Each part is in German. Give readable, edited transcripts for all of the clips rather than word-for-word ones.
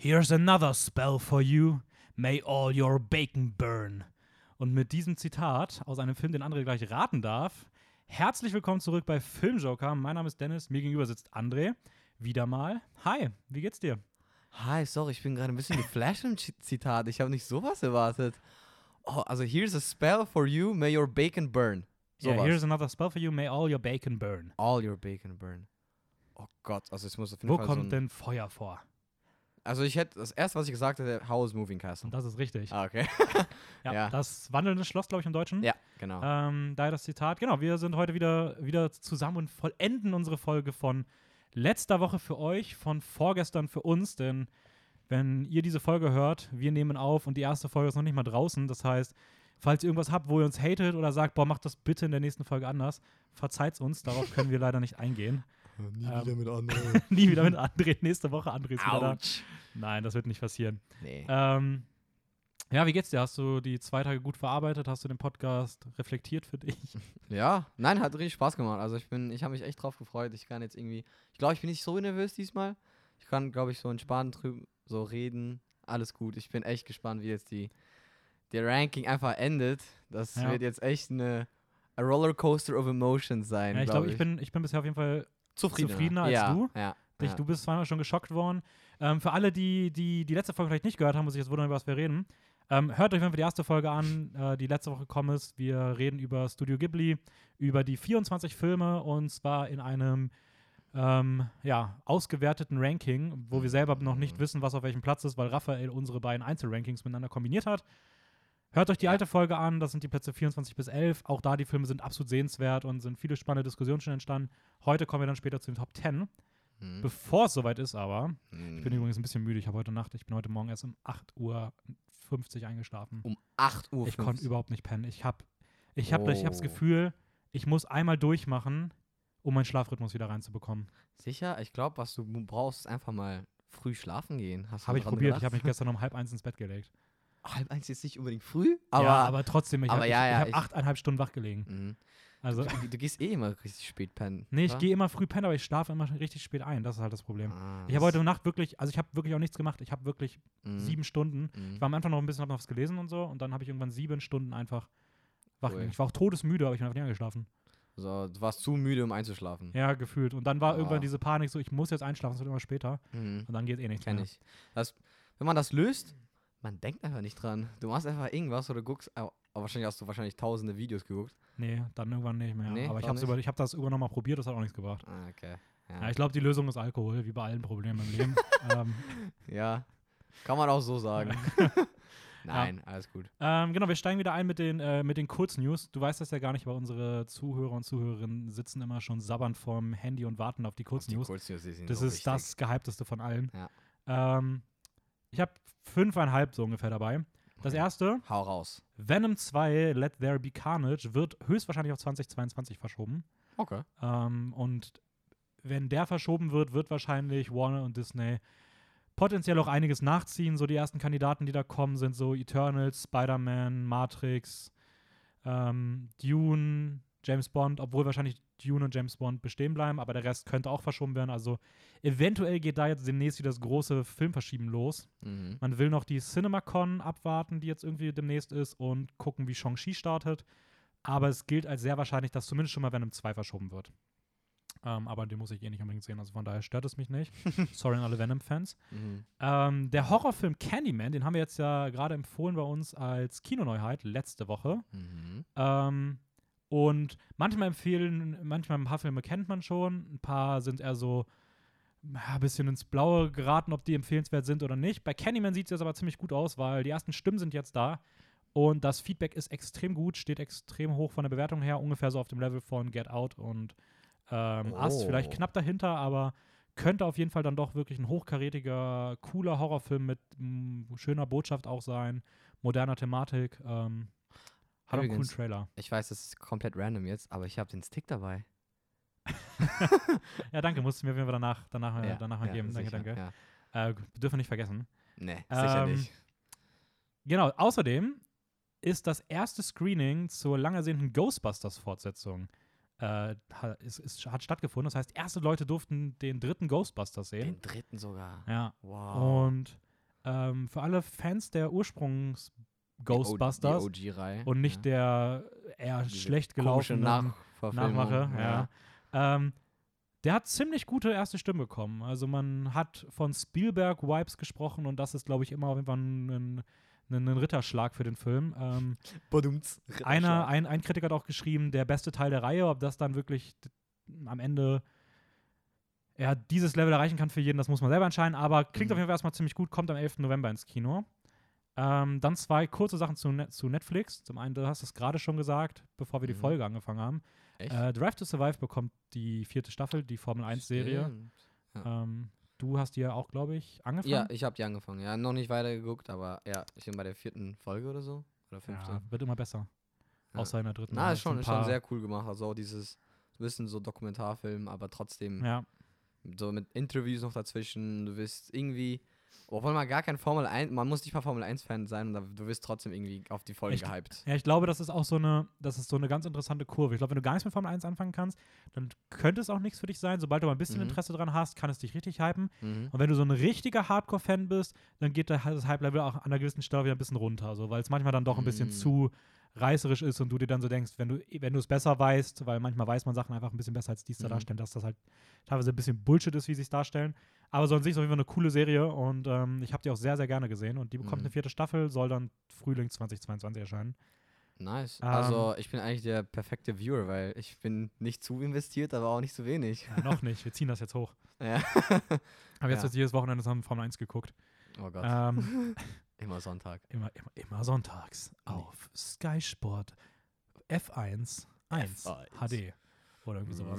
Here's another spell for you. May all your bacon burn. Und mit diesem Zitat aus einem Film, den André gleich raten darf, herzlich willkommen zurück bei Filmjoker. Mein Name ist Dennis, mir gegenüber sitzt André. Wieder mal. Hi, wie geht's dir? Hi, sorry, ich bin gerade ein bisschen geflasht im Zitat. Ich habe nicht sowas erwartet. Oh, also here's a spell for you, may your bacon burn. Yeah, here's another spell for you, may all your bacon burn. All your bacon burn. Oh Gott, also es muss auf jeden Wo Fall kommt denn Feuer vor? Also das erste, was ich gesagt hätte, House Moving Castle. Und das ist richtig. Ah, okay. Ja, das wandelnde Schloss, glaube ich, im Deutschen. Ja, genau. Daher das Zitat. Genau, wir sind heute wieder zusammen und vollenden unsere Folge von letzter Woche für euch, von vorgestern für uns, denn wenn ihr diese Folge hört, wir nehmen auf und die erste Folge ist noch nicht mal draußen. Das heißt, falls ihr irgendwas habt, wo ihr uns hatet oder sagt, boah, macht das bitte in der nächsten Folge anders, verzeiht's uns, darauf können wir leider nicht eingehen. Nie wieder mit André. Nie wieder mit André. Nächste Woche André ist wieder da. Autsch. Nein, das wird nicht passieren. Nee. Ja, wie geht's dir? Hast du die 2 Tage gut verarbeitet? Hast du den Podcast reflektiert für dich? Ja, nein, hat richtig Spaß gemacht. Also ich habe mich echt drauf gefreut. Ich kann jetzt irgendwie, ich glaube, ich bin nicht so nervös diesmal. Ich kann, glaube ich, so entspannt drüben so reden. Alles gut. Ich bin echt gespannt, wie jetzt der Ranking einfach endet. Das wird jetzt echt a Rollercoaster of Emotions sein. Ja, ich glaube, ich bin bisher auf jeden Fall zufriedener als du. Ja. Du bist zweimal schon geschockt worden. Für alle, die letzte Folge vielleicht nicht gehört haben, muss ich jetzt wundern, über was wir reden. Hört euch einfach die erste Folge an, die letzte Woche gekommen ist. Wir reden über Studio Ghibli, über die 24 Filme und zwar in einem ausgewerteten Ranking, wo wir selber noch nicht wissen, was auf welchem Platz ist, weil Raphael unsere beiden Einzelrankings miteinander kombiniert hat. Hört euch die alte Folge an, das sind die Plätze 24 bis 11. Auch da, die Filme sind absolut sehenswert und sind viele spannende Diskussionen schon entstanden. Heute kommen wir dann später zu den Top 10. Bevor es soweit ist aber, ich bin übrigens ein bisschen müde, ich bin heute Morgen erst um 8:50 Uhr eingeschlafen. Um 8:50 Uhr? Ich konnte überhaupt nicht pennen. Ich hab das Gefühl, ich muss einmal durchmachen, um meinen Schlafrhythmus wieder reinzubekommen. Sicher? Ich glaube, was du brauchst, ist einfach mal früh schlafen gehen. Habe ich probiert, ich habe mich gestern um 12:30 ins Bett gelegt. 12:30 ist nicht unbedingt früh, aber trotzdem, ich habe ich 8,5 Stunden wach gelegen. Mhm. Also, du gehst eh immer richtig spät pennen. Nee, ich gehe immer früh pennen, aber ich schlafe immer richtig spät ein. Das ist halt das Problem. Ich habe heute Nacht wirklich, also ich habe wirklich auch nichts gemacht. Ich habe wirklich 7 Stunden. Ich war am Anfang noch ein bisschen, habe noch was gelesen und so und dann habe ich irgendwann 7 Stunden einfach wach gelegen. Ich war auch todesmüde, aber ich bin einfach nicht angeschlafen. So, du warst zu müde, um einzuschlafen. Ja, gefühlt. Und dann war irgendwann diese Panik so, ich muss jetzt einschlafen, es wird immer später. Und dann geht eh nichts mehr. Kenn ich. Wenn man das löst, man denkt einfach nicht dran. Du machst einfach irgendwas oder guckst, aber wahrscheinlich hast du tausende Videos geguckt. Nee, dann irgendwann nicht mehr. Nee, aber ich habe das irgendwann nochmal probiert, das hat auch nichts gebracht. Ah, okay. Ja, ich glaube, die Lösung ist Alkohol, wie bei allen Problemen im Leben. Ja, kann man auch so sagen. Nein, alles gut. Genau, wir steigen wieder ein mit den Kurznews. Du weißt das ja gar nicht, aber unsere Zuhörer und Zuhörerinnen sitzen immer schon sabbernd vorm Handy und warten auf die Kurznews. Das ist das Gehypteste von allen. Ja. Ich habe 5,5 so ungefähr dabei. Das erste, hau raus. Venom 2, Let There Be Carnage, wird höchstwahrscheinlich auf 2022 verschoben. Okay. Und wenn der verschoben wird, wird wahrscheinlich Warner und Disney potenziell auch einiges nachziehen. So die ersten Kandidaten, die da kommen, sind so Eternals, Spider-Man, Matrix, Dune, James Bond, obwohl wahrscheinlich Dune und James Bond bestehen bleiben, aber der Rest könnte auch verschoben werden. Also eventuell geht da jetzt demnächst wieder das große Filmverschieben los. Man will noch die CinemaCon abwarten, die jetzt irgendwie demnächst ist und gucken, wie Shang-Chi startet. Aber es gilt als sehr wahrscheinlich, dass zumindest schon mal Venom 2 verschoben wird. Aber den muss ich eh nicht unbedingt sehen, also von daher stört es mich nicht. Sorry an alle Venom-Fans. Der Horrorfilm Candyman, den haben wir jetzt ja gerade empfohlen bei uns als Kinoneuheit letzte Woche. Und manchmal ein paar Filme kennt man schon, ein paar sind eher so ein bisschen ins Blaue geraten, ob die empfehlenswert sind oder nicht. Bei Candyman sieht es jetzt aber ziemlich gut aus, weil die ersten Stimmen sind jetzt da und das Feedback ist extrem gut, steht extrem hoch von der Bewertung her, ungefähr so auf dem Level von Get Out und Us, vielleicht knapp dahinter, aber könnte auf jeden Fall dann doch wirklich ein hochkarätiger, cooler Horrorfilm mit schöner Botschaft auch sein, moderner Thematik. Hat einen coolen Trailer. Ich weiß, das ist komplett random jetzt, aber ich habe den Stick dabei. Ja, danke, musst du mir auf jeden Fall danach mal geben. Sicher, Danke. Dürfen wir nicht vergessen. Nee, sicher nicht. Genau, außerdem ist das erste Screening zur lang ersehnten Ghostbusters-Fortsetzung hat stattgefunden. Das heißt, erste Leute durften den dritten Ghostbusters sehen. Den dritten sogar? Ja. Wow. Und für alle Fans der Ursprungs-Ghostbusters Die OG-Reihe. und nicht der eher Diese schlecht komische gelaufenen Nachverfilmung. Nachmache, ja. Der hat ziemlich gute erste Stimme bekommen. Also man hat von Spielberg-Vibes gesprochen und das ist, glaube ich, immer auf jeden Fall ein Ritterschlag für den Film. Badumts. Ein Kritiker hat auch geschrieben, der beste Teil der Reihe, ob das dann wirklich am Ende dieses Level erreichen kann für jeden, das muss man selber entscheiden, aber klingt auf jeden Fall erstmal ziemlich gut, kommt am 11. November ins Kino. Dann 2 kurze Sachen zu Netflix. Zum einen, du hast es gerade schon gesagt, bevor wir die Folge angefangen haben. Echt? Drive to Survive bekommt die 4. Staffel, die Formel-1-Serie. Ja. Du hast die ja auch, glaube ich, angefangen. Ja, ich habe die angefangen. Ja, noch nicht weitergeguckt, aber ja, ich bin bei der 4. Folge oder so. Oder 5. Ja, wird immer besser. Ja. Außer in der 3. Na, ist schon sehr cool gemacht. Also auch dieses bisschen so Dokumentarfilm, aber trotzdem so mit Interviews noch dazwischen. Du wirst irgendwie, obwohl man gar kein Formel 1, man muss nicht mal Formel 1-Fan sein, und du wirst trotzdem irgendwie auf die Folge gehypt. Ja, ich glaube, das ist auch so eine ganz interessante Kurve. Ich glaube, wenn du gar nichts mit Formel 1 anfangen kannst, dann könnte es auch nichts für dich sein. Sobald du mal ein bisschen Interesse dran hast, kann es dich richtig hypen. Und wenn du so ein richtiger Hardcore-Fan bist, dann geht das Hype-Level auch an einer gewissen Stelle wieder ein bisschen runter. So, weil es manchmal dann doch ein bisschen zu reißerisch ist und du dir dann so denkst, wenn du es besser weißt, weil manchmal weiß man Sachen einfach ein bisschen besser, als die es da darstellen, dass das halt teilweise ein bisschen Bullshit ist, wie sie es darstellen. Aber so an sich ist auf jeden Fall eine coole Serie und ich habe die auch sehr, sehr gerne gesehen und die bekommt eine 4. Staffel, soll dann Frühling 2022 erscheinen. Nice. Also ich bin eigentlich der perfekte Viewer, weil ich bin nicht zu investiert, aber auch nicht zu wenig. Ja, noch nicht, wir ziehen das jetzt hoch. Ja. Aber jetzt jedes Wochenende haben wir Formel 1 geguckt. Oh Gott. Immer Sonntag. Immer sonntags auf Sky Sport F1 HD oder irgendwie sowas.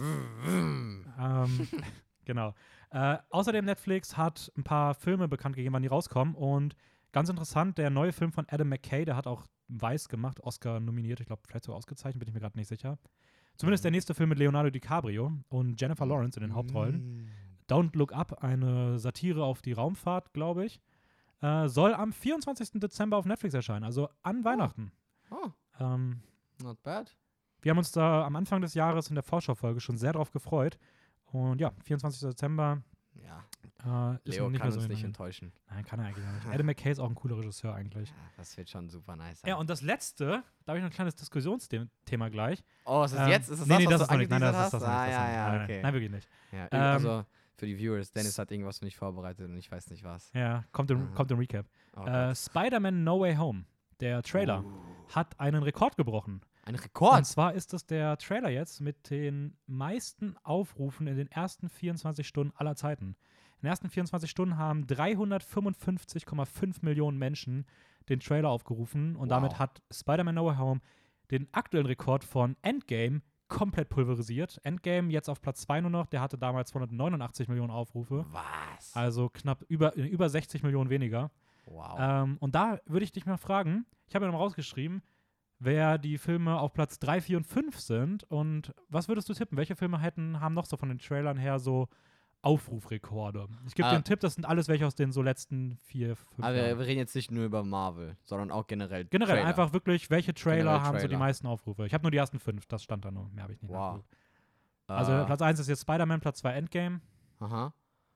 Genau. Außerdem Netflix hat ein paar Filme bekannt gegeben, wann die rauskommen und ganz interessant, der neue Film von Adam McKay, der hat auch Vice gemacht, Oscar nominiert, ich glaube vielleicht sogar ausgezeichnet, bin ich mir gerade nicht sicher. Zumindest der nächste Film mit Leonardo DiCaprio und Jennifer Lawrence in den Hauptrollen. Don't Look Up, eine Satire auf die Raumfahrt, glaube ich. Soll am 24. Dezember auf Netflix erscheinen, also an Weihnachten. Not bad. Wir haben uns da am Anfang des Jahres in der Vorschau-Folge schon sehr drauf gefreut. Und ja, 24. Dezember. Ja. Ist Leo nicht kann mehr so uns nicht enttäuschen. Nein, kann er eigentlich auch nicht. Adam McKay ist auch ein cooler Regisseur eigentlich. Ja, das wird schon super nice. Ja, und das letzte, da habe ich noch ein kleines Diskussionsthema gleich. Oh, ist das jetzt? Ist das nee, was das du ist nicht. Nein, das hast? ist das nicht. Ja, okay. Nein, wirklich nicht. Ja, also für die Viewers, Dennis hat irgendwas für mich vorbereitet und ich weiß nicht was. Ja, kommt im Recap. Spider-Man No Way Home, der Trailer, hat einen Rekord gebrochen. Ein Rekord? Und zwar ist es der Trailer jetzt mit den meisten Aufrufen in den ersten 24 Stunden aller Zeiten. In den ersten 24 Stunden haben 355,5 Millionen Menschen den Trailer aufgerufen und damit hat Spider-Man No Way Home den aktuellen Rekord von Endgame komplett pulverisiert. Endgame jetzt auf Platz 2 nur noch, der hatte damals 289 Millionen Aufrufe. Was? Also knapp über 60 Millionen weniger. Wow. Und da würde ich dich mal fragen, ich habe ja noch rausgeschrieben, wer die Filme auf Platz 3, 4 und 5 sind und was würdest du tippen? Welche Filme haben noch so von den Trailern her so Aufrufrekorde? Ich gebe dir einen Tipp, das sind alles welche aus den so letzten 4, 5 Aber Jahren. wir reden jetzt nicht nur über Marvel, sondern auch generell Generell Trailer. einfach wirklich, welche Trailer Generell haben so die Trailer. meisten Aufrufe? Ich habe nur die ersten 5, das stand da nur, mehr habe ich nicht Wow. nachgeguckt. Also Platz 1 ist jetzt Spider-Man, Platz 2 Endgame. Aha.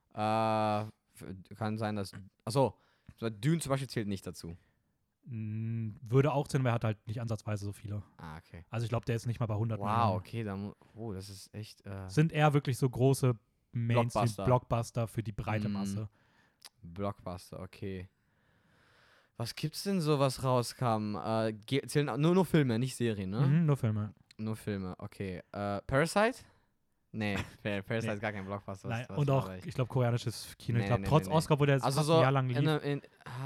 Kann sein, dass. Achso, Dune zum Beispiel zählt nicht dazu. Würde auch zählen, weil er hat halt nicht ansatzweise so viele. Ah, okay. Also ich glaube, der ist nicht mal bei 100 Millionen. Wow, okay, dann. Oh, das ist echt. Sind eher wirklich so große Mainstream-Blockbuster für die breite Masse. Blockbuster, okay. Was gibt's denn so, was rauskam? Zählen nur Filme, nicht Serien, ne? Nur Filme. Nur Filme, okay. Parasite? Nee, Parasite ist gar kein Blockbuster. Nein, und auch, ich glaube, koreanisches Kino. Nee, ich glaube, nee, trotz nee. Oscar, wo der jetzt also fast so ein Jahr lang lief.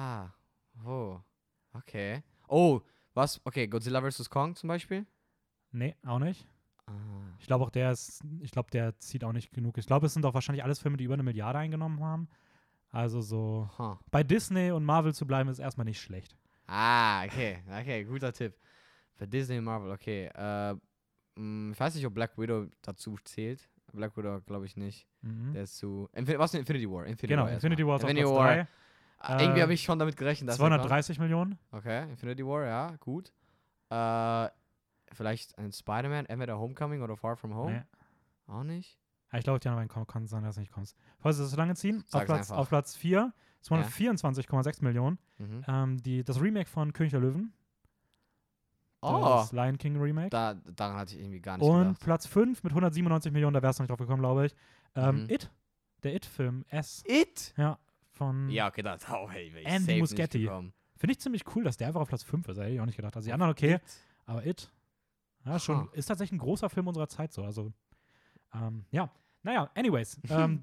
Okay. Oh, was? Okay, Godzilla vs. Kong zum Beispiel? Nee, auch nicht. Ah. Ich glaube auch, der zieht auch nicht genug. Ich glaube, es sind doch wahrscheinlich alles Filme, die über 1 Milliarde eingenommen haben. Also so, bei Disney und Marvel zu bleiben, ist erstmal nicht schlecht. Ah, okay, guter Tipp. Für Disney und Marvel, okay. Ich weiß nicht, ob Black Widow dazu zählt. Black Widow glaube ich nicht. Der ist zu. Was ist Infinity War? Genau, Infinity War ist auf Infinity Platz 3. Irgendwie habe ich schon damit gerechnet, dass 230 Millionen. Okay, Infinity War, ja, gut. Vielleicht ein Spider-Man, entweder Homecoming oder Far From Home? Nee. Auch nicht? Ja, ich glaube, die anderen kann sein, dass du nicht kommst. Falls du das so lange ziehen, Sag's auf Platz 4, 224,6 Millionen. Das Remake von König der Löwen. Das Lion King Remake. Daran hatte ich irgendwie gar nicht Und gedacht. Platz 5 mit 197 Millionen, da wär's noch nicht drauf gekommen, glaube ich. It. Der It-Film. It? Ja, von Ja, okay, Andy Muschietti. Finde ich ziemlich cool, dass der einfach auf Platz 5 ist. Hätte ich auch nicht gedacht. Also die anderen okay, aber It schon, ist tatsächlich ein großer Film unserer Zeit so. Also, ja. Naja, anyways.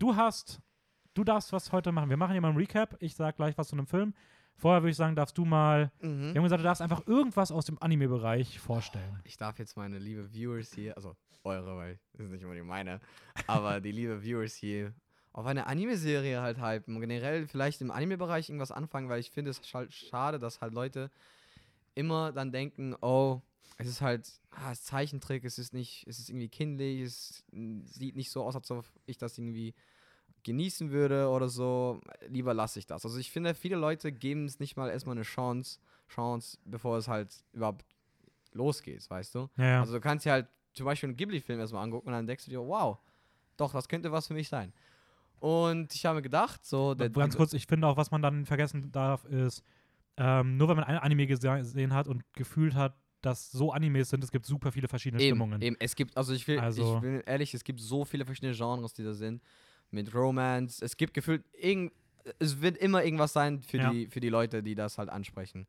Du darfst was heute machen. Wir machen hier mal einen Recap. Ich sag gleich was zu einem Film. Vorher würde ich sagen, darfst du mal, wir haben gesagt, du darfst einfach irgendwas aus dem Anime-Bereich vorstellen. Ich darf jetzt meine liebe Viewers hier, also eure, weil das ist nicht unbedingt meine, aber die liebe Viewers hier auf eine Anime-Serie halt hypen. Generell vielleicht im Anime-Bereich irgendwas anfangen, weil ich finde es halt schade, dass halt Leute immer dann denken, oh, es ist halt, es ist Zeichentrick, es ist irgendwie kindlich, es sieht nicht so aus, als ob ich das irgendwie genießen würde oder so, lieber lasse ich das. Also ich finde, viele Leute geben es nicht mal erstmal eine Chance, bevor es halt überhaupt losgeht, weißt du? Ja. Also du kannst dir halt zum Beispiel einen Ghibli-Film erstmal angucken und dann denkst du dir, wow, doch, das könnte was für mich sein. Und ich habe mir gedacht, so... Ganz kurz, ich finde auch, was man dann vergessen darf, ist, nur wenn man ein Anime gesehen hat und gefühlt hat, dass so Animes sind, es gibt super viele verschiedene Stimmungen. Eben, es gibt, ich bin ehrlich, es gibt so viele verschiedene Genres, die da sind. Mit Romance. Es gibt gefühlt, es wird immer irgendwas sein für die Leute, die das halt ansprechen.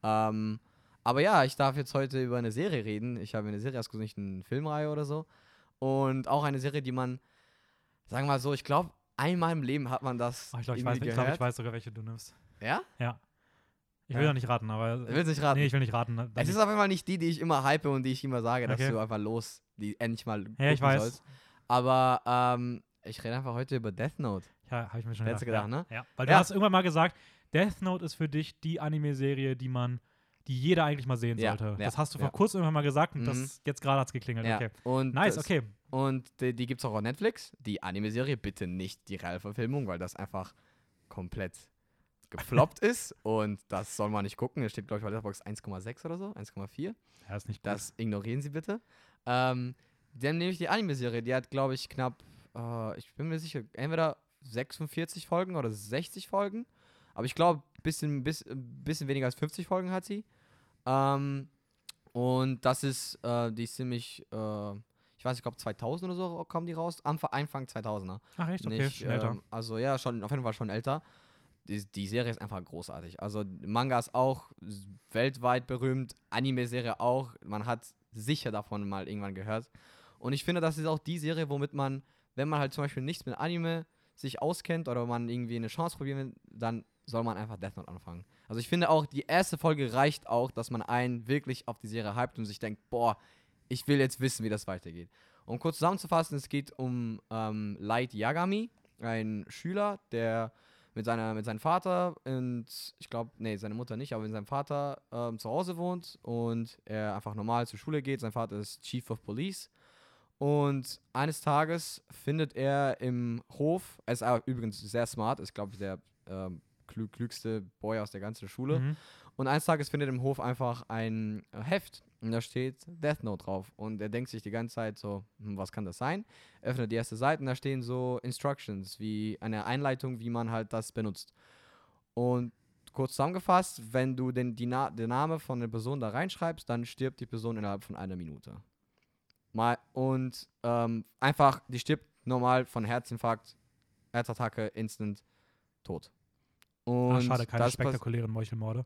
Aber ja, ich darf jetzt heute über eine Serie reden. Ich habe eine Serie, also nicht eine Filmreihe oder so. Und auch eine Serie, die man, sagen wir mal so, ich glaube, einmal im Leben hat man das ich glaube, ich weiß sogar, welche du nimmst. Ja? Ja. Ich will ja nicht raten, aber... Du willst nicht raten? Nee, ich will nicht raten. Es ist auf jeden Fall nicht die ich immer hype und die ich immer sage, dass du einfach die endlich mal gucken ich weiß. sollst. Aber, ich rede einfach heute über Death Note. Ja, habe ich mir schon gedacht, ne? Ja. Weil du hast irgendwann mal gesagt, Death Note ist für dich die Anime-Serie, die jeder eigentlich mal sehen sollte. Das hast du vor kurzem irgendwann mal gesagt und jetzt gerade hat es geklingelt. Ja. Okay. Und nice, okay. Und die gibt es auch auf Netflix. Die Anime-Serie, bitte nicht die Realverfilmung, weil das einfach komplett gefloppt ist und das soll man nicht gucken. Es steht, glaube ich, bei Letterboxd 1,6 oder so, 1,4. Ja, ist nicht gut. Das ignorieren Sie bitte. Dann nehme ich die Anime-Serie, die hat, glaube ich, knapp ich bin mir sicher, entweder 46 Folgen oder 60 Folgen. Aber ich glaube, bisschen weniger als 50 Folgen hat sie. Und das ist, die ist ziemlich, ich weiß nicht, ich glaube 2000 oder so kommen die raus. Anfang 2000er. Ach echt? Okay, nicht, schon älter. Also ja, auf jeden Fall schon älter. Die Serie ist einfach großartig. Also Manga ist auch weltweit berühmt, Anime-Serie auch. Man hat sicher davon mal irgendwann gehört. Und ich finde, das ist auch die Serie, womit man, wenn man halt zum Beispiel nichts mit Anime sich auskennt oder man irgendwie eine Chance probieren will, dann soll man einfach Death Note anfangen. Also ich finde auch, die erste Folge reicht auch, dass man einen wirklich auf die Serie hypt und sich denkt, boah, ich will jetzt wissen, wie das weitergeht. Um kurz zusammenzufassen, es geht um Light Yagami, ein Schüler, der mit seinem Vater und ich glaube, seine Mutter nicht, aber mit seinem Vater zu Hause wohnt und er einfach normal zur Schule geht. Sein Vater ist Chief of Police. Und eines Tages findet er im Hof, er ist übrigens sehr smart, ist, glaube ich, der klügste Boy aus der ganzen Schule. Mhm. Und eines Tages findet er im Hof einfach ein Heft und da steht Death Note drauf. Und er denkt sich die ganze Zeit so, was kann das sein? Öffnet die erste Seite und da stehen so Instructions, wie eine Einleitung, wie man halt das benutzt. Und kurz zusammengefasst, wenn du den Name von der Person da reinschreibst, dann stirbt die Person innerhalb von 1 Minute. Und einfach, die stirbt normal von Herzinfarkt, Herzattacke, instant, tot. Und schade, keine spektakulären Meuchelmorde.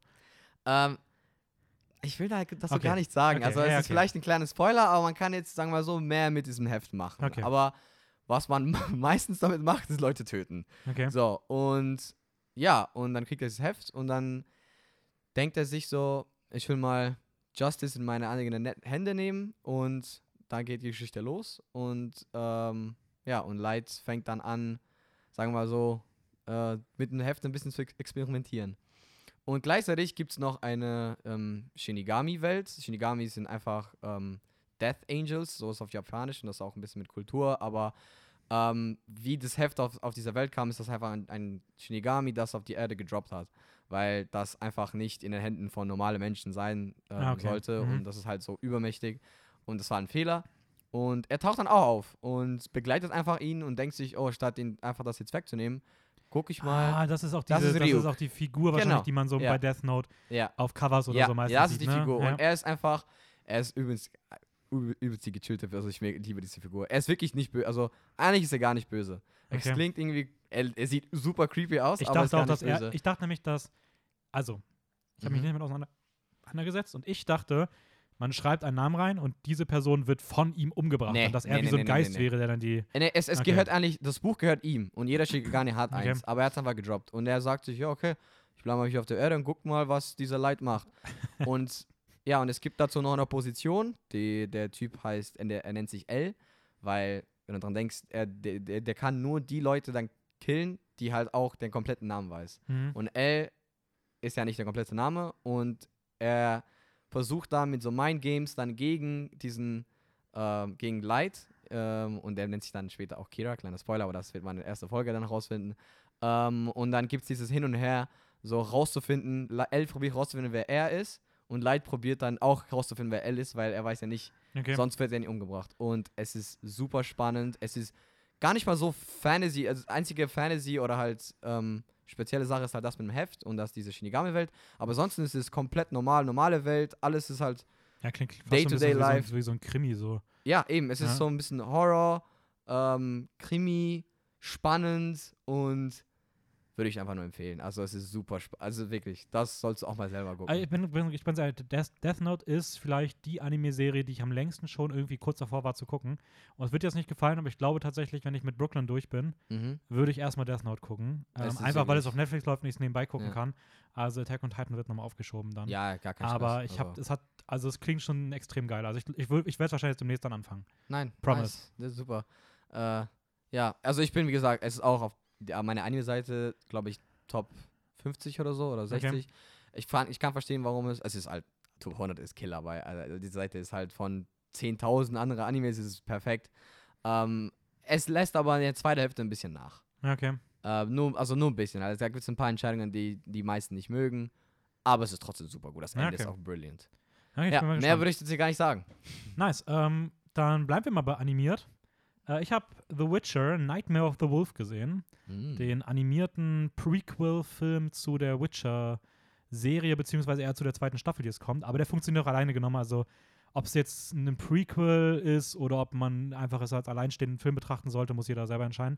Ich will das so gar nicht sagen. Also es ist vielleicht ein kleiner Spoiler, aber man kann jetzt, sagen wir mal so, mehr mit diesem Heft machen. Okay. Aber was man meistens damit macht, ist Leute töten. Okay. So, und ja, und dann kriegt er das Heft und dann denkt er sich so, ich will mal Justice in meine eigenen Hände nehmen und dann geht die Geschichte los und und Light fängt dann an, sagen wir mal so, mit dem Heft ein bisschen zu experimentieren. Und gleichzeitig gibt es noch eine Shinigami-Welt. Shinigami sind einfach Death Angels, so ist auf Japanisch und das auch ein bisschen mit Kultur, aber wie das Heft auf dieser Welt kam, ist das einfach ein Shinigami, das auf die Erde gedroppt hat, weil das einfach nicht in den Händen von normalen Menschen sein sollte und das ist halt so übermächtig und das war ein Fehler. Und er taucht dann auch auf und begleitet einfach ihn und denkt sich, oh, statt ihn einfach das jetzt wegzunehmen, guck ich mal. Das ist auch Das diese, ist das ist Ryuk. auch die Figur wahrscheinlich, Genau. die man so Ja. bei Death Note Ja. auf Covers oder Ja, so meistens ja, das sieht, ist die ne? Figur. Ja. Und er ist übelst die gechillte, also ich liebe diese Figur. Er ist wirklich nicht böse, also eigentlich ist er gar nicht böse. Es Okay. klingt irgendwie, er sieht super creepy aus, Ich aber er ist dachte gar auch, dass nicht böse. ich dachte nämlich, dass, also, ich habe mich nicht damit auseinandergesetzt und ich dachte, man schreibt einen Namen rein und diese Person wird von ihm umgebracht Nee, und dass er nee, wie so ein nee, Geist nee. wäre, der dann die. Es Okay. gehört eigentlich, das Buch gehört ihm und jeder Shikigami hat Okay. eins, aber er hat es einfach gedroppt und er sagt sich, ja okay, ich bleibe mal hier auf der Erde und guck mal, was dieser Light macht. Und ja, und es gibt dazu noch eine Position, der Typ heißt, er nennt sich L, weil, wenn du dran denkst, der kann nur die Leute dann killen, die halt auch den kompletten Namen weiß. Und L ist ja nicht der komplette Name und er versucht da mit so Mind-Games dann gegen gegen Light, und der nennt sich dann später auch Kira, kleiner Spoiler, aber das wird man in der ersten Folge dann rausfinden. Und dann gibt es dieses Hin und Her, so rauszufinden, L probiert rauszufinden, wer er ist und Light probiert dann auch rauszufinden, wer L ist, weil er weiß ja nicht, Okay. sonst wird er nicht umgebracht. Und es ist super spannend, es ist gar nicht mal so Fantasy, also das einzige Fantasy oder halt spezielle Sache ist halt das mit dem Heft und das diese Shinigami-Welt, aber sonst ist es komplett normale Welt, alles ist halt, Ja, klingt fast Day-to-day so ein bisschen life. wie so ein Krimi so. ja eben, es ist Ja. so ein bisschen Horror, Krimi, spannend und würde ich einfach nur empfehlen. Also es ist super also wirklich, das sollst du auch mal selber gucken. Ich bin sehr, Death Note ist vielleicht die Anime-Serie, die ich am längsten schon irgendwie kurz davor war zu gucken. Und es wird jetzt nicht gefallen, aber ich glaube tatsächlich, wenn ich mit Brooklyn durch bin, würde ich erstmal Death Note gucken. Es ist Einfach, weil es wirklich- auf Netflix läuft und ich es nebenbei gucken Ja. kann. Also Attack on Titan wird nochmal aufgeschoben dann. Ja, gar kein Aber Stress. es klingt schon extrem geil. Also ich werde es wahrscheinlich demnächst dann anfangen. Nein, Promise. nice. Das ist super. Ja, also ich bin, wie gesagt, es ist auch auf meiner Anime-Seite, glaube ich, Top 50 oder so oder 60. Ich kann verstehen, warum es ist halt, Top 100 ist Killer, aber also die Seite ist halt von 10.000 andere Animes, ist es perfekt. Es lässt aber in der zweiten Hälfte ein bisschen nach. Okay. Nur ein bisschen. Also da gibt es ein paar Entscheidungen, die meisten nicht mögen, aber es ist trotzdem super gut. Das Ende ist auch brilliant. Okay, ich Ja, bin mal mehr gespannt. würde ich jetzt hier gar nicht sagen. Nice. Dann bleiben wir mal bei animiert. Ich habe The Witcher, Nightmare of the Wolf gesehen. Den animierten Prequel-Film zu der Witcher-Serie, beziehungsweise eher zu der zweiten Staffel, die es kommt. Aber der funktioniert auch alleine genommen. Also, ob es jetzt ein Prequel ist oder ob man einfach es als alleinstehenden Film betrachten sollte, muss jeder selber entscheiden.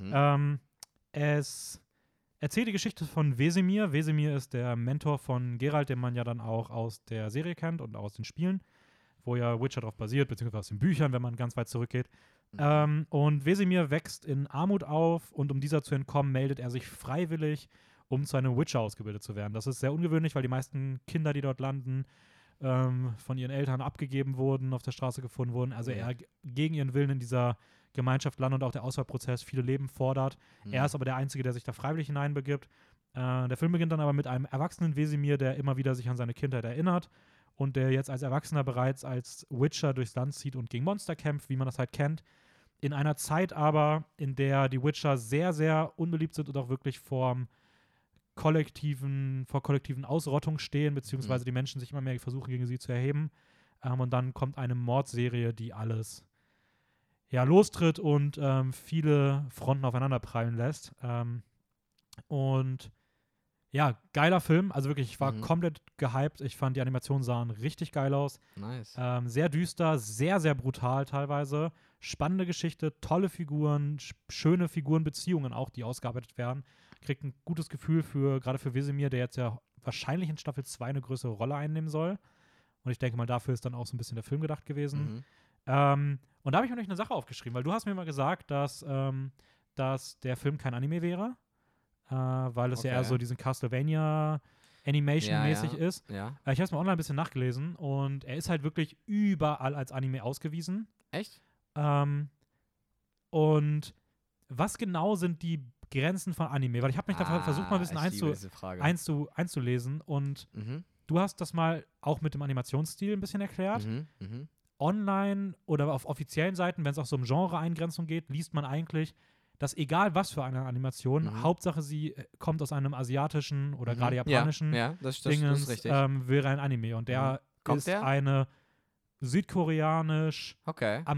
Es erzählt die Geschichte von Wesemir. Wesemir ist der Mentor von Geralt, den man ja dann auch aus der Serie kennt und aus den Spielen, wo ja Witcher darauf basiert, beziehungsweise aus den Büchern, wenn man ganz weit zurückgeht. Und Wesemir wächst in Armut auf und um dieser zu entkommen, meldet er sich freiwillig, um zu einem Witcher ausgebildet zu werden. Das ist sehr ungewöhnlich, weil die meisten Kinder, die dort landen, von ihren Eltern abgegeben wurden, auf der Straße gefunden wurden. Also er gegen ihren Willen in dieser Gemeinschaft landet und auch der Auswahlprozess viele Leben fordert. Er ist aber der Einzige, der sich da freiwillig hineinbegibt. Der Film beginnt dann aber mit einem erwachsenen Wesemir, der immer wieder sich an seine Kindheit erinnert und der jetzt als Erwachsener bereits als Witcher durchs Land zieht und gegen Monster kämpft, wie man das halt kennt. In einer Zeit aber, in der die Witcher sehr, sehr unbeliebt sind und auch wirklich vor kollektiven Ausrottung stehen, beziehungsweise die Menschen sich immer mehr versuchen, gegen sie zu erheben. Und dann kommt eine Mordserie, die alles lostritt und viele Fronten aufeinander prallen lässt. Und ja, geiler Film. Also wirklich, ich war komplett gehypt. Ich fand, die Animationen sahen richtig geil aus. Nice. Sehr düster, sehr, sehr brutal teilweise. Spannende Geschichte, tolle Figuren, schöne Figurenbeziehungen auch, die ausgearbeitet werden. Kriegt ein gutes Gefühl gerade für Wesemir, der jetzt ja wahrscheinlich in Staffel 2 eine größere Rolle einnehmen soll. Und ich denke mal, dafür ist dann auch so ein bisschen der Film gedacht gewesen. Und da habe ich mir noch eine Sache aufgeschrieben, weil du hast mir mal gesagt, dass der Film kein Anime wäre, weil es ja eher so diesen Castlevania Animation-mäßig ist. Ja. Ich habe es mal online ein bisschen nachgelesen und er ist halt wirklich überall als Anime ausgewiesen. Echt? Und was genau sind die Grenzen von Anime? Weil ich habe mich da versucht, mal ein bisschen einzulesen und du hast das mal auch mit dem Animationsstil ein bisschen erklärt. Online oder auf offiziellen Seiten, wenn es auch so um Genre-Eingrenzung geht, liest man eigentlich, dass egal was für eine Animation, Hauptsache sie kommt aus einem asiatischen oder gerade japanischen das Dingens, ist richtig. wäre ein Anime. Und der ist eine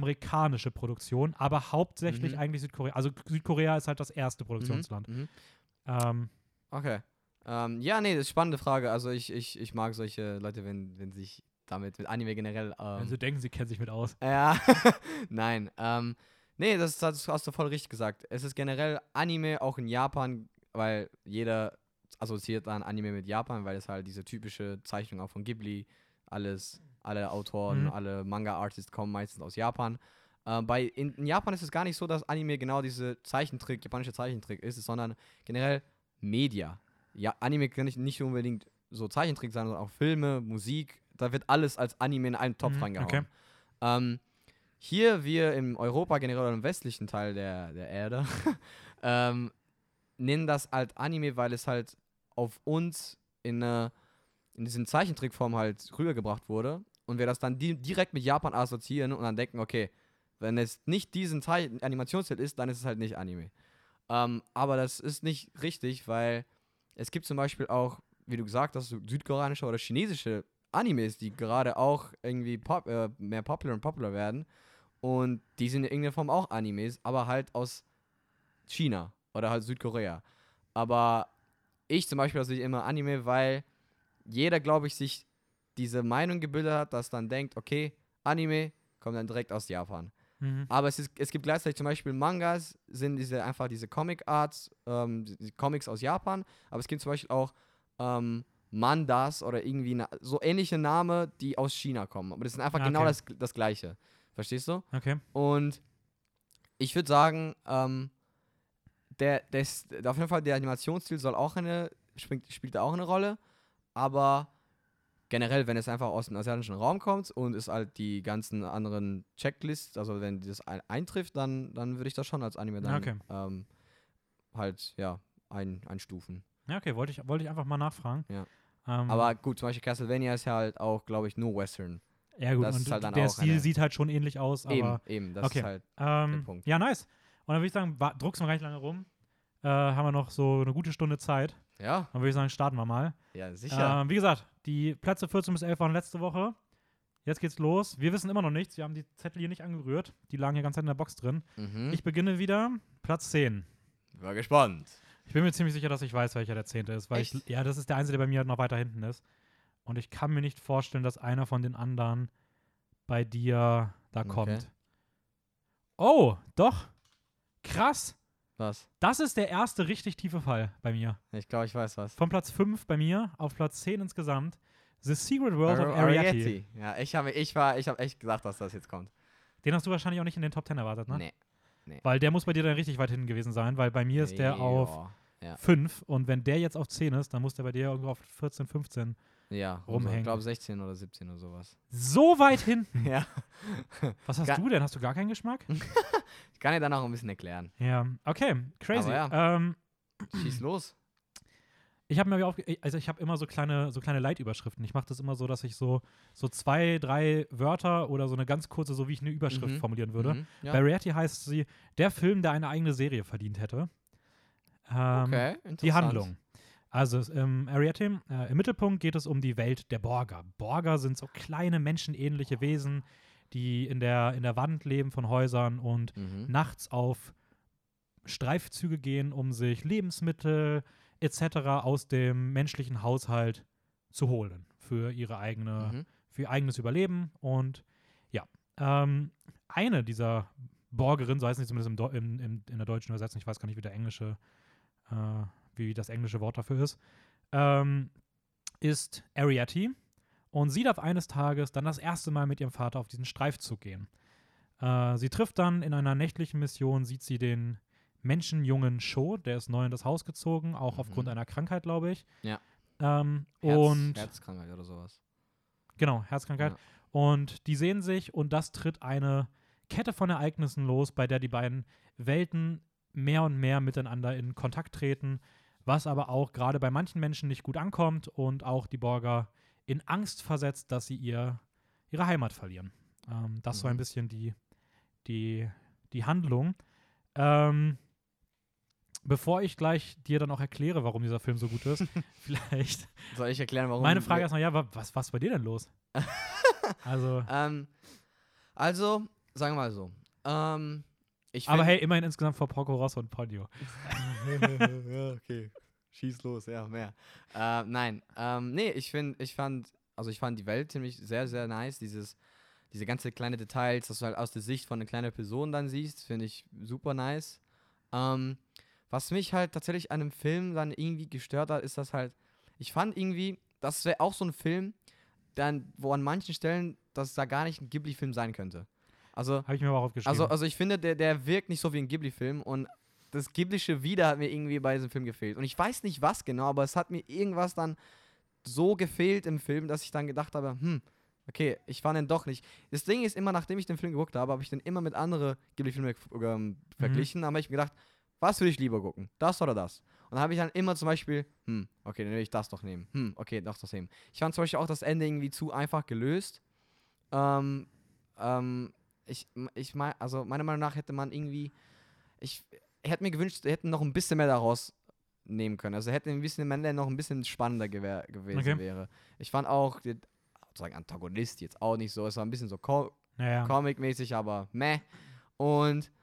südkoreanisch-amerikanische Produktion, aber hauptsächlich eigentlich Südkorea. Also Südkorea ist halt das erste Produktionsland. Okay. Ja, nee, das ist eine spannende Frage. Also ich mag solche Leute, wenn sich mit Anime generell. Wenn sie denken, sie kennen sich mit aus. Ja, nein. Nee, das hast du voll richtig gesagt. Es ist generell Anime auch in Japan, weil jeder assoziiert dann Anime mit Japan, weil es halt diese typische Zeichnung auch von Ghibli, alle Autoren, alle Manga-Artists kommen meistens aus Japan. In Japan ist es gar nicht so, dass Anime genau diese japanische Zeichentrick ist, sondern generell Media. Ja, Anime kann nicht unbedingt so Zeichentrick sein, sondern auch Filme, Musik. Da wird alles als Anime in einen Topf reingehauen. Okay. Hier, wir in Europa, generell im westlichen Teil der Erde, nennen das halt Anime, weil es halt auf uns in diesen Zeichentrickform halt rübergebracht wurde und wir das dann direkt mit Japan assoziieren und dann denken, okay, wenn es nicht diesen Animationsstil ist, dann ist es halt nicht Anime. Aber das ist nicht richtig, weil es gibt zum Beispiel auch, wie du gesagt hast, südkoreanische oder chinesische Animes, die gerade auch irgendwie mehr popular werden. Und die sind in irgendeiner Form auch Animes, aber halt aus China oder halt Südkorea. Aber ich zum Beispiel sehe immer Anime, weil jeder, glaube ich, sich diese Meinung gebildet hat, dass dann denkt, okay, Anime kommt dann direkt aus Japan. Aber es gibt gleichzeitig zum Beispiel Mangas, sind diese Comic-Arts, die Comics aus Japan, aber es gibt zum Beispiel auch Mandas oder irgendwie so ähnliche Namen, die aus China kommen. Aber das ist einfach genau das Gleiche. Verstehst du? Okay. Und ich würde sagen, auf jeden Fall der Animationsstil spielt da auch eine Rolle, aber generell, wenn es einfach aus dem asiatischen Raum kommt und es halt die ganzen anderen Checklists, also wenn das eintrifft, dann würde ich das schon als Anime dann einstufen. Ja, okay, wollte ich einfach mal nachfragen. Ja. Aber gut, zum Beispiel Castlevania ist ja halt auch, glaube ich, nur Western. Ja gut, das und ist halt dann der auch Stil sieht halt schon ähnlich aus, aber... Eben, das ist halt der Punkt. Ja, nice. Und dann würde ich sagen, druckst wir gar nicht lange rum. Haben wir noch so eine gute Stunde Zeit. Ja. Dann würde ich sagen, starten wir mal. Ja, sicher. Wie gesagt, die Plätze 14 bis 11 waren letzte Woche. Jetzt geht's los. Wir wissen immer noch nichts. Wir haben die Zettel hier nicht angerührt. Die lagen hier ganz in der Box drin. Ich beginne wieder. Platz 10. War gespannt. Ich bin mir ziemlich sicher, dass ich weiß, welcher der 10. ist. Weil Echt? das ist der einzige, der bei mir halt noch weiter hinten ist. Und ich kann mir nicht vorstellen, dass einer von den anderen bei dir da kommt. Oh, doch. Krass. Was? Das ist der erste richtig tiefe Fall bei mir. Ich glaube, ich weiß was. Von Platz 5 bei mir auf Platz 10 insgesamt. The Secret World of Arrietty. Ja, ich hab echt gesagt, dass das jetzt kommt. Den hast du wahrscheinlich auch nicht in den Top 10 erwartet, ne? Nee. Weil der muss bei dir dann richtig weit hinten gewesen sein, weil bei mir ist der auf 5 und wenn der jetzt auf 10 ist, dann muss der bei dir irgendwo auf 14, 15 rumhängen. Ich glaube 16 oder 17 oder sowas. So weit hinten? Ja. Was hast du denn? Hast du gar keinen Geschmack? Ich kann dir dann auch ein bisschen erklären. Ja, okay, crazy. Schieß los. Ich habe mir ich habe immer so kleine Leitüberschriften. Ich mache das immer so, dass ich so 2, 3 Wörter oder so eine ganz kurze, so wie ich eine Überschrift formulieren würde. Ja. Bei Arrietty heißt sie, der Film, der eine eigene Serie verdient hätte. Okay, interessant. Die Handlung. Also Arrietty, im Mittelpunkt geht es um die Welt der Borger. Borger sind so kleine menschenähnliche Wesen, die in der Wand leben von Häusern und nachts auf Streifzüge gehen, um sich Lebensmittel etc. aus dem menschlichen Haushalt zu holen für ihr eigenes Überleben. Und ja, eine dieser Borgerinnen, so heißt es zumindest in der deutschen Übersetzung, ich weiß gar nicht, wie das englische Wort dafür ist Arrietty. Und sie darf eines Tages dann das erste Mal mit ihrem Vater auf diesen Streifzug gehen. Sie trifft dann in einer nächtlichen Mission, sieht sie den Menschenjungen Sho, der ist neu in das Haus gezogen, auch aufgrund einer Krankheit, glaube ich. Ja. Herzkrankheit oder sowas. Genau, Herzkrankheit. Ja. Und die sehen sich und das tritt eine Kette von Ereignissen los, bei der die beiden Welten mehr und mehr miteinander in Kontakt treten, was aber auch gerade bei manchen Menschen nicht gut ankommt und auch die Borger in Angst versetzt, dass sie ihre Heimat verlieren. Das ist so ein bisschen die Handlung. Bevor ich gleich dir dann auch erkläre, warum dieser Film so gut ist, vielleicht. Soll ich erklären, warum? Meine Frage erstmal, ja, was ist bei dir denn los? Also, sagen wir mal so. Aber hey, immerhin insgesamt vor Porco Rosso und Ponyo. Ja, okay. Schieß los, ja, mehr. Nein, nee, ich fand die Welt ziemlich sehr, sehr nice. Diese ganze kleine Details, dass du halt aus der Sicht von einer kleinen Person dann siehst, finde ich super nice. Was mich halt tatsächlich an einem Film dann irgendwie gestört hat, ist, dass halt, ich fand irgendwie, das wäre auch so ein Film, dann, wo an manchen Stellen, dass da gar nicht ein Ghibli-Film sein könnte. Also, Habe ich mir aber auch aufgeschrieben. also ich finde, der wirkt nicht so wie ein Ghibli-Film und das Ghiblische wieder hat mir irgendwie bei diesem Film gefehlt. Und ich weiß nicht was genau, aber es hat mir irgendwas dann so gefehlt im Film, dass ich dann gedacht habe, okay, ich war denn doch nicht. Das Ding ist immer, nachdem ich den Film geguckt habe ich den immer mit anderen Ghibli-Filmen verglichen, aber ich mir gedacht, was würde ich lieber gucken? Das oder das? Und dann habe ich dann immer zum Beispiel, okay, dann will ich das doch nehmen. Okay, doch das nehmen. Ich fand zum Beispiel auch das Ende irgendwie zu einfach gelöst. Also meiner Meinung nach hätte man irgendwie, ich hätte mir gewünscht, sie hätten noch ein bisschen mehr daraus nehmen können. Also hätte ein bisschen mehr noch ein bisschen spannender gewesen wäre. Ich fand auch, der sozusagen Antagonist jetzt auch nicht so, es war ein bisschen so Comic-mäßig, aber meh. Und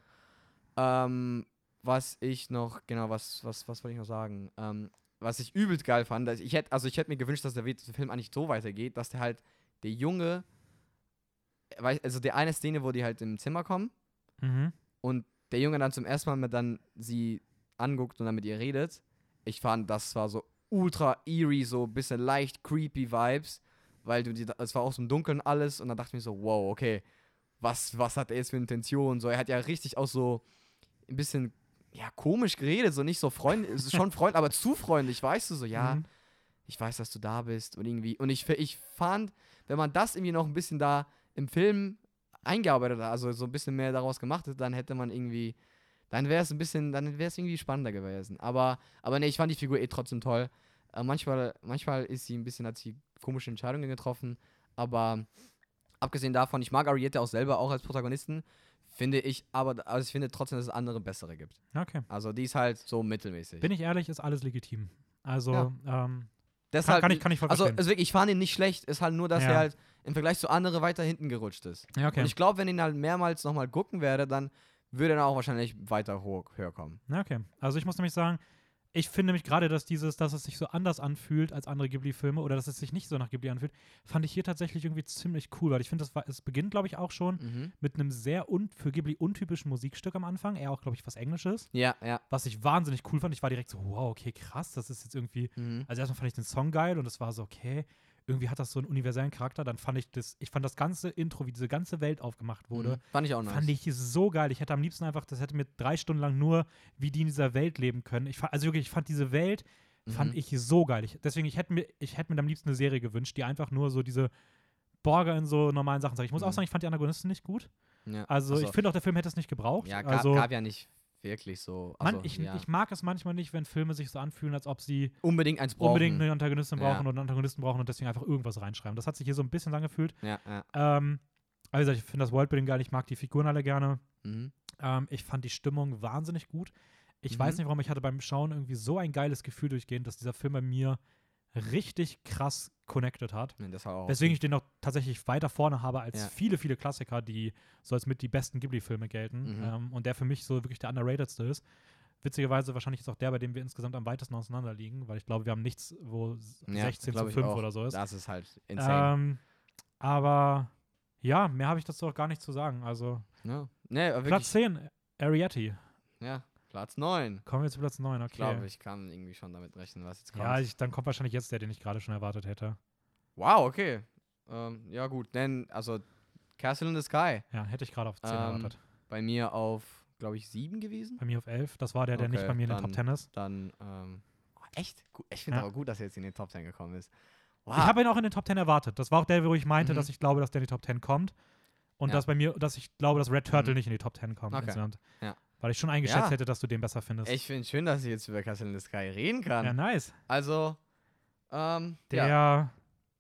was ich noch, genau, was wollte ich noch sagen? Was ich übelst geil fand, ich hätte mir gewünscht, dass der Film eigentlich so weitergeht, dass der Junge, also der eine Szene, wo die halt im Zimmer kommen und der Junge dann zum ersten Mal dann sie anguckt und dann mit ihr redet. Ich fand, das war so ultra eerie, so ein bisschen leicht creepy Vibes, weil es war auch so im Dunkeln alles und dann dachte ich mir so, wow, okay, was hat er jetzt für Intention? So, er hat ja richtig auch so ein bisschen, ja, komisch geredet, so nicht so freundlich, schon freundlich, aber zu freundlich, weißt du, so, ja, ich weiß, dass du da bist und irgendwie, und ich fand, wenn man das irgendwie noch ein bisschen da im Film eingearbeitet hat, also so ein bisschen mehr daraus gemacht hat, dann hätte man irgendwie, dann wäre es irgendwie spannender gewesen. Aber nee, ich fand die Figur trotzdem toll. Manchmal hat sie komische Entscheidungen getroffen, aber abgesehen davon, ich mag Ariete auch selber, auch als Protagonisten, finde ich trotzdem, dass es andere bessere gibt. Okay. Also die ist halt so mittelmäßig. Bin ich ehrlich, ist alles legitim. Also, Deshalb, kann ich voll also verstehen. wirklich, ich fand ihn nicht schlecht, ist halt nur, dass er halt im Vergleich zu anderen weiter hinten gerutscht ist. Ja, okay. Und ich glaube, wenn ich ihn halt mehrmals nochmal gucken werde, dann würde er auch wahrscheinlich weiter höher kommen. Ja, okay. Also ich muss nämlich sagen, ich finde nämlich gerade, dass es sich so anders anfühlt als andere Ghibli-Filme oder dass es sich nicht so nach Ghibli anfühlt, fand ich hier tatsächlich irgendwie ziemlich cool, weil ich finde, es beginnt, glaube ich, auch schon mit einem sehr für Ghibli untypischen Musikstück am Anfang, eher auch, glaube ich, was Englisches. Ja. Was ich wahnsinnig cool fand. Ich war direkt so, wow, okay, krass, das ist jetzt irgendwie, also erstmal fand ich den Song geil und es war so, okay, irgendwie hat das so einen universellen Charakter, dann fand ich das ganze Intro, wie diese ganze Welt aufgemacht wurde, fand ich auch nice. Fand ich so geil. Ich hätte am liebsten einfach, das hätte mir 3 Stunden lang nur, wie die in dieser Welt leben können. Ich fand diese Welt, fand ich so geil. Ich hätte mir am liebsten eine Serie gewünscht, die einfach nur so diese Borger in so normalen Sachen sagt. Ich muss auch sagen, ich fand die Antagonisten nicht gut. Ja. Also ich finde auch, der Film hätte es nicht gebraucht. Ja, also, gab ja nicht wirklich so. Also, ich mag es manchmal nicht, wenn Filme sich so anfühlen, als ob sie unbedingt eine Antagonistin brauchen oder einen Antagonisten brauchen und deswegen einfach irgendwas reinschreiben. Das hat sich hier so ein bisschen angefühlt. Ja. Also ich finde das Worldbuilding geil, ich mag die Figuren alle gerne. Ich fand die Stimmung wahnsinnig gut. Ich weiß nicht, warum, ich hatte beim Schauen irgendwie so ein geiles Gefühl durchgehend, dass dieser Film bei mir richtig krass connected hat. Weswegen ich den noch tatsächlich weiter vorne habe als viele, viele Klassiker, die so als mit die besten Ghibli-Filme gelten. Und der für mich so wirklich der underratedste ist. Witzigerweise wahrscheinlich ist auch der, bei dem wir insgesamt am weitesten auseinander liegen, weil ich glaube, wir haben nichts, wo 16:5 oder so ist. Das ist halt insane. Aber ja, mehr habe ich dazu auch gar nicht zu sagen. Also Platz 10, Arrietty. Ja, Platz 9. Kommen wir zu Platz 9, okay. Ich glaube, ich kann irgendwie schon damit rechnen, was jetzt kommt. Ja, dann kommt wahrscheinlich jetzt der, den ich gerade schon erwartet hätte. Wow, okay. Ja gut, also Castle in the Sky. Ja, hätte ich gerade auf 10 erwartet. Bei mir auf, glaube ich, 7 gewesen. Bei mir auf 11. Das war der nicht bei mir in den Top 10 ist. Dann, echt? Ich finde aber gut, dass er jetzt in den Top 10 gekommen ist. Wow. Ich habe ihn auch in den Top 10 erwartet. Das war auch der, wo ich meinte, dass ich glaube, dass der in die Top 10 kommt. Und dass ich glaube, dass Red Turtle nicht in die Top 10 kommt. Okay. Ja. Weil ich schon eingeschätzt hätte, dass du den besser findest. Ich finde es schön, dass ich jetzt über Castle in the Sky reden kann. Ja, nice. Also, der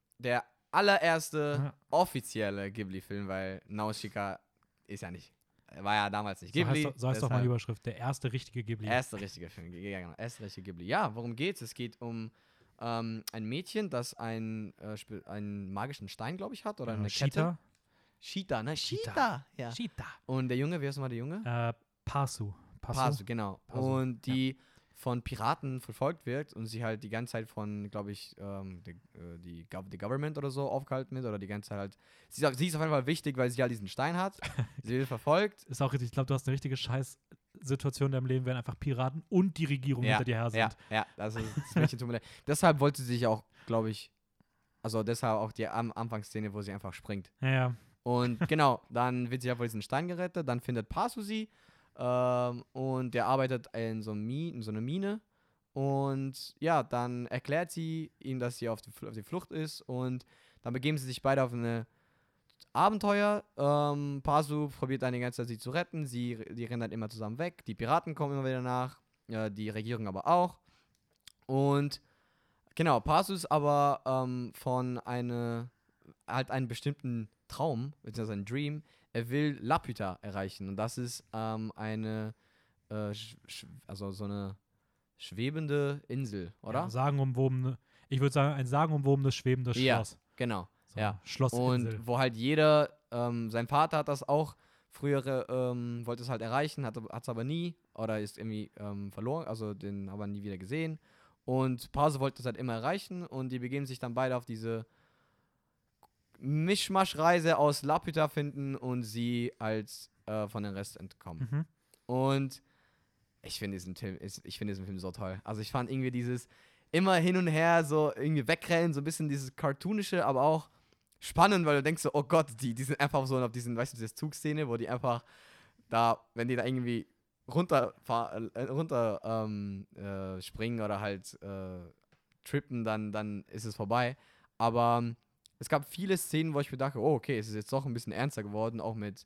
allererste offizielle Ghibli-Film, weil Nausicaa war ja damals nicht Ghibli. So heißt doch mal die Überschrift. Der erste richtige Ghibli. Erste richtige Film, genau. Erste richtige Ghibli. Ja, worum geht's? Es geht um ein Mädchen, das einen magischen Stein, glaube ich, hat. Oder eine Kette. Cheetah, ne? Cheetah. Ja. Cheetah. Und der Junge, wie heißt nochmal der Junge? Pasu, genau. Pasu, und die von Piraten verfolgt wird und sie halt die ganze Zeit von, glaube ich, die Government oder so aufgehalten wird oder die ganze Zeit halt. Sie ist auf jeden Fall wichtig, weil sie halt diesen Stein hat. Sie wird verfolgt. Ist auch richtig, ich glaube, du hast eine richtige Scheißsituation in deinem Leben, wenn einfach Piraten und die Regierung hinter dir her sind. Ja, also das Mädchen tut mir leid. Deshalb wollte sie sich auch, glaube ich, also deshalb auch die Anfangsszene, wo sie einfach springt. Ja. Und genau, dann wird sie ja von diesem Stein gerettet, dann findet Pazu sie und der arbeitet in so einer Mine und ja, dann erklärt sie ihm, dass sie auf die Flucht ist und dann begeben sie sich beide auf eine Abenteuer. Pazu probiert dann die ganze Zeit sie zu retten, die rennen dann immer zusammen weg, die Piraten kommen immer wieder nach, die Regierung aber auch und genau, Pazu ist aber von einem bestimmten Traum, beziehungsweise ein Dream, er will Laputa erreichen. Und das ist eine so eine schwebende Insel, oder? Ja, ich würde sagen, ein sagenumwobenes, schwebendes Schloss. Genau. So, Ja. Schlossinsel. Und wo halt jeder, sein Vater hat das auch früher, wollte es halt erreichen, hat es aber nie, oder ist irgendwie verloren, also den aber nie wieder gesehen. Und Pazu wollte es halt immer erreichen und die begeben sich dann beide auf diese Mischmaschreise aus Laputa finden und sie als von den Rest entkommen. Mhm. Und ich finde diesen Film so toll. Also ich fand irgendwie dieses immer hin und her so irgendwie wegrennen, so ein bisschen dieses Cartoonische, aber auch spannend, weil du denkst so, oh Gott, die sind einfach so auf diesen, weißt du, diese Zugszene, wo die einfach da, wenn die da irgendwie springen oder halt trippen, dann ist es vorbei. Aber es gab viele Szenen, wo ich mir dachte, oh, okay, es ist jetzt doch ein bisschen ernster geworden, auch mit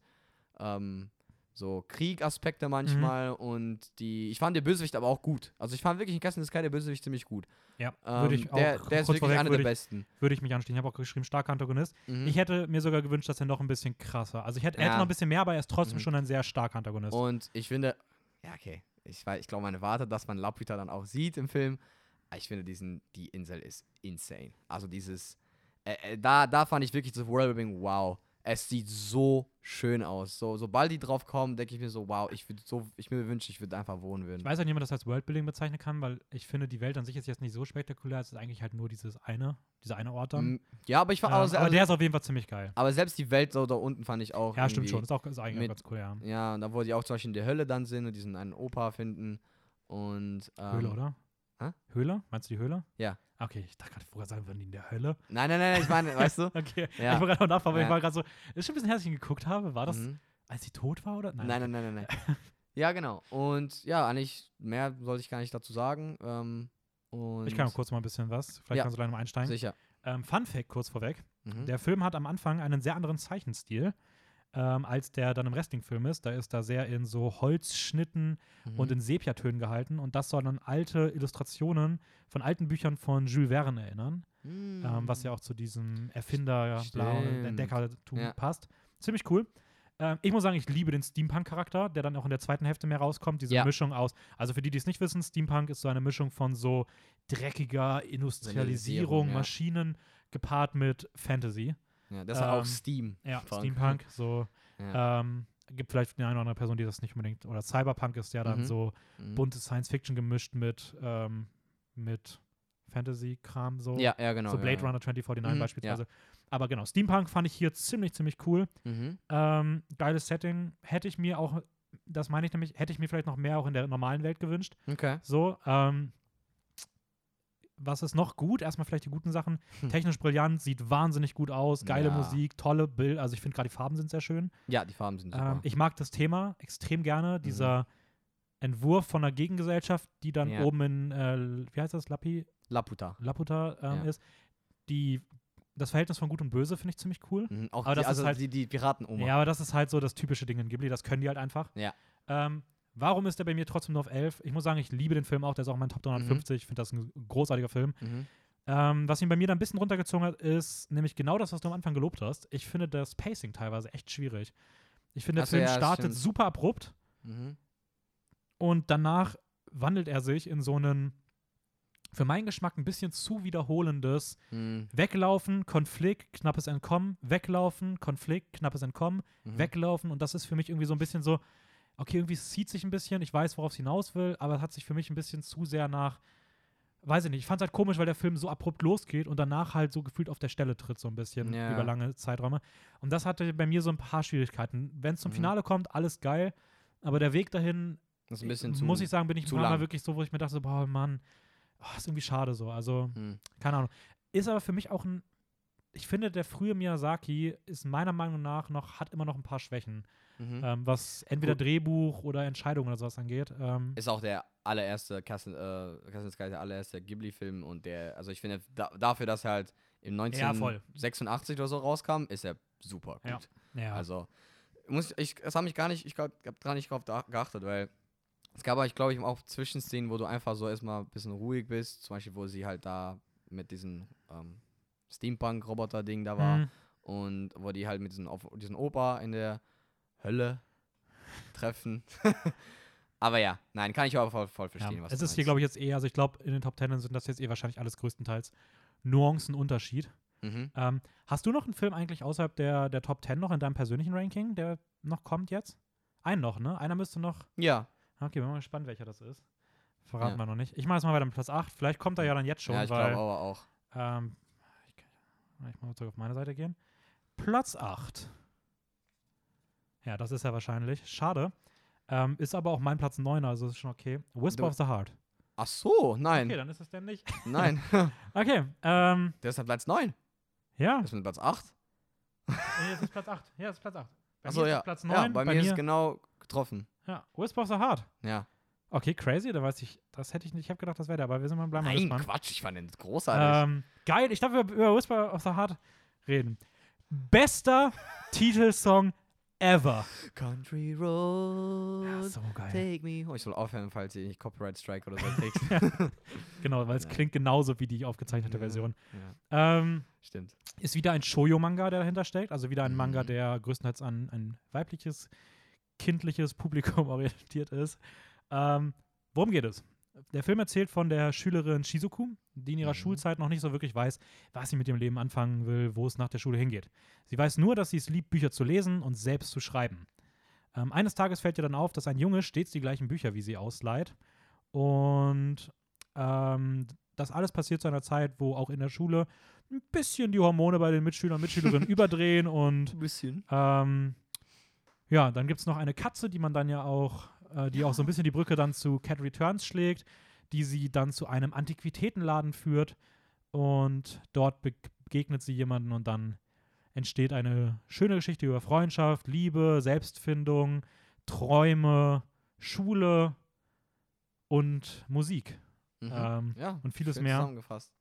so Kriegaspekte manchmal und ich fand den Bösewicht aber auch gut. Also ich fand wirklich in Castle in the Sky der Bösewicht ziemlich gut. Ja, würde ich auch. Der ist wirklich einer der besten. Würde ich mich anstehen. Ich habe auch geschrieben, starker Antagonist. Mhm. Ich hätte mir sogar gewünscht, dass er noch ein bisschen krasser. Also er hätte noch ein bisschen mehr, aber er ist trotzdem schon ein sehr starker Antagonist. Und ich finde, ja, okay, ich glaube, man erwartet, dass man Laputa dann auch sieht im Film. Aber ich finde, die Insel ist insane. Also dieses, da fand ich wirklich das Worldbuilding, wow. Es sieht so schön aus. Sobald die drauf kommen, denke ich mir so, wow, ich mir wünsche, ich würde einfach wohnen würden. Ich weiß auch nicht, wie man das als Worldbuilding bezeichnen kann, weil ich finde, die Welt an sich ist jetzt nicht so spektakulär. Es ist eigentlich halt nur dieser eine Ort dann. Ja, aber ich fand aber der ist auf jeden Fall ziemlich geil. Aber selbst die Welt so da unten fand ich auch. Ja, stimmt schon. Ist eigentlich ganz cool, ja. Ja, und da wo die auch zum Beispiel in der Hölle dann sind und diesen einen Opa finden. Und, Höhle, oder? Hä? Höhle? Meinst du die Höhle? Ja. Okay, ich dachte gerade, vorher sagen würden die in der Hölle. Nein, ich meine, weißt du? Okay, ja. Ich war gerade noch nachfragen, weil ich war gerade so, ist schon ein bisschen herzlich geguckt habe. War das, Mhm. als sie tot war, oder? Nein. Ja, genau. Und ja, eigentlich mehr sollte ich gar nicht dazu sagen. Und ich kann auch kurz mal ein bisschen was. Vielleicht kannst du gleich noch einsteigen. Sicher. Fun Fact kurz vorweg. Mhm. Der Film hat am Anfang einen sehr anderen Zeichenstil, als der dann im Wrestling-Film ist. Da ist da sehr in so Holzschnitten und in Sepiatönen gehalten. Und das soll an alte Illustrationen von alten Büchern von Jules Verne erinnern. Was ja auch zu diesem Entdeckertum passt. Ziemlich cool. Ich muss sagen, ich liebe den Steampunk-Charakter, der dann auch in der zweiten Hälfte mehr rauskommt. Diese Mischung aus, also für die es nicht wissen, Steampunk ist so eine Mischung von so dreckiger Industrialisierung, Maschinen gepaart mit Fantasy. Ja, das ist auch Steam. Ja, Steampunk, so. Ja. Gibt vielleicht eine oder andere Person, die das nicht unbedingt. Oder Cyberpunk ist ja dann so bunte Science-Fiction gemischt mit Fantasy-Kram, so. Ja, genau. So Blade Runner 2049 beispielsweise. Ja. Aber genau, Steampunk fand ich hier ziemlich cool. Geiles Setting. Hätte ich mir auch, das meine ich nämlich, hätte ich mir vielleicht noch mehr auch in der normalen Welt gewünscht. Okay. So, was ist noch gut? Erstmal vielleicht die guten Sachen. Technisch brillant, sieht wahnsinnig gut aus, geile Musik, tolle Bild. Also ich finde gerade die Farben sind sehr schön. Ja, die Farben sind super. Ich mag das Thema extrem gerne. Dieser Entwurf von einer Gegengesellschaft, die dann oben in, wie heißt das, Laputa ist. Das Verhältnis von Gut und Böse finde ich ziemlich cool. Auch aber die Piraten-Oma. Ja, aber das ist halt so das typische Ding in Ghibli, das können die halt einfach. Ja. Warum ist der bei mir trotzdem nur auf 11? Ich muss sagen, ich liebe den Film auch, der ist auch mein Top 350. Ich finde das ein großartiger Film. Was ihn bei mir da ein bisschen runtergezogen hat, ist nämlich genau das, was du am Anfang gelobt hast. Ich finde das Pacing teilweise echt schwierig. Ich finde, der Film startet super abrupt und danach wandelt er sich in so einen, für meinen Geschmack, ein bisschen zu wiederholendes Weglaufen, Konflikt, knappes Entkommen, Weglaufen, Konflikt, knappes Entkommen, Weglaufen. Und das ist für mich irgendwie so ein bisschen so, okay, irgendwie es zieht sich ein bisschen, ich weiß, worauf es hinaus will, aber es hat sich für mich ein bisschen zu sehr nach, weiß ich nicht, ich fand es halt komisch, weil der Film so abrupt losgeht und danach halt so gefühlt auf der Stelle tritt, so ein bisschen Ja. über lange Zeiträume. Und das hatte bei mir so ein paar Schwierigkeiten. Wenn es zum Finale kommt, alles geil, aber der Weg dahin, Das ist ein bisschen muss ich sagen, bin ich ein zu paar Mal lang. wirklich so, wo ich mir dachte, so, boah, Mann, ist irgendwie schade so. Also, Hm. keine Ahnung. Ist aber für mich auch ich finde, der frühe Miyazaki ist meiner Meinung nach hat immer noch ein paar Schwächen, Mhm. was entweder Gut. Drehbuch oder Entscheidungen oder sowas angeht. Ist auch der allererste Castle Sky, der allererste Ghibli-Film und also ich finde, dafür, dass er halt im Ja, voll. 1986 oder so rauskam, ist er super Ja. gut. Ja. Also, es habe mich gar nicht, ich habe gar nicht drauf geachtet, weil es gab halt, glaube ich, auch Zwischenszenen, wo du einfach so erstmal ein bisschen ruhig bist, zum Beispiel, wo sie halt da mit diesem Steampunk-Roboter-Ding da war Mhm. und wo die halt mit diesen Opa in der Hölle treffen. Aber ja, nein, kann ich aber voll verstehen, Ja. was Es du ist hier, meinst. glaube ich, jetzt eher, also ich glaube, in den Top 10 sind das jetzt wahrscheinlich alles größtenteils Nuancenunterschied. Mhm. Hast du noch einen Film eigentlich außerhalb der Top 10 noch in deinem persönlichen Ranking, der noch kommt jetzt? Einen noch, ne? Einer müsste noch. Ja. Okay, bin mal gespannt, welcher das ist. Verraten Ja. wir noch nicht. Ich mache jetzt mal weiter mit Platz 8. Vielleicht kommt er ja dann jetzt schon, Ja, ich weil. glaube aber auch. Ich mal zurück auf meine Seite gehen. Platz 8. Ja, das ist ja wahrscheinlich. Schade. Ist aber auch mein Platz 9, also ist schon okay. Whisper Du- of the Heart. Ach so, nein. Okay, dann ist es denn nicht. Nein. Okay, Der ist auf Platz 9. ja. Das ist mit Platz 8. Hier ist es Platz 8. Ja, es ist Platz 8. Bei Achso, mir ist ja. es Platz 9. Ja, bei mir ist es genau getroffen. Ja, Whisper of the Heart. Ja. Okay, crazy, da weiß ich, das hätte ich nicht, ich habe gedacht, das wäre der, aber wir sind mal bleiben wir Nein, gespannt. Quatsch, ich fand den großartig. Geil, ich darf über Whisper of the Heart reden. Bester Titelsong ever. Country Road, Ja, so geil. take me. Oh, ich soll aufhören, falls ihr nicht Copyright Strike oder so kriegt. Genau, weil es Ja. klingt genauso wie die aufgezeichnete Version. Ja, stimmt. Ist wieder ein Shoujo-Manga, der dahinter steckt. Also wieder ein Manga, Mhm. der größtenteils an ein weibliches, kindliches Publikum orientiert ist. Worum geht es? Der Film erzählt von der Schülerin Shizuku, die in ihrer Mhm. Schulzeit noch nicht so wirklich weiß, was sie mit ihrem Leben anfangen will, wo es nach der Schule hingeht. Sie weiß nur, dass sie es liebt, Bücher zu lesen und selbst zu schreiben. Eines Tages fällt ihr dann auf, dass ein Junge stets die gleichen Bücher wie sie ausleiht. Und das alles passiert zu einer Zeit, wo auch in der Schule ein bisschen die Hormone bei den Mitschülern und Mitschülerinnen überdrehen und Ein bisschen. ja, dann gibt es noch eine Katze, die man dann ja auch, die auch so ein bisschen die Brücke dann zu Cat Returns schlägt, die sie dann zu einem Antiquitätenladen führt und dort begegnet sie jemanden und dann entsteht eine schöne Geschichte über Freundschaft, Liebe, Selbstfindung, Träume, Schule und Musik. Mhm. Ja, und vieles schön mehr. Zusammengefasst.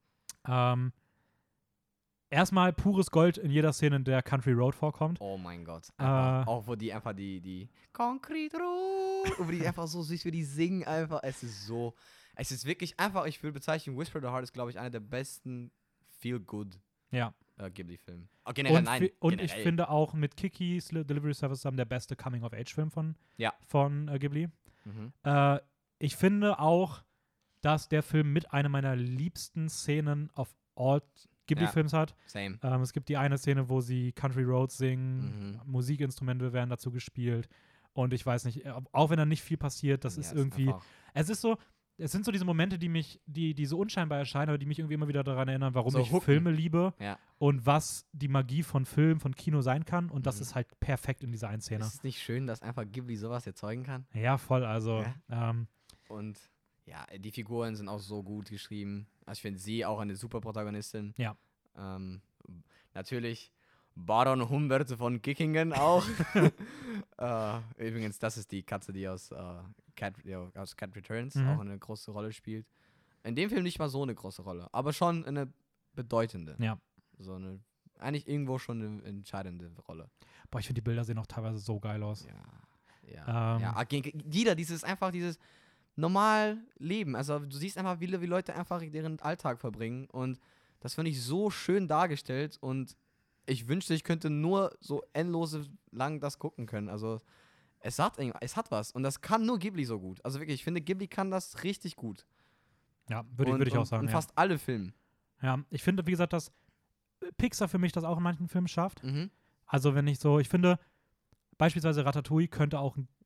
Erstmal pures Gold in jeder Szene, in der Country Road vorkommt. Oh mein Gott. Einfach, auch wo die einfach die Concrete Road, wo die einfach so süß, wie die singen einfach. Es ist wirklich einfach, ich würde bezeichnen, Whisper of the Heart ist, glaube ich, einer der besten Feel-Good Ja. Ghibli-Filme. Oh, generell, Und, nein. und ich generell. finde auch mit Kiki's Delivery Service zusammen der beste Coming-of-Age-Film von Ghibli. Mhm. Ich finde auch, dass der Film mit einer meiner liebsten Szenen auf all Ghibli-Films hat. Same. Es gibt die eine Szene, wo sie Country Road singen, Musikinstrumente werden dazu gespielt und ich weiß nicht, auch wenn da nicht viel passiert, das ist irgendwie, es sind so diese Momente, die so unscheinbar erscheinen, aber die mich irgendwie immer wieder daran erinnern, warum So ich hooken. Filme liebe Ja. und was die Magie von Film, von Kino sein kann und das Mhm. ist halt perfekt in dieser einen Szene. Ist es nicht schön, dass einfach Ghibli sowas erzeugen kann? Ja, voll, also Und ja, die Figuren sind auch so gut geschrieben. Also ich finde sie auch eine super Protagonistin. Ja. Natürlich Baron Humbert von Kickingen auch. Übrigens, das ist die Katze, die aus Cat Returns Mhm. auch eine große Rolle spielt. In dem Film nicht mal so eine große Rolle, aber schon eine bedeutende. Ja. So eine, eigentlich irgendwo schon eine entscheidende Rolle. boah, ich finde die Bilder sehen auch teilweise so geil aus. Ja, dieses normal Leben. Also du siehst einfach, wie Leute einfach deren Alltag verbringen und das finde ich so schön dargestellt und ich wünschte, ich könnte nur so endlose lang das gucken können. Also es hat was und das kann nur Ghibli so gut. Also wirklich, ich finde, Ghibli kann das richtig gut. Ja, würde ich auch sagen. Und Ja. fast alle Filme. Ja, ich finde, wie gesagt, dass Pixar für mich das auch in manchen Filmen schafft. Mhm. Also, ich finde, beispielsweise Ratatouille könnte auch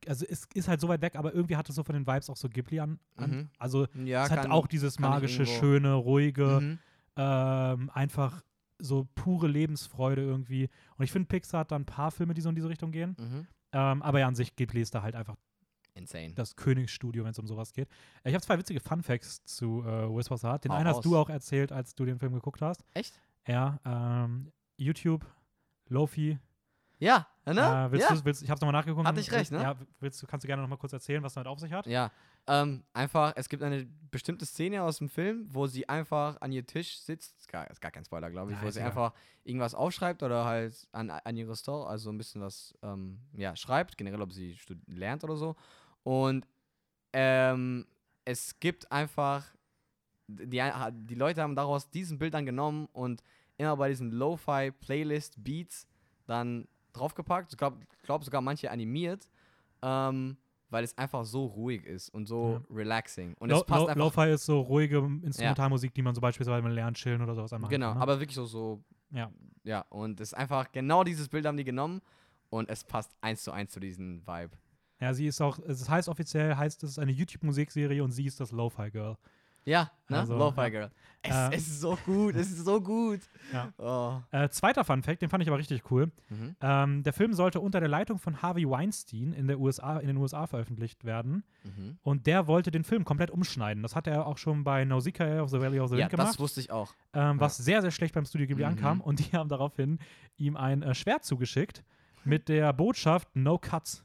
also es ist halt so weit weg, aber irgendwie hat es so von den Vibes auch so Ghibli an. Mhm. Also Ja, es hat auch dieses kann ich magische, irgendwo- schöne, ruhige, Mhm. einfach so pure Lebensfreude irgendwie. Und ich finde, Pixar hat da ein paar Filme, die so in diese Richtung gehen. Mhm. Aber ja, an sich Ghibli ist da halt einfach Insane. das Königsstudio, wenn es um sowas geht. Ich habe 2 witzige Funfacts zu Where's Was Heart. Den Hau einen hast raus. du auch erzählt, als du den Film geguckt hast. Echt? Ja, YouTube, Lofi. Ja, ne? Ja. Ich hab's nochmal nachgeguckt. Hatte ich recht, ne? Ja, kannst du gerne nochmal kurz erzählen, was damit auf sich hat? Ja. Einfach, es gibt eine bestimmte Szene aus dem Film, wo sie einfach an ihr Tisch sitzt. Ist gar kein Spoiler, glaube ich. Ja, wo ist sie egal. einfach irgendwas aufschreibt oder halt an ihre Story, also ein bisschen was schreibt. Generell, ob sie lernt oder so. Und es gibt einfach, die Leute haben daraus diesen Bild dann genommen und immer bei diesen Lo-Fi-Playlist-Beats dann draufgepackt. Ich glaube sogar manche animiert, weil es einfach so ruhig ist und so relaxing. Und es passt einfach. Lo-Fi ist so ruhige Instrumentalmusik, die man so beispielsweise beim Lernen, Chillen oder sowas einmal Genau, kann, ne? aber wirklich so. Ja. Ja, und es ist einfach, genau dieses Bild haben die genommen und es passt 1:1 zu diesem Vibe. Ja, sie ist auch, es heißt offiziell, es ist eine YouTube-Musikserie und sie ist das Lo-Fi Girl. Ja, ne? Also, Lo-Fi ja. Girl. Es ist so gut, es ist so gut. Ja. Oh. Zweiter Funfact, den fand ich aber richtig cool. Mhm. Der Film sollte unter der Leitung von Harvey Weinstein in den USA veröffentlicht werden. Mhm. Und der wollte den Film komplett umschneiden. Das hat er auch schon bei Nausicaa of the Valley of the Ja, Wind gemacht. das wusste ich auch. Was sehr, sehr schlecht beim Studio Ghibli Mhm. ankam. Und die haben daraufhin ihm ein Schwert zugeschickt mit der Botschaft No Cuts.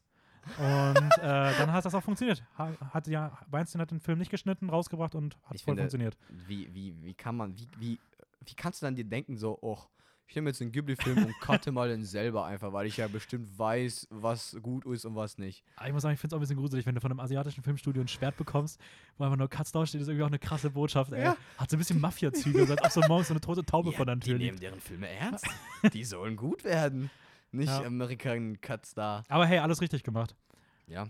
Und dann hat das auch funktioniert. Weinstein hat den Film nicht geschnitten, rausgebracht und hat voll funktioniert. Wie kannst du dann dir denken, so, oh, ich nehme jetzt einen Ghibli-Film und cutte mal den selber einfach, weil ich ja bestimmt weiß, was gut ist und was nicht. Aber ich muss sagen, ich finde es auch ein bisschen gruselig, wenn du von einem asiatischen Filmstudio ein Schwert bekommst, wo einfach nur Cuts draufsteht, ist irgendwie auch eine krasse Botschaft, ey. Ja. Hat so ein bisschen Mafia-Züge, so als ob so morgens so eine tote Taube vor der Tür Die liegt. nehmen deren Filme ernst. Die sollen gut werden. Nicht American Cuts da. Aber hey, alles richtig gemacht. Ja.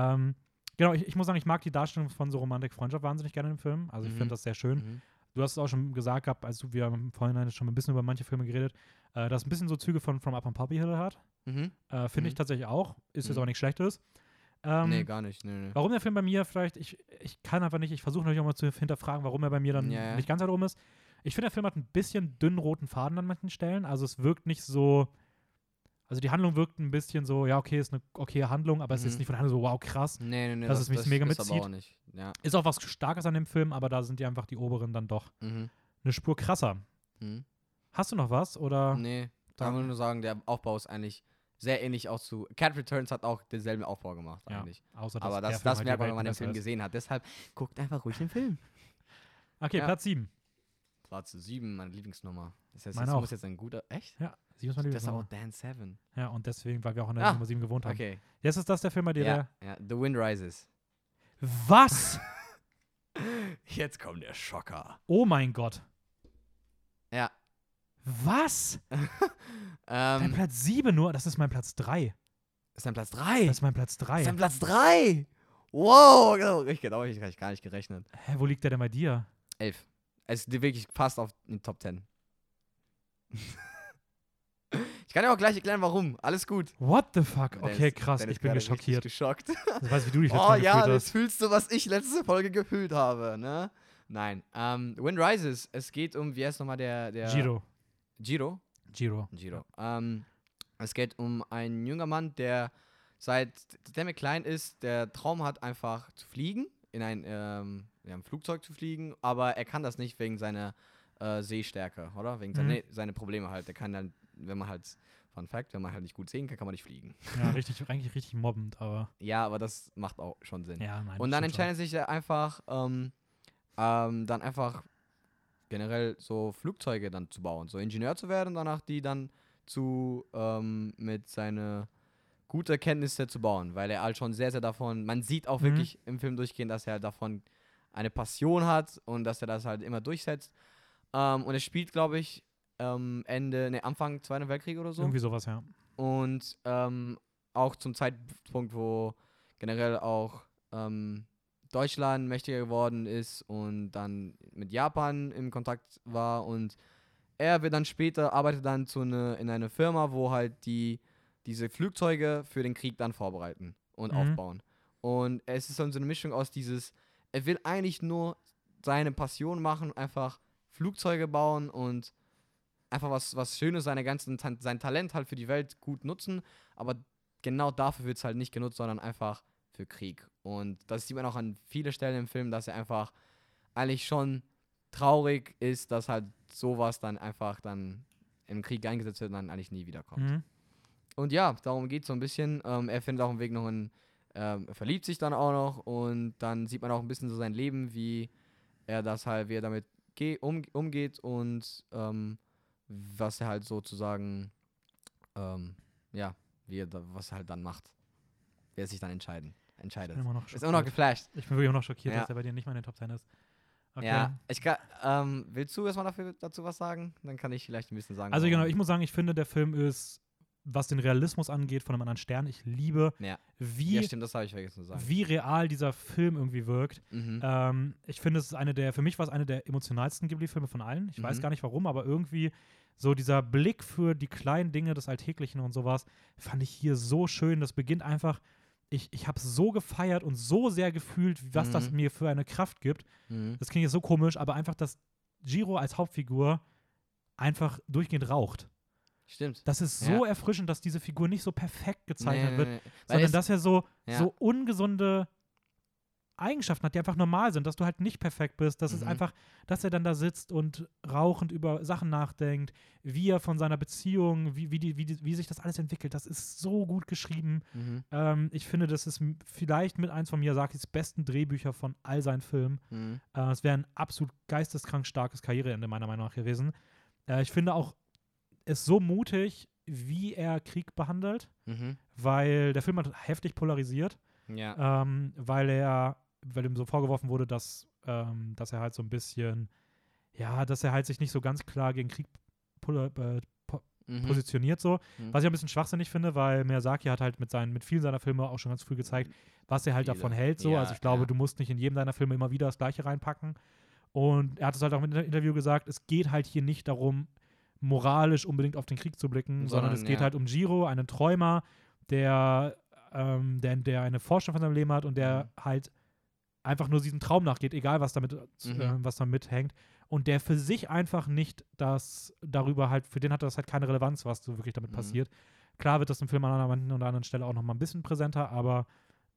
Genau, ich muss sagen, ich mag die Darstellung von so Romantik-Freundschaft wahnsinnig gerne im Film. Also ich finde das sehr schön. Mhm. Du hast es auch schon gesagt gehabt, als wir im Vorhinein schon ein bisschen über manche Filme geredet, dass ein bisschen so Züge von From Up on Poppy Hill hat. Mhm. Finde ich tatsächlich auch. Ist jetzt aber nichts Schlechtes. Nee, gar nicht. Nee. Warum der Film bei mir vielleicht, ich kann einfach nicht, ich versuche natürlich auch mal zu hinterfragen, warum er bei mir dann nicht ganz da rum ist. Ich finde, der Film hat ein bisschen dünnen roten Faden an manchen Stellen. Also es wirkt nicht so, also die Handlung wirkt ein bisschen so, ja, okay, ist eine okaye Handlung, aber es ist nicht von der Handlung so, wow, krass. Nee, dass es mich mega ist mitzieht. aber auch nicht. Ja. Ist auch was Starkes an dem Film, aber da sind die einfach die oberen dann doch eine Spur krasser. Mhm. Hast du noch was? Oder? Nee, da kann man nur sagen, der Aufbau ist eigentlich sehr ähnlich auch zu. Cat Returns hat auch denselben Aufbau gemacht, eigentlich. Außer aber der das Film halt merkt man, die wenn man den Welt Film besser ist. gesehen hat. Deshalb guckt einfach ruhig den Film. Okay, Ja. Platz 7. Platz 7, meine Lieblingsnummer. Das heißt, Meine das auch. muss jetzt ein guter. Echt? Ja, 7 ist mein Das ist auch Lieblingsnummer. Dan 7. Ja, und deswegen, weil wir auch in der Nummer 7 gewohnt haben. Okay. Jetzt ist das der Film bei dir, Ja, The Wind Rises. Was? Jetzt kommt der Schocker. Oh mein Gott. Ja. Was? Dein Platz 7 nur? Das ist mein Platz 3. Ist dein Platz 3? Das ist mein Platz 3. Ist dein Platz 3? Wow, ich hätte gar nicht gerechnet. Hä, wo liegt der denn bei dir? 11. Es ist wirklich fast auf den Top 10. Ich kann ja auch gleich erklären, warum. Alles gut. What the fuck? Okay, Dennis- krass, Dennis ich bin gerade richtig geschockiert. geschockt. Ich weiß, wie du dich letztes Oh Mal ja, gefühlt das hast. fühlst du, was ich letzte Folge gefühlt habe, ne? Nein. Wind Rises. Es geht um, wie heißt nochmal der Giro. Giro? Giro. Es geht um einen jungen Mann, der seitdem er klein ist, der Traum hat, einfach zu fliegen, in ein Flugzeug zu fliegen, aber er kann das nicht wegen seiner Sehstärke, oder? Wegen seine Probleme halt. Der kann dann, wenn man halt nicht gut sehen kann, kann man nicht fliegen. Ja, eigentlich richtig mobbend, aber. Ja, aber das macht auch schon Sinn. Ja, nein. Und dann stimmt schon. entscheidet sich er einfach, dann einfach generell so Flugzeuge dann zu bauen, so Ingenieur zu werden, danach die dann mit seiner guten Kenntnisse zu bauen, weil er halt schon sehr, sehr davon, man sieht auch wirklich im Film durchgehend, dass er halt davon eine Passion hat und dass er das halt immer durchsetzt. Und er spielt, glaube ich, Anfang Zweiten Weltkrieg oder so. Irgendwie sowas, ja. Und auch zum Zeitpunkt, wo generell auch Deutschland mächtiger geworden ist und dann mit Japan im Kontakt war und er arbeitet dann in einer Firma, wo halt diese Flugzeuge für den Krieg dann vorbereiten. und aufbauen. Und es ist dann so eine Mischung aus er will eigentlich nur seine Passion machen, einfach Flugzeuge bauen und einfach was Schönes, sein Talent halt für die Welt gut nutzen, aber genau dafür wird es halt nicht genutzt, sondern einfach für Krieg. Und das sieht man auch an vielen Stellen im Film, dass er einfach eigentlich schon traurig ist, dass halt sowas dann einfach dann im Krieg eingesetzt wird und dann eigentlich nie wiederkommt. Und ja, darum geht es so ein bisschen. Er findet auch einen Weg noch er verliebt sich dann auch noch und dann sieht man auch ein bisschen so sein Leben, wie er damit umgeht und was er halt sozusagen, was er halt dann macht. Wer sich dann entscheidet. Ist immer noch geflasht. Ich bin wirklich immer noch schockiert, Ja. dass er bei dir nicht mal in den Top 10 ist. Okay. Ja, willst du erstmal dazu was sagen? Dann kann ich vielleicht ein bisschen sagen. Also genau, ich muss sagen, ich finde, der Film ist, was den Realismus angeht, von einem anderen Stern. Ich liebe, ja, stimmt, das habe ich vergessen zu sagen. wie real dieser Film irgendwie wirkt. Ich finde, es ist für mich war es eine der emotionalsten Ghibli-Filme von allen. Ich weiß gar nicht warum, aber irgendwie so dieser Blick für die kleinen Dinge des Alltäglichen und sowas fand ich hier so schön. Das beginnt einfach, ich habe es so gefeiert und so sehr gefühlt, was das mir für eine Kraft gibt. Das klingt jetzt so komisch, aber einfach, dass Jiro als Hauptfigur einfach durchgehend raucht. Stimmt. Das ist so erfrischend, dass diese Figur nicht so perfekt gezeichnet wird, Nee. sondern dass er so ungesunde Eigenschaften hat, die einfach normal sind, dass du halt nicht perfekt bist. Das ist einfach, dass er dann da sitzt und rauchend über Sachen nachdenkt, wie er von seiner Beziehung, wie sich das alles entwickelt. Das ist so gut geschrieben. Ich finde, das ist vielleicht mit eins von Miyazakis besten Drehbücher von all seinen Filmen. Es wäre ein absolut geisteskrank starkes Karriereende meiner Meinung nach gewesen. Ich finde auch, es so mutig, wie er Krieg behandelt, weil der Film hat heftig polarisiert. Ja. Weil ihm so vorgeworfen wurde, dass er halt so ein bisschen, dass er halt sich nicht so ganz klar gegen Krieg positioniert so. Was ich ein bisschen schwachsinnig finde, weil Miyazaki hat halt mit vielen seiner Filme auch schon ganz früh gezeigt, was er halt davon hält so. Also ich glaube, du musst nicht in jedem deiner Filme immer wieder das Gleiche reinpacken. Und er hat es halt auch im Interview gesagt, es geht halt hier nicht darum, moralisch unbedingt auf den Krieg zu blicken, sondern es geht halt um Jiro, einen Träumer, der eine Vorstellung von seinem Leben hat und der halt einfach nur diesem Traum nachgeht, egal was damit hängt. Und der für sich einfach nicht für den hat das halt keine Relevanz, was so wirklich damit passiert. Klar wird das im Film an einer oder anderen Stelle auch noch mal ein bisschen präsenter, aber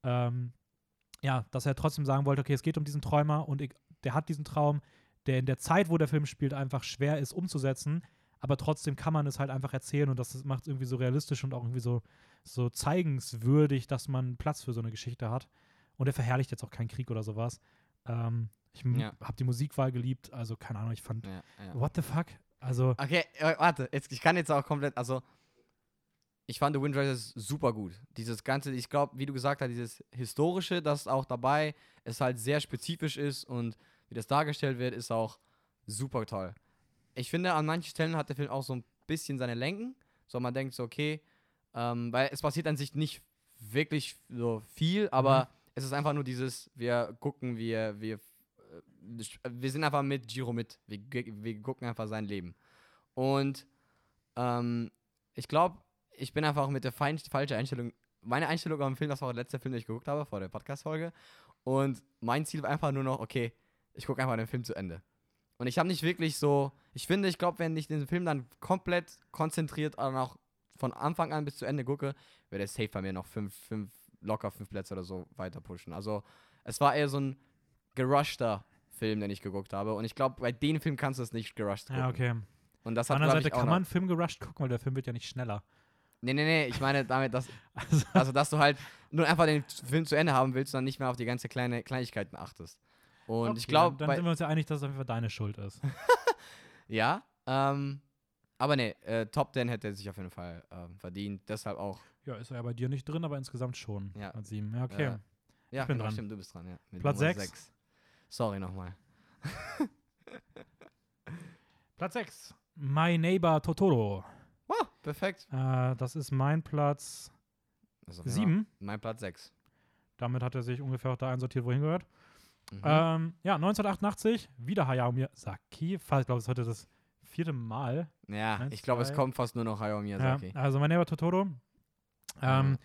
dass er trotzdem sagen wollte, okay, es geht um diesen Träumer und der hat diesen Traum, der in der Zeit, wo der Film spielt, einfach schwer ist umzusetzen, aber trotzdem kann man es halt einfach erzählen und das macht es irgendwie so realistisch und auch irgendwie so zeigenswürdig, dass man Platz für so eine Geschichte hat. Und er verherrlicht jetzt auch keinen Krieg oder sowas. Ich habe die Musikwahl geliebt, also keine Ahnung, ich fand, what the fuck? Also okay, warte, ich kann jetzt auch komplett, also ich fand The Wind Rises super gut. Dieses Ganze, ich glaube, wie du gesagt hast, dieses Historische, das auch dabei, es halt sehr spezifisch ist und wie das dargestellt wird, ist auch super toll. Ich finde, an manchen Stellen hat der Film auch so ein bisschen seine Längen. So, man denkt so, okay, weil es passiert an sich nicht wirklich so viel, aber es ist einfach nur dieses, wir gucken, wir sind einfach mit Jiro mit. Wir gucken einfach sein Leben. Und ich glaube, ich bin einfach mit der falschen Einstellung, meine Einstellung am Film, das war der letzte Film, den ich geguckt habe, vor der Podcast-Folge. Und mein Ziel war einfach nur noch, okay, ich gucke einfach den Film zu Ende. Und ich habe nicht wirklich so, ich glaube, wenn ich den Film dann komplett konzentriert und auch von Anfang an bis zu Ende gucke, wird der safe bei mir noch locker 5 Plätze oder so weiter pushen. Also es war eher so ein gerushter Film, den ich geguckt habe. Und ich glaube, bei dem Film kannst du es nicht gerusht gucken. Ja, okay. Und das Auf hat, der anderen glaub ich, Seite auch kann noch- man einen Film gerusht gucken, weil der Film wird ja nicht schneller. Nee, ich meine damit, dass dass du halt nur einfach den Film zu Ende haben willst und dann nicht mehr auf die ganze Kleinigkeiten achtest. Und Okay, ich glaube, dann sind wir uns ja einig, dass es auf jeden Fall deine Schuld ist. ja, aber nee, Top 10 hätte er sich auf jeden Fall verdient. Deshalb auch. Ja, ist er ja bei dir nicht drin, aber insgesamt schon. Ja. Mit 7. Ja, okay. Ja, bin genau, dran. stimmt, du bist dran. Ja, mit Platz Nummer 6. Sorry nochmal. Platz 6. My Neighbor Totoro. Oh, perfekt. Das ist mein Platz Das ist auf jeden Fall 7. Mein Platz 6. Damit hat er sich ungefähr auch da einsortiert, wohin gehört. Mhm. 1988, wieder Hayao Miyazaki. Ich glaube, es ist heute das 4. Mal. Ja, 1, ich glaube, es 2. kommt fast nur noch Hayao Miyazaki. Ja, also My Neighbor Totoro.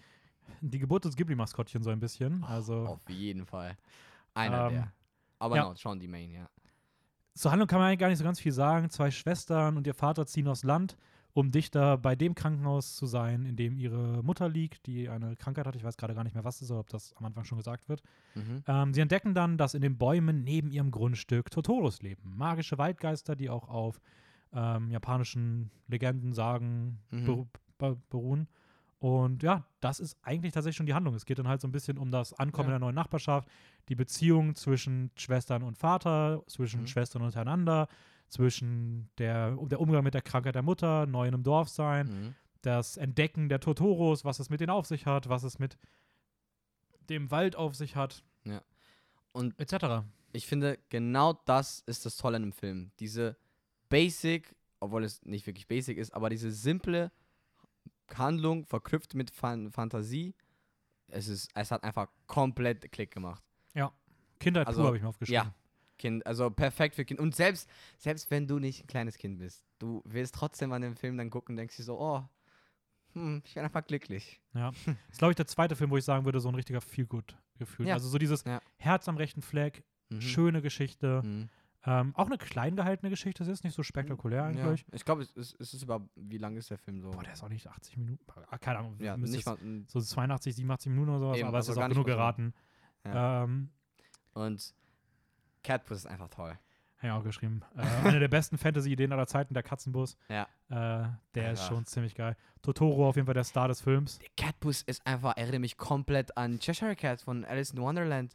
die Geburt des Ghibli-Maskottchen so ein bisschen. Also Auf jeden Fall. Einer Ähm, der. Aber ja. schon die Main, ja. zur Handlung kann man eigentlich gar nicht so ganz viel sagen. 2 Schwestern und ihr Vater ziehen aufs Land, um dichter bei dem Krankenhaus zu sein, in dem ihre Mutter liegt, die eine Krankheit hat. Ich weiß gerade gar nicht mehr, was das ist, oder ob das am Anfang schon gesagt wird. Mhm. Sie entdecken dann, dass in den Bäumen neben ihrem Grundstück Totoros leben. Magische Waldgeister, die auch auf japanischen Legenden, Sagen Mhm. beruhen. Und ja, das ist eigentlich tatsächlich schon die Handlung. Es geht dann halt so ein bisschen um das Ankommen Ja. in der neuen Nachbarschaft, die Beziehung zwischen Schwestern und Vater, zwischen Mhm. Schwestern untereinander, zwischen der Umgang mit der Krankheit der Mutter, neu in einem Dorf sein, Mhm. das Entdecken der Totoros, was es mit denen auf sich hat, was es mit dem Wald auf sich hat, Ja. Und etc. ich finde, genau das ist das Tolle an dem Film. Diese Basic, obwohl es nicht wirklich Basic ist, aber diese simple Handlung verknüpft mit Fantasie, es hat einfach komplett Klick gemacht. Kindheit Also, pur habe ich mir aufgeschrieben. Ja, Kind, also perfekt für Kind. Und selbst wenn du nicht ein kleines Kind bist, du willst trotzdem an dem Film dann gucken und denkst dir so, oh, ich bin einfach glücklich. Ja. Das ist, glaube ich, der zweite Film, wo ich sagen würde, so ein richtiger Feel-Good-Gefühl. Ja. Also so dieses Ja. Herz am rechten Fleck, Mhm. schöne Geschichte. Mhm. Auch eine klein gehaltene Geschichte, es ist nicht so spektakulär Ja. eigentlich. Ich glaube, es ist über, wie lang ist der Film so? Boah, der ist auch nicht 80 Minuten. Keine Ahnung, Ja, müsste nicht es mal. so 82, 87 Minuten oder sowas, Eben, aber es also ist gar auch nicht genug mal so lang. geraten. Ja. Ähm, Und Catpuss ist einfach toll. habe ich auch geschrieben. Eine der besten Fantasy-Ideen aller Zeiten, der Katzenbus. Ja. Der ist Einfach. schon ziemlich geil. Totoro auf jeden Fall der Star des Films. Der Catpuss ist einfach, erinnert mich komplett an Cheshire Cat von Alice in Wonderland.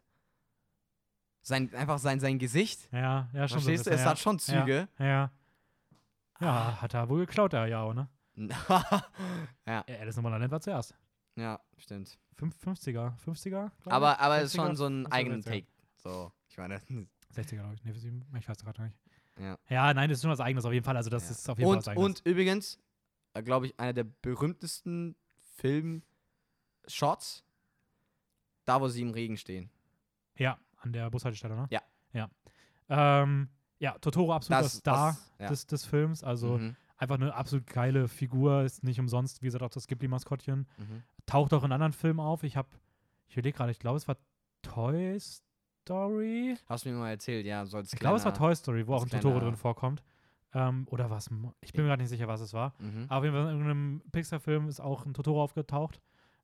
Sein Gesicht. Ja, ja, schon Verstehst so du? ein Es bisschen, hat schon Züge. Ja. Ja, hat er wohl geklaut, der ja auch, ne? Ja, Alice in Wonderland war zuerst. ja, stimmt. 50er, glaub ich. Aber es ist 60er? schon so ein 50er, eigenen 60er. Take. So, ich meine. 60er, glaube ich. Nee, ich weiß gerade nicht. Ja. Ja, nein, das ist schon was Eigenes auf jeden Fall. Also, das Ja. ist auf jeden Fall was Eigenes. Und übrigens, glaube ich, einer der berühmtesten Film-Shots, da wo sie im Regen stehen. Ja, an der Bushaltestelle, ne? Ja. Ja, Totoro absoluter Das- Star ja. des Films. Also Mhm. einfach eine absolut geile Figur. Ist nicht umsonst, wie gesagt, auch das Ghibli-Maskottchen. Mhm. Taucht auch in anderen Filmen auf. Ich überlege gerade, ich glaube, es war Toy Story. Hast du mir mal erzählt, ja, so als Ich glaube, es war Toy Story, wo auch ein als Totoro kleiner- drin vorkommt. Oder was? Ich bin mir gerade nicht sicher, was es war. Mhm. Aber auf jeden Fall in irgendeinem Pixar-Film ist auch ein Totoro aufgetaucht.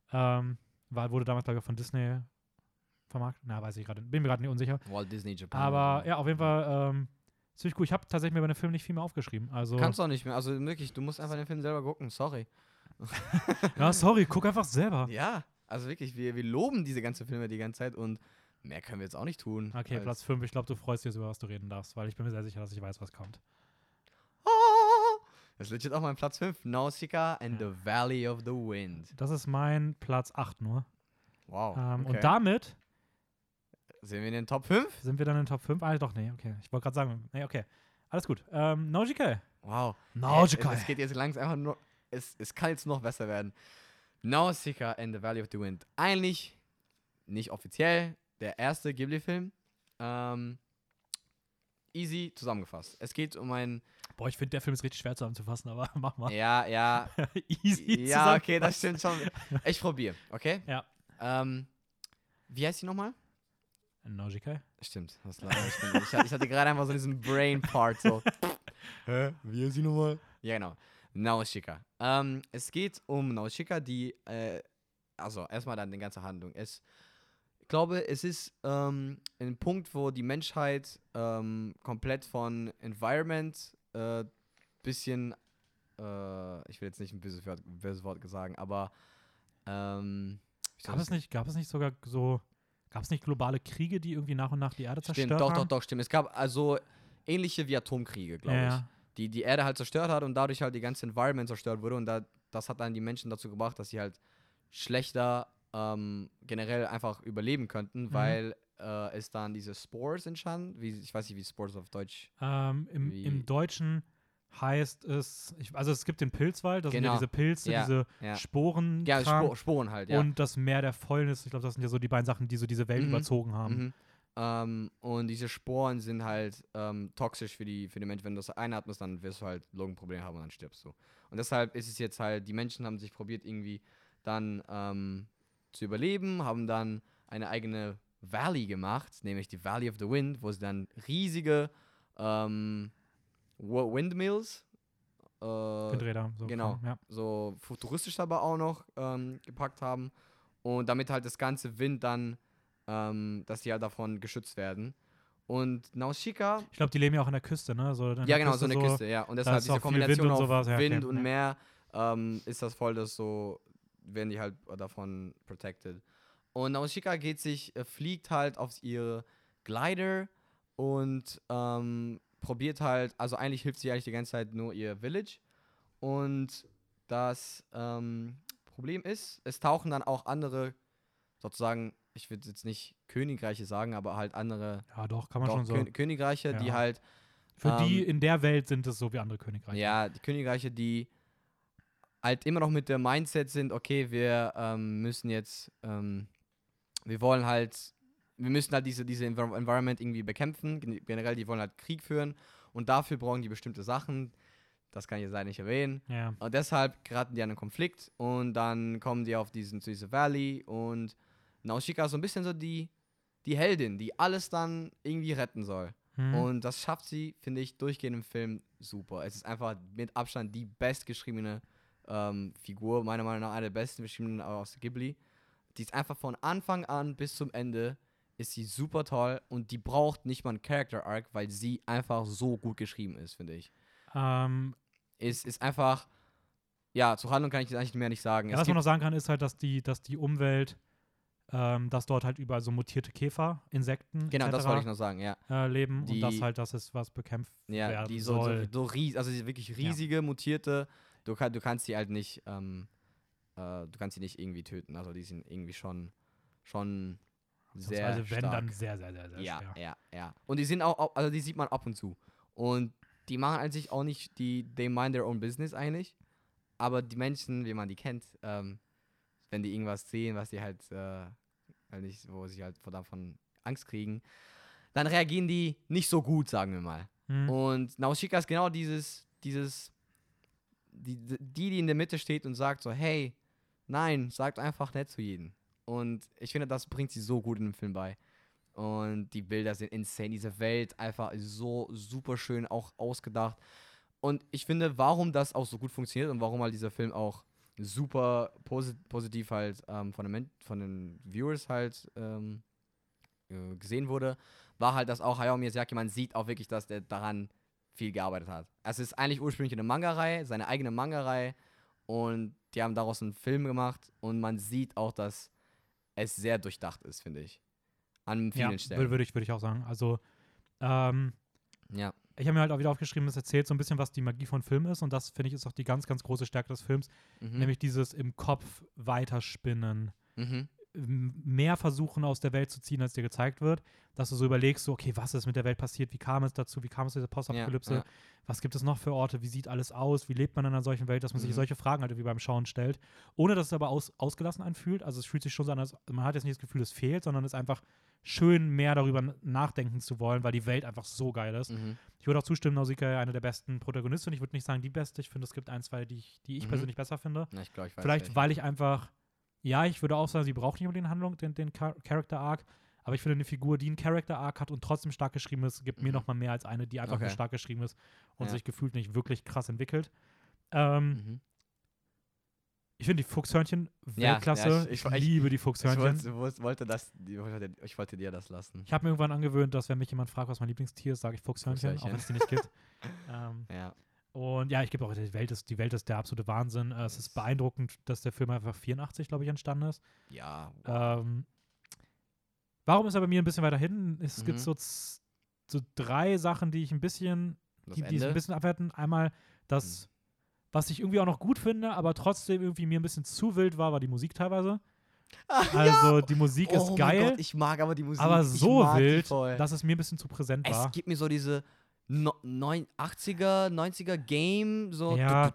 Wurde damals, glaube ich, von Disney vermarktet. Na, weiß ich gerade. Bin mir gerade nicht unsicher. Walt Disney Japan. Aber oder so. ja, auf jeden Fall ziemlich cool. Ich habe tatsächlich mir bei dem Film nicht viel mehr aufgeschrieben. Also, Kannst du auch nicht mehr. Also wirklich, du musst einfach den Film selber gucken. Sorry. ja, sorry, guck einfach selber. Ja, also wirklich, wir loben diese ganzen Filme die ganze Zeit und mehr können wir jetzt auch nicht tun. Okay, als- Platz 5. Ich glaube, du freust dich jetzt über was du reden darfst, weil ich bin mir sehr sicher, dass ich weiß, was kommt. Das ist legit auch mein Platz 5. Nausicaa and the Valley of the Wind. Das ist mein Platz 8 nur. Wow. Okay. Und damit Sind wir in den Top 5? sind wir dann in den Top 5. Doch, nee, okay. Ich wollte gerade sagen, nee, okay. Alles gut. Nausicaa. Wow. Nausicaa. Es geht jetzt langsam einfach nur. Es kann jetzt noch besser werden. Nausicaa and the Valley of the Wind. Eigentlich nicht offiziell der erste Ghibli-Film. Easy zusammengefasst. Es geht um ein. Boah, ich finde, der Film ist richtig schwer zusammenzufassen, aber mach mal. Ja. Easy Ja, okay, das zusammengefasst. stimmt schon. Ich probiere, okay? Ja. Wie heißt die nochmal? Nausicaa. Stimmt. Ich hatte gerade einfach so diesen Brain-Part so. Hä? Wie heißt die nochmal? Ja, genau. Nausicaa. Es geht um Nausicaa, die, also erstmal dann die ganze Handlung. Ich glaube, es ist ein Punkt, wo die Menschheit komplett von Environment bisschen, ich will jetzt nicht ein böses Wort sagen, aber Gab es nicht sogar so, gab es nicht globale Kriege, die irgendwie nach und nach die Erde zerstört Stimmt, haben? doch, stimmt. Es gab also ähnliche wie Atomkriege, glaube ich. Ja. Die Erde halt zerstört hat und dadurch halt die ganze Environment zerstört wurde und das hat dann die Menschen dazu gebracht, dass sie halt schlechter generell einfach überleben könnten, weil es dann diese Spores entstanden. Ich weiß nicht, wie Spores auf Deutsch. Im Deutschen heißt es, also es gibt den Pilzwald, das sind ja Genau. diese Pilze, Ja, diese ja. Sporen Ja, Sporen halt, ja. und das Meer der Fäulnis. Ich glaube, das sind ja so die beiden Sachen, die so diese Welt Mhm. überzogen haben. Und diese Sporen sind halt toxisch für die Menschen. Wenn du das einatmest, dann wirst du halt Lungenprobleme haben und dann stirbst du. Und deshalb ist es jetzt halt, die Menschen haben sich probiert irgendwie dann zu überleben, haben dann eine eigene Valley gemacht, nämlich die Valley of the Wind, wo sie dann riesige Windmills, Windräder. So genau, ja. so futuristisch aber auch noch gepackt haben. Und damit halt das ganze Wind dann, dass die halt davon geschützt werden. Und Nausicaa. Ich glaube, die leben ja auch an der Küste, ne? So Ja, genau, so eine Küste, ja. Und deshalb ist diese auch viel Kombination Wind und auf sowas, ja, Wind okay, und ja. Meer ist das voll, das so, werden die halt davon protected. Und Nausicaa fliegt halt auf ihre Glider und probiert halt, also eigentlich hilft sie eigentlich die ganze Zeit nur ihr Village. Und das Problem ist, es tauchen dann auch andere, sozusagen, ich würde jetzt nicht Königreiche sagen, aber halt andere Ja, doch, kann man schon so. Königreiche, die Ja. halt Für die in der Welt sind es so wie andere Königreiche. ja, die Königreiche, die halt immer noch mit der Mindset sind, okay, wir müssen jetzt, wir müssen halt diese Environment irgendwie bekämpfen. Generell, die wollen halt Krieg führen und dafür brauchen die bestimmte Sachen. Das kann ich jetzt leider nicht erwähnen. Ja. Und deshalb geraten die an einen Konflikt und dann kommen die zu dieser Valley und Nausicaa ist so ein bisschen so die Heldin, die alles dann irgendwie retten soll. Und das schafft sie, finde ich, durchgehend im Film super. Es ist einfach mit Abstand die bestgeschriebene Figur, meiner Meinung nach eine der besten beschriebenen aus Ghibli. Die ist einfach von Anfang an bis zum Ende ist sie super toll und die braucht nicht mal einen Character Arc, weil sie einfach so gut geschrieben ist, finde ich. Es ist einfach, ja, zur Handlung kann ich das eigentlich mehr nicht sagen. Ja, was man noch sagen kann, ist halt, dass die Umwelt, dass dort halt überall so mutierte Käfer, Insekten, genau, etc. das wollte ich noch sagen, ja. Leben und das halt, das ist, was bekämpft werden die soll. also die wirklich riesige, mutierte, du kannst die halt nicht, du kannst sie nicht irgendwie töten, also die sind irgendwie schon sehr also wenn, stark. dann sehr, sehr, sehr, sehr schwer. Ja. Und die sind auch, also die sieht man ab und zu. Und die machen an sich auch nicht, they mind their own business eigentlich. Aber die Menschen, wie man die kennt, wenn die irgendwas sehen, was die halt nicht, wo sie halt davon Angst kriegen, dann reagieren die nicht so gut, sagen wir mal. Und Nausicaa ist genau die in der Mitte steht und sagt so, hey, nein, sagt einfach nett zu jedem. Und ich finde, das bringt sie so gut in dem Film bei. Und die Bilder sind insane. Diese Welt einfach so super schön auch ausgedacht. Und ich finde, warum das auch so gut funktioniert und warum halt dieser Film auch super positiv halt von den Viewers halt gesehen wurde, war halt, dass auch Hayao Miyazaki, man sieht auch wirklich, dass der daran viel gearbeitet hat. Es ist eigentlich ursprünglich eine Manga-Reihe, seine eigene Manga-Reihe. Und die haben daraus einen Film gemacht. Und man sieht auch, dass es sehr durchdacht ist, finde ich. An vielen Stellen. Würde ich auch sagen. Also, ja. Ich habe mir halt auch wieder aufgeschrieben, es erzählt so ein bisschen, was die Magie von Film ist. Und das, finde ich, ist auch die ganz, ganz große Stärke des Films. Nämlich dieses im Kopf weiterspinnen. Mehr versuchen, aus der Welt zu ziehen, als dir gezeigt wird. Dass du so überlegst, so, okay, was ist mit der Welt passiert? Wie kam es dazu? Wie kam es zu dieser Postapokalypse? Ja. Was gibt es noch für Orte? Wie sieht alles aus? Wie lebt man in einer solchen Welt? Dass man sich solche Fragen halt irgendwie beim Schauen stellt. Ohne, dass es aber ausgelassen anfühlt. Also es fühlt sich schon so an, als man hat jetzt nicht das Gefühl, es fehlt, sondern es ist einfach schön, mehr darüber nachdenken zu wollen, weil die Welt einfach so geil ist. Ich würde auch zustimmen, Nausicaa eine der besten Protagonisten. Ich würde nicht sagen, die beste. Ich finde, es gibt ein, zwei, die ich persönlich besser finde. Na, ich glaub, ich weiß Vielleicht, welche. weil ich einfach, ja, ich würde auch sagen, sie braucht nicht unbedingt den Character Arc, aber ich finde, eine Figur, die einen Character Arc hat und trotzdem stark geschrieben ist, gibt mir noch mal mehr als eine, die einfach nur stark geschrieben ist und sich gefühlt nicht wirklich krass entwickelt. Ich finde die Fuchshörnchen Weltklasse. Ich liebe die Fuchshörnchen. Ich wollte dir das lassen. Ich habe mir irgendwann angewöhnt, dass wenn mich jemand fragt, was mein Lieblingstier ist, sage ich Fuchshörnchen, auch wenn es die nicht gibt. Ja. Und ja, ich gebe auch, die Welt ist der absolute Wahnsinn. Es ist beeindruckend, dass der Film einfach 84, glaube ich, entstanden ist. Ja. Warum ist er bei mir ein bisschen weiter hinten? Es gibt so drei Sachen, die ich ein bisschen, die es ein bisschen abwerten. Einmal das, was ich irgendwie auch noch gut finde, aber trotzdem irgendwie mir ein bisschen zu wild war die Musik teilweise. Also die Musik ist geil. Mein Gott, ich mag aber die Musik. Aber so wild, dass es mir ein bisschen zu präsent war. Es gibt mir so diese 80er, 90er Game, so. Ja.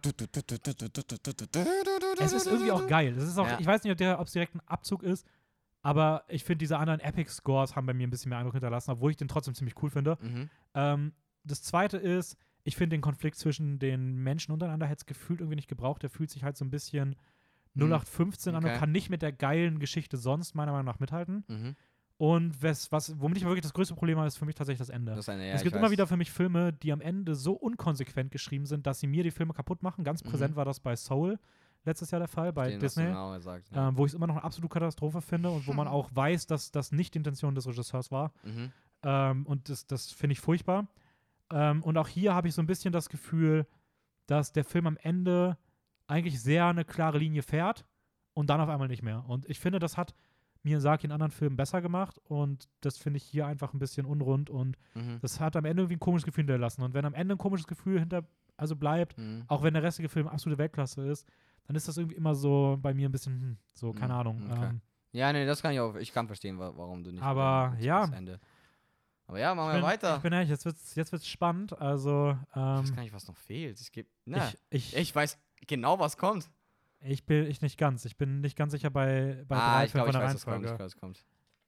Es ist irgendwie auch geil. Es ist auch, ich weiß nicht, ob es direkt ein Abzug ist, aber ich finde, diese anderen Epic-Scores haben bei mir ein bisschen mehr Eindruck hinterlassen, obwohl ich den trotzdem ziemlich cool finde. Das Zweite ist, ich finde den Konflikt zwischen den Menschen untereinander hätte es gefühlt irgendwie nicht gebraucht. Der fühlt sich halt so ein bisschen 0815 an und Okay. kann nicht mit der geilen Geschichte sonst meiner Meinung nach mithalten. Mhm. Und womit ich wirklich das größte Problem habe, ist für mich tatsächlich das Ende. Das ist eine, ja, Es ich gibt immer weiß. wieder für mich Filme, die am Ende so unkonsequent geschrieben sind, dass sie mir die Filme kaputt machen. Ganz präsent war das bei Soul letztes Jahr der Fall, bei Den hast du Disney. genau gesagt, ja. Wo ich es immer noch eine absolute Katastrophe finde und wo man auch weiß, dass das nicht die Intention des Regisseurs war. Und das finde ich furchtbar. Und auch hier habe ich so ein bisschen das Gefühl, dass der Film am Ende eigentlich sehr eine klare Linie fährt und dann auf einmal nicht mehr. Und ich finde, das hat Miyazaki in anderen Filmen besser gemacht und das finde ich hier einfach ein bisschen unrund und das hat am Ende irgendwie ein komisches Gefühl hinterlassen. Und wenn am Ende ein komisches Gefühl bleibt, auch wenn der restliche Film absolute Weltklasse ist, dann ist das irgendwie immer so bei mir ein bisschen, so, keine Ahnung. Okay. Ja, nee, das kann ich auch. Ich kann verstehen, warum du nicht. Aber ja. Das Ende. Aber ja, machen wir weiter. Ich bin ehrlich, jetzt wird's spannend. Also, Ich weiß gar nicht, was noch fehlt. Ich weiß genau, was kommt. Ich bin nicht ganz. Ich bin nicht ganz sicher bei drei ich Filmen glaube, von der ich weiß, Reihenfolge. was kommt.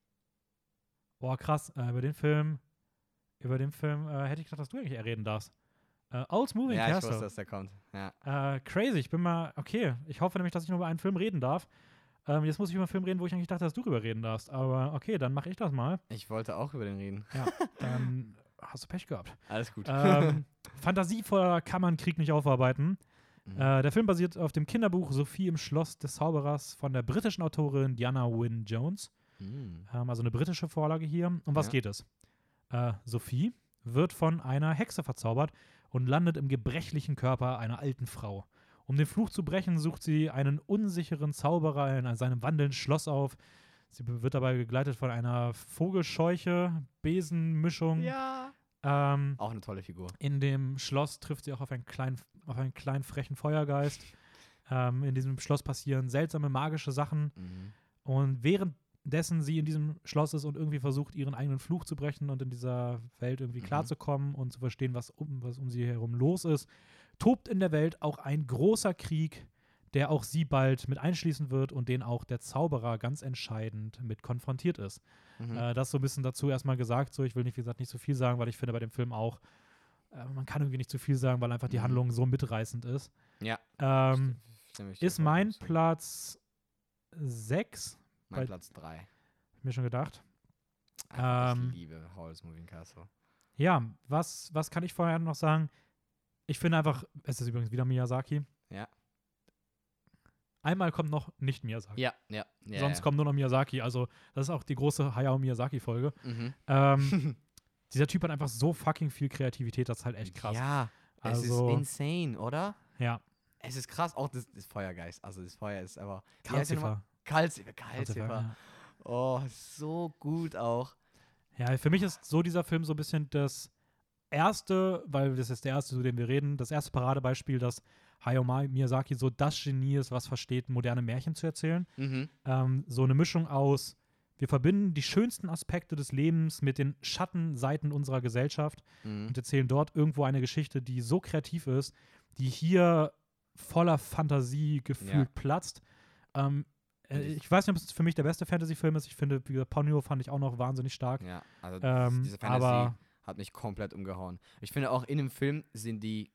Boah, krass. Über den Film hätte ich gedacht, dass du eigentlich eher reden darfst. Old Moving Ja, ich Castle. wusste, dass der kommt. Ja. Crazy. Ich bin mal, okay. Ich hoffe nämlich, dass ich nur über einen Film reden darf. Jetzt muss ich über einen Film reden, wo ich eigentlich dachte, dass du drüber reden darfst. Aber okay, dann mache ich das mal. Ich wollte auch über den reden. Ja, dann hast du Pech gehabt. Alles gut. Fantasievoller kann man Krieg nicht aufarbeiten. Der Film basiert auf dem Kinderbuch Sophie im Schloss des Zauberers von der britischen Autorin Diana Wynne Jones. Also eine britische Vorlage hier. Um was geht es? Sophie wird von einer Hexe verzaubert und landet im gebrechlichen Körper einer alten Frau. Um den Fluch zu brechen, sucht sie einen unsicheren Zauberer in seinem wandelnden Schloss auf. Sie wird dabei begleitet von einer Vogelscheuche, Besenmischung. Ja. Auch eine tolle Figur. In dem Schloss trifft sie auch auf einen kleinen frechen Feuergeist. In diesem Schloss passieren seltsame magische Sachen. Und währenddessen sie in diesem Schloss ist und irgendwie versucht, ihren eigenen Fluch zu brechen und in dieser Welt irgendwie klarzukommen und zu verstehen, was um sie herum los ist, tobt in der Welt auch ein großer Krieg, der auch sie bald mit einschließen wird und den auch der Zauberer ganz entscheidend mit konfrontiert ist. Das so ein bisschen dazu erstmal gesagt. So, ich will nicht, wie gesagt, nicht so viel sagen, weil ich finde bei dem Film auch, man kann irgendwie nicht zu viel sagen, weil einfach die Handlung so mitreißend ist. Ja. Ist mein Platz 6. Mein Platz 3. Hab ich mir schon gedacht. Ich liebe Howl's Moving Castle. Ja, was kann ich vorher noch sagen? Ich finde einfach, es ist übrigens wieder Miyazaki. Ja. Einmal kommt noch nicht Miyazaki. Ja. Sonst kommt nur noch Miyazaki. Also, das ist auch die große Hayao Miyazaki-Folge. Dieser Typ hat einfach so fucking viel Kreativität, das ist halt echt krass. Ja, es ist insane, oder? Ja. Es ist krass, auch das Feuergeist. Also, das Feuer ist einfach. Calcifer. Calcifer. Ja. Oh, so gut auch. Ja, für mich ist so dieser Film so ein bisschen das erste, weil das ist der erste, zu dem wir reden, das erste Paradebeispiel, dass Hayao Miyazaki so das Genie ist, was versteht, moderne Märchen zu erzählen. So eine Mischung aus, wir verbinden die schönsten Aspekte des Lebens mit den Schattenseiten unserer Gesellschaft und erzählen dort irgendwo eine Geschichte, die so kreativ ist, die hier voller Fantasie gefühlt platzt. Ich weiß nicht, ob es für mich der beste Fantasy-Film ist. Ich finde, Ponyo fand ich auch noch wahnsinnig stark. Ja, also diese Fantasy hat mich komplett umgehauen. Ich finde auch in dem Film sind die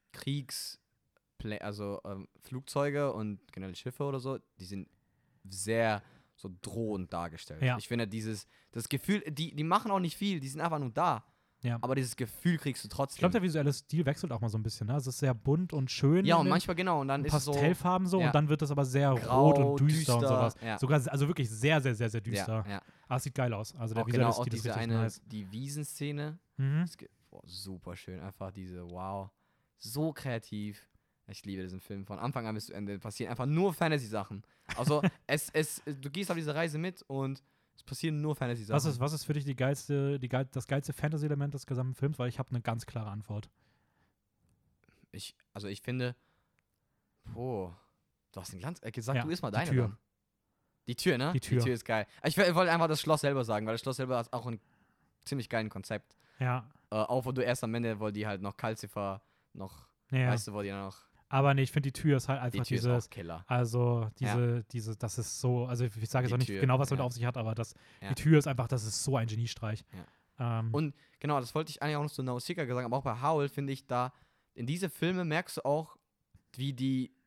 Flugzeuge und generell Schiffe oder so, die sind sehr so drohend dargestellt. Ja. Ich finde das Gefühl, die machen auch nicht viel, die sind einfach nur da. Ja. Aber dieses Gefühl kriegst du trotzdem. Ich glaube, der visuelle Stil wechselt auch mal so ein bisschen. Ne? Es ist sehr bunt und schön. Ja, und manchmal genau. Und dann ist es so Pastellfarben so ja. und dann wird das aber sehr grau, rot und düster und sowas. Ja. Sogar, also wirklich sehr, sehr, sehr, sehr düster. Ja. Aber es sieht geil aus. Also der auch visuelle genau, auch Stil ist diese richtig nice. die Wiesenszene. Super schön. Einfach wow. So kreativ. Ich liebe diesen Film. Von Anfang an bis zu Ende passieren einfach nur Fantasy-Sachen. Also, du gehst auf diese Reise mit und es passieren nur Fantasy-Sachen. Was ist für dich das geilste Fantasy-Element des gesamten Films? Weil ich habe eine ganz klare Antwort. Ich finde, du hast einen ganz, gesagt, du isst mal deine Tür. dann. Die Tür, ne? Die Tür ist geil. Ich wollte einfach das Schloss selber sagen, weil das Schloss selber hat auch ein ziemlich geiles Konzept. Ja. Auch wo du erst am Ende, wo die halt noch Calcifer weißt du, wo die noch. Aber nee, ich finde, die Tür ist halt einfach die Tür ist auch Killer. Also das ist so, also ich sage jetzt auch nicht Tür, genau, was damit auf sich hat, aber die Tür ist einfach, das ist so ein Geniestreich. Ja. Und genau, das wollte ich eigentlich auch noch zu Nausicaa sagen, aber auch bei Howl finde ich da, in diese Filme merkst du auch, wie die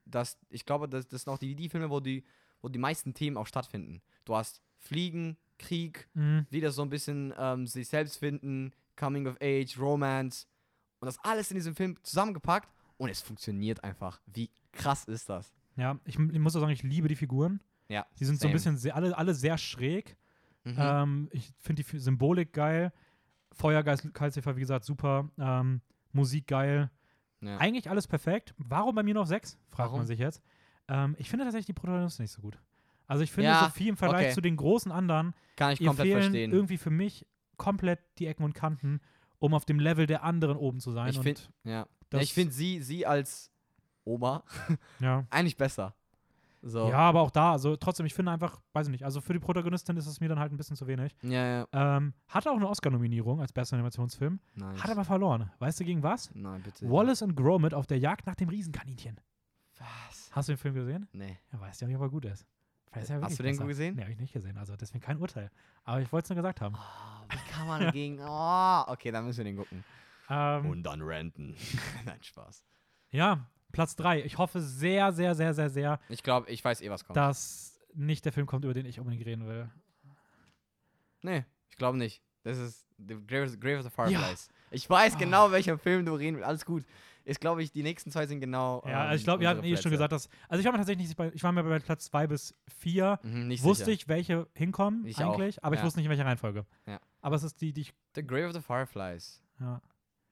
ich glaube, das sind auch die Filme, wo die meisten Themen auch stattfinden. Du hast Fliegen, Krieg, wieder so ein bisschen sich selbst finden, Coming of Age, Romance und das alles in diesem Film zusammengepackt und es funktioniert einfach. Wie krass ist das? Ja, ich muss auch sagen, ich liebe die Figuren. Ja. Die sind so ein bisschen alle sehr schräg. Ich finde die Symbolik geil. Feuergeist-Kalzifer, wie gesagt, super. Musik geil. Ja. Eigentlich alles perfekt. Warum bei mir noch 6? Fragt Warum? man sich jetzt. Ich finde tatsächlich die Protagonisten nicht so gut. Also ich finde, Ja, Sophie im Vergleich zu den großen anderen, kann ich ihr komplett fehlen verstehen. irgendwie für mich komplett die Ecken und Kanten, um auf dem Level der anderen oben zu sein. Ich finde sie als Oma ja. eigentlich besser. So. Ja, aber auch da, also trotzdem, ich finde einfach, weiß ich nicht, also für die Protagonistin ist es mir dann halt ein bisschen zu wenig. Ja. Hatte auch eine Oscar-Nominierung als bester Animationsfilm, Nice. hat aber verloren. Weißt du gegen was? Nein, bitte. Wallace and Gromit auf der Jagd nach dem Riesenkaninchen. Was? Hast du den Film gesehen? Nee. Ja, weißt ja nicht, ob er gut ist. Hast du den gut gesehen? Nee, habe ich nicht gesehen, also deswegen kein Urteil. Aber ich wollte es nur gesagt haben. Oh, wie kann man gegen... Oh, okay, dann müssen wir den gucken. Und dann ranten. Nein, Spaß. Ja, Platz 3. Ich hoffe sehr, sehr, sehr, sehr, sehr, Ich glaube, ich weiß was kommt. dass nicht der Film kommt, über den ich unbedingt reden will. Nee, ich glaube nicht. Das ist The Grave of the Fireflies. Ich weiß genau, welcher Film du reden willst. Alles gut. Ist, glaube ich, die nächsten 2 sind genau. Ja, also ich glaube, wir hatten schon gesagt, dass. Also ich war mir tatsächlich nicht, ich war mir bei Platz 2 bis 4. Nicht wusste sicher. ich, welche hinkommen, Ich eigentlich, auch, aber ich ja. wusste nicht, in welcher Reihenfolge. Ja. Aber es ist die ich. The Grave of the Fireflies. Ja.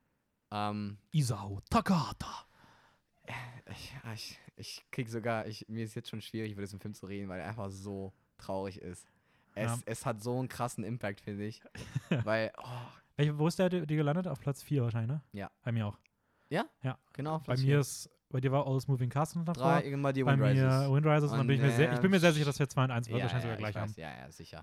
Isao Takahata. Ich krieg sogar, mir ist jetzt schon schwierig, über diesen Film zu reden, weil er einfach so traurig ist. Es hat so einen krassen Impact, finde ich. Weil, Wo ist der gelandet? Auf Platz 4 wahrscheinlich, ne? Ja. Bei mir auch. Ja? Ja. Genau. Bei mir bei dir war All This Moving Castle noch davor. 3, irgendwann die Bei Wind Rises. mir Wind Rises und dann bin ich mir sehr sicher, dass wir 2 und 1 wahrscheinlich sogar gleich haben. Ja, sicher.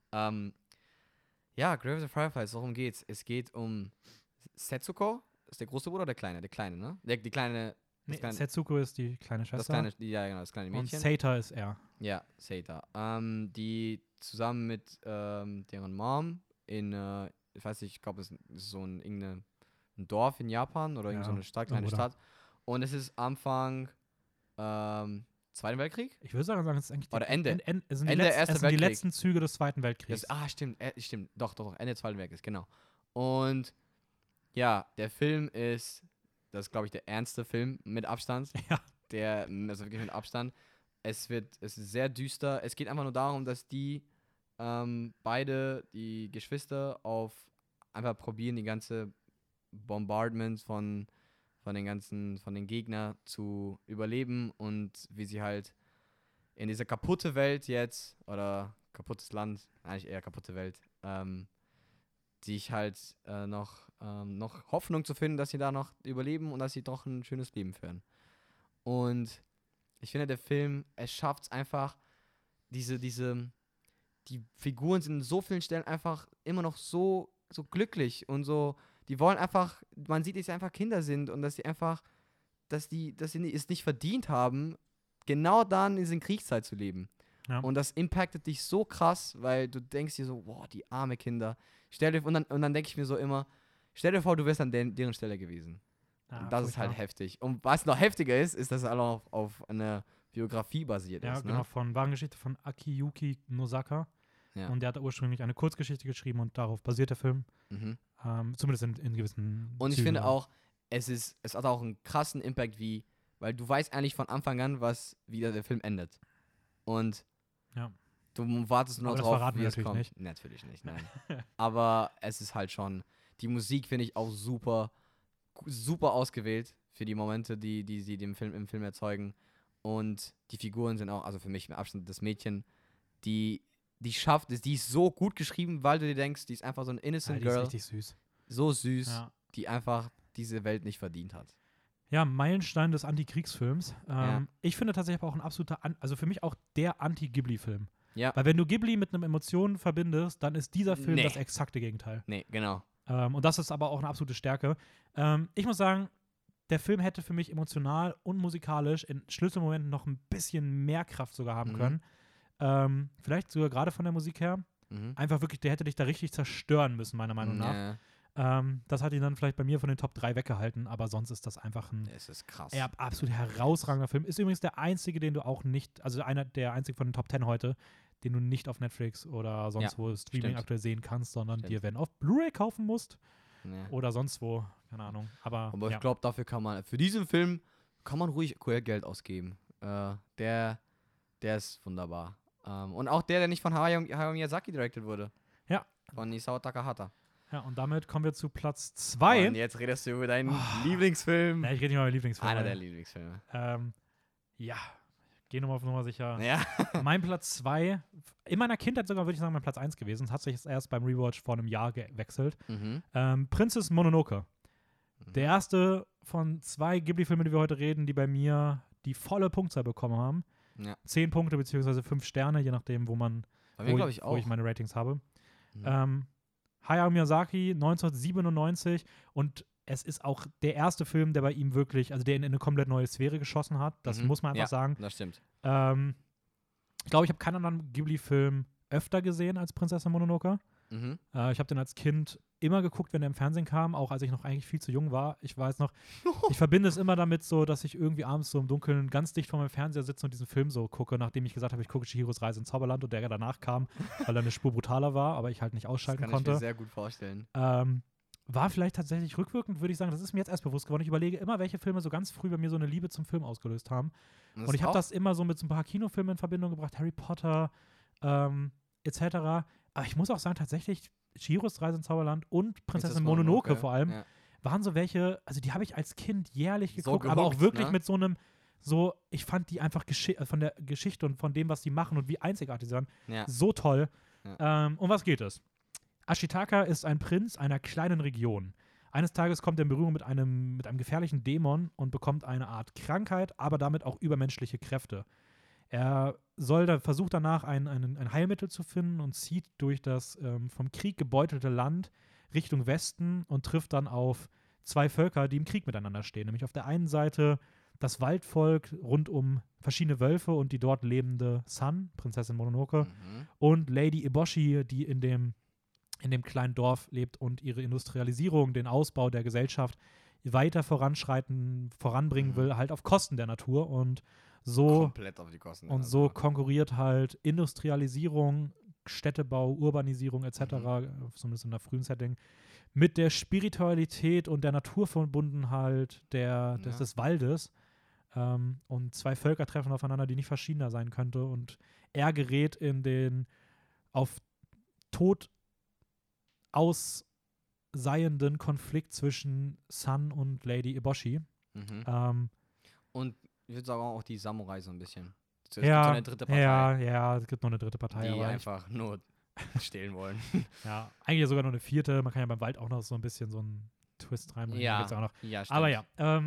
Ja, Grave of the Fireflies, worum geht's? Es geht um Setsuko. Ist der große Bruder oder der kleine? Der kleine, ne? Die kleine. Setsuko ist die kleine Schwester. Das kleine Mädchen. Und Seita ist er. Ja, Seita. Die zusammen mit deren Mom in, ich weiß nicht, ich glaube, es ist so ein Dorf in Japan oder irgend so eine kleine Stadt. Und es ist Anfang Zweiten Weltkrieg? Ich würde sagen, es ist eigentlich Ende. Es sind die die letzten Züge des Zweiten Weltkriegs. Stimmt. Doch. Ende des Zweiten Weltkriegs, genau. Und ja, der Film ist, das ist, glaube ich, der ernste Film mit Abstand. Ja. Also wirklich mit Abstand. Es ist sehr düster. Es geht einfach nur darum, dass beide, die Geschwister, einfach probieren, die ganze Bombardment von den Gegnern zu überleben und wie sie halt in dieser kaputte Welt jetzt, oder kaputtes Land, eigentlich eher kaputte Welt, sich halt noch Hoffnung zu finden, dass sie da noch überleben und dass sie doch ein schönes Leben führen. Und ich finde, der Film, es schafft es einfach, die Figuren sind in so vielen Stellen einfach immer noch so glücklich und so, die wollen einfach, man sieht, dass sie einfach Kinder sind und dass sie es nicht verdient haben, genau dann in dieser Kriegszeit zu leben. Ja. Und das impactet dich so krass, weil du denkst dir so, boah, die arme Kinder. Und dann denke ich mir so immer, stell dir vor, du wärst an deren Stelle gewesen. Ja, und das ist halt heftig. Und was noch heftiger ist, dass es alle auf einer Biografie basiert ist. Ja, genau, von Wagengeschichte von Akiyuki Nosaka. Ja. Und der hat ursprünglich eine Kurzgeschichte geschrieben und darauf basiert der Film. Zumindest in gewissen Und ich finde auch, es hat auch einen krassen Impact, weil du weißt eigentlich von Anfang an, wie der Film endet. Und du wartest nur drauf, wie es kommt. Nicht. Natürlich nicht, nein. Aber es ist halt schon, die Musik finde ich auch super, super ausgewählt für die Momente, die sie im Film erzeugen. Und die Figuren sind auch, also für mich im Abstand das Mädchen, die schafft es, die ist so gut geschrieben, weil du dir denkst, die ist einfach so ein innocent Girl. Die ist richtig süß. So süß, die einfach diese Welt nicht verdient hat. Ja, Meilenstein des Antikriegsfilms. Ich finde tatsächlich aber auch ein absoluter, also für mich auch der Anti-Ghibli-Film. Ja. Weil wenn du Ghibli mit einem Emotionen verbindest, dann ist dieser Film das exakte Gegenteil. Nee, genau. Und das ist aber auch eine absolute Stärke. Ich muss sagen, der Film hätte für mich emotional und musikalisch in Schlüsselmomenten noch ein bisschen mehr Kraft sogar haben können. Vielleicht sogar gerade von der Musik her. Einfach wirklich, der hätte dich da richtig zerstören müssen, meiner Meinung nach. Das hat ihn dann vielleicht bei mir von den Top 3 weggehalten, aber sonst ist das einfach ein Es ist krass. absolut herausragender Film. Ist übrigens der einzige, den du auch nicht, also einer der einzigen von den Top 10 heute, den du nicht auf Netflix oder sonst wo Streaming stimmt. aktuell sehen kannst, sondern Stimmt. dir, wenn auf Blu-ray kaufen musst Ja. oder sonst wo, keine Ahnung. Aber ich glaube, für diesen Film kann man ruhig Geld ausgeben. Der ist wunderbar. Und auch der nicht von Hayao Miyazaki directed wurde. Ja. Von Isao Takahata. Ja, und damit kommen wir zu Platz 2. Und jetzt redest du über deinen Lieblingsfilm. Ich rede nicht mal über Lieblingsfilme. Einer der Lieblingsfilme. Ja, geh nochmal auf Nummer sicher. Ja. Mein Platz 2, in meiner Kindheit sogar, würde ich sagen, mein Platz 1 gewesen. Es hat sich jetzt erst beim Rewatch vor einem Jahr gewechselt. Princess Mononoke. Der erste von 2 Ghibli-Filmen, die wir heute reden, die bei mir die volle Punktzahl bekommen haben. Ja. 10 Punkte bzw. 5 Sterne, je nachdem, wo ich meine Ratings habe. Hayao Miyazaki, 1997, und es ist auch der erste Film, der bei ihm wirklich, also der in eine komplett neue Sphäre geschossen hat. Das muss man einfach sagen. Das stimmt. Ich glaube, ich habe keinen anderen Ghibli-Film öfter gesehen als Prinzessin Mononoke. Ich habe den als Kind immer geguckt, wenn der im Fernsehen kam, auch als ich noch eigentlich viel zu jung war. Ich weiß noch, ich verbinde es immer damit so, dass ich irgendwie abends so im Dunkeln ganz dicht vor meinem Fernseher sitze und diesen Film so gucke, nachdem ich gesagt habe, ich gucke Chihiros Reise ins Zauberland, und der danach kam, weil er eine Spur brutaler war, aber ich halt nicht ausschalten konnte. Das kann ich mir sehr gut vorstellen. War vielleicht tatsächlich rückwirkend, würde ich sagen, das ist mir jetzt erst bewusst geworden. Ich überlege immer, welche Filme so ganz früh bei mir so eine Liebe zum Film ausgelöst haben. Und ich habe das immer so mit so ein paar Kinofilmen in Verbindung gebracht, Harry Potter, etc. Aber ich muss auch sagen, tatsächlich Chihiros Reise ins Zauberland und Prinzessin Mononoke vor allem waren so welche, also die habe ich als Kind jährlich geguckt, aber auch wirklich mit so einem, ich fand die einfach von der Geschichte und von dem, was die machen und wie einzigartig sie sind, so toll. Um was geht es? Ashitaka ist ein Prinz einer kleinen Region. Eines Tages kommt er in Berührung mit einem gefährlichen Dämon und bekommt eine Art Krankheit, aber damit auch übermenschliche Kräfte. Er versucht danach ein Heilmittel zu finden und zieht durch das vom Krieg gebeutelte Land Richtung Westen und trifft dann auf 2 Völker, die im Krieg miteinander stehen. Nämlich auf der einen Seite das Waldvolk rund um verschiedene Wölfe und die dort lebende Sun, Prinzessin Mononoke, und Lady Eboshi, die in dem kleinen Dorf lebt und ihre Industrialisierung, den Ausbau der Gesellschaft weiter voranbringen will, halt auf Kosten der Natur, und so komplett auf die Kosten. Und so konkurriert halt Industrialisierung, Städtebau, Urbanisierung etc., zumindest in der frühen Setting, mit der Spiritualität und der Naturverbundenheit des Waldes. Und 2 Völker treffen aufeinander, die nicht verschiedener sein könnte. Und er gerät in den auf Tod ausseienden Konflikt zwischen Sun und Lady Eboshi. Und ich würde sagen auch die Samurai so ein bisschen. Es gibt so eine dritte Partei. Ja, es gibt noch eine dritte Partei. Die einfach nur stehlen wollen. Ja, eigentlich sogar noch eine 4. Man kann ja beim Wald auch noch so ein bisschen so einen Twist reinbringen. Ja, auch noch. Ja, stimmt. Aber ja,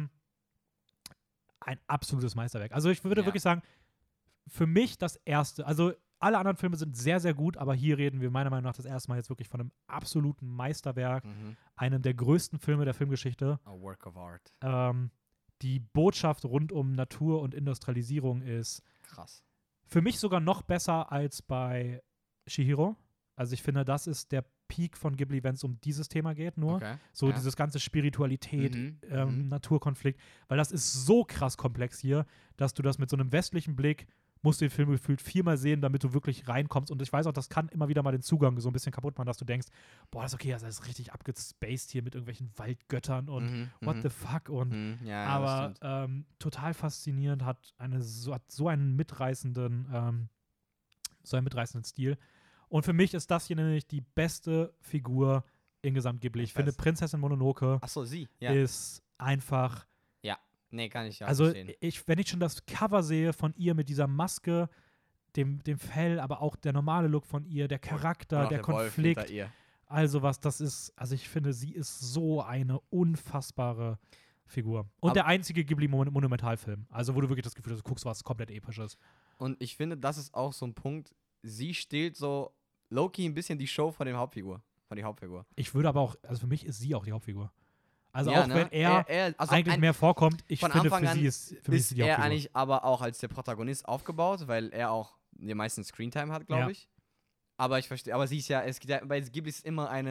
ein absolutes Meisterwerk. Also ich würde wirklich sagen, für mich das erste, also alle anderen Filme sind sehr, sehr gut, aber hier reden wir meiner Meinung nach das erste Mal jetzt wirklich von einem absoluten Meisterwerk, einem der größten Filme der Filmgeschichte. A work of art. Die Botschaft rund um Natur und Industrialisierung ist krass. Für mich sogar noch besser als bei Chihiro. Also ich finde, das ist der Peak von Ghibli, wenn es um dieses Thema geht, nur. Dieses ganze Spiritualität, Naturkonflikt, weil das ist so krass komplex hier, dass du das mit so einem westlichen Blick musst du den Film gefühlt 4-mal sehen, damit du wirklich reinkommst. Und ich weiß auch, das kann immer wieder mal den Zugang so ein bisschen kaputt machen, dass du denkst, boah, das ist okay, das ist richtig abgespaced hier mit irgendwelchen Waldgöttern und what the fuck. Und aber total faszinierend, hat so einen mitreißenden Stil. Und für mich ist das hier nämlich die beste Figur in Gesamt Ghibli. Ich finde, Prinzessin Mononoke ist einfach. Nee, kann ich ja Also, wenn ich schon das Cover sehe von ihr mit dieser Maske, dem Fell, aber auch der normale Look von ihr, der Charakter, der Konflikt, also ich finde, sie ist so eine unfassbare Figur. Und der einzige Ghibli-Monumentalfilm. Also, wo du wirklich das Gefühl hast, du guckst was komplett Episches. Und ich finde, das ist auch so ein Punkt, sie stiehlt so low-key ein bisschen die Show von der Hauptfigur. Ich würde aber auch, also für mich ist sie auch die Hauptfigur. Also auch wenn er eigentlich mehr vorkommt, ich finde, für mich ist die Hauptfigur. Er eigentlich aber auch als der Protagonist aufgebaut, weil er auch die meisten Screentime hat, glaube ich. Aber ich verstehe, aber sie ist ja, bei Ghibli ist immer eine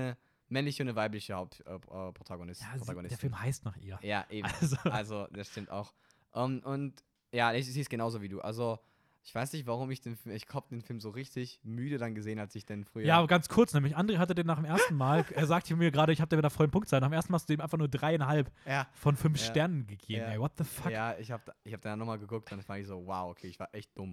männliche und eine weibliche Hauptprotagonistin. Der Film heißt nach ihr. Ja, eben. Also, Also, das stimmt auch. Und ja, ich sehe es genauso wie du. Also, ich weiß nicht, warum ich habe den Film so richtig müde dann gesehen, als ich den früher. ja, aber ganz kurz, nämlich André hatte den nach dem ersten Mal, er sagte mir gerade, ich habe dir wieder vollen Punkt sein. Nach dem ersten Mal hast du dem einfach nur 3,5 Ja. von 5 Ja. Sternen gegeben. Ja. Ey, what the fuck? Ja, ich hab dann nochmal geguckt und dann war ich so, wow, okay, ich war echt dumm.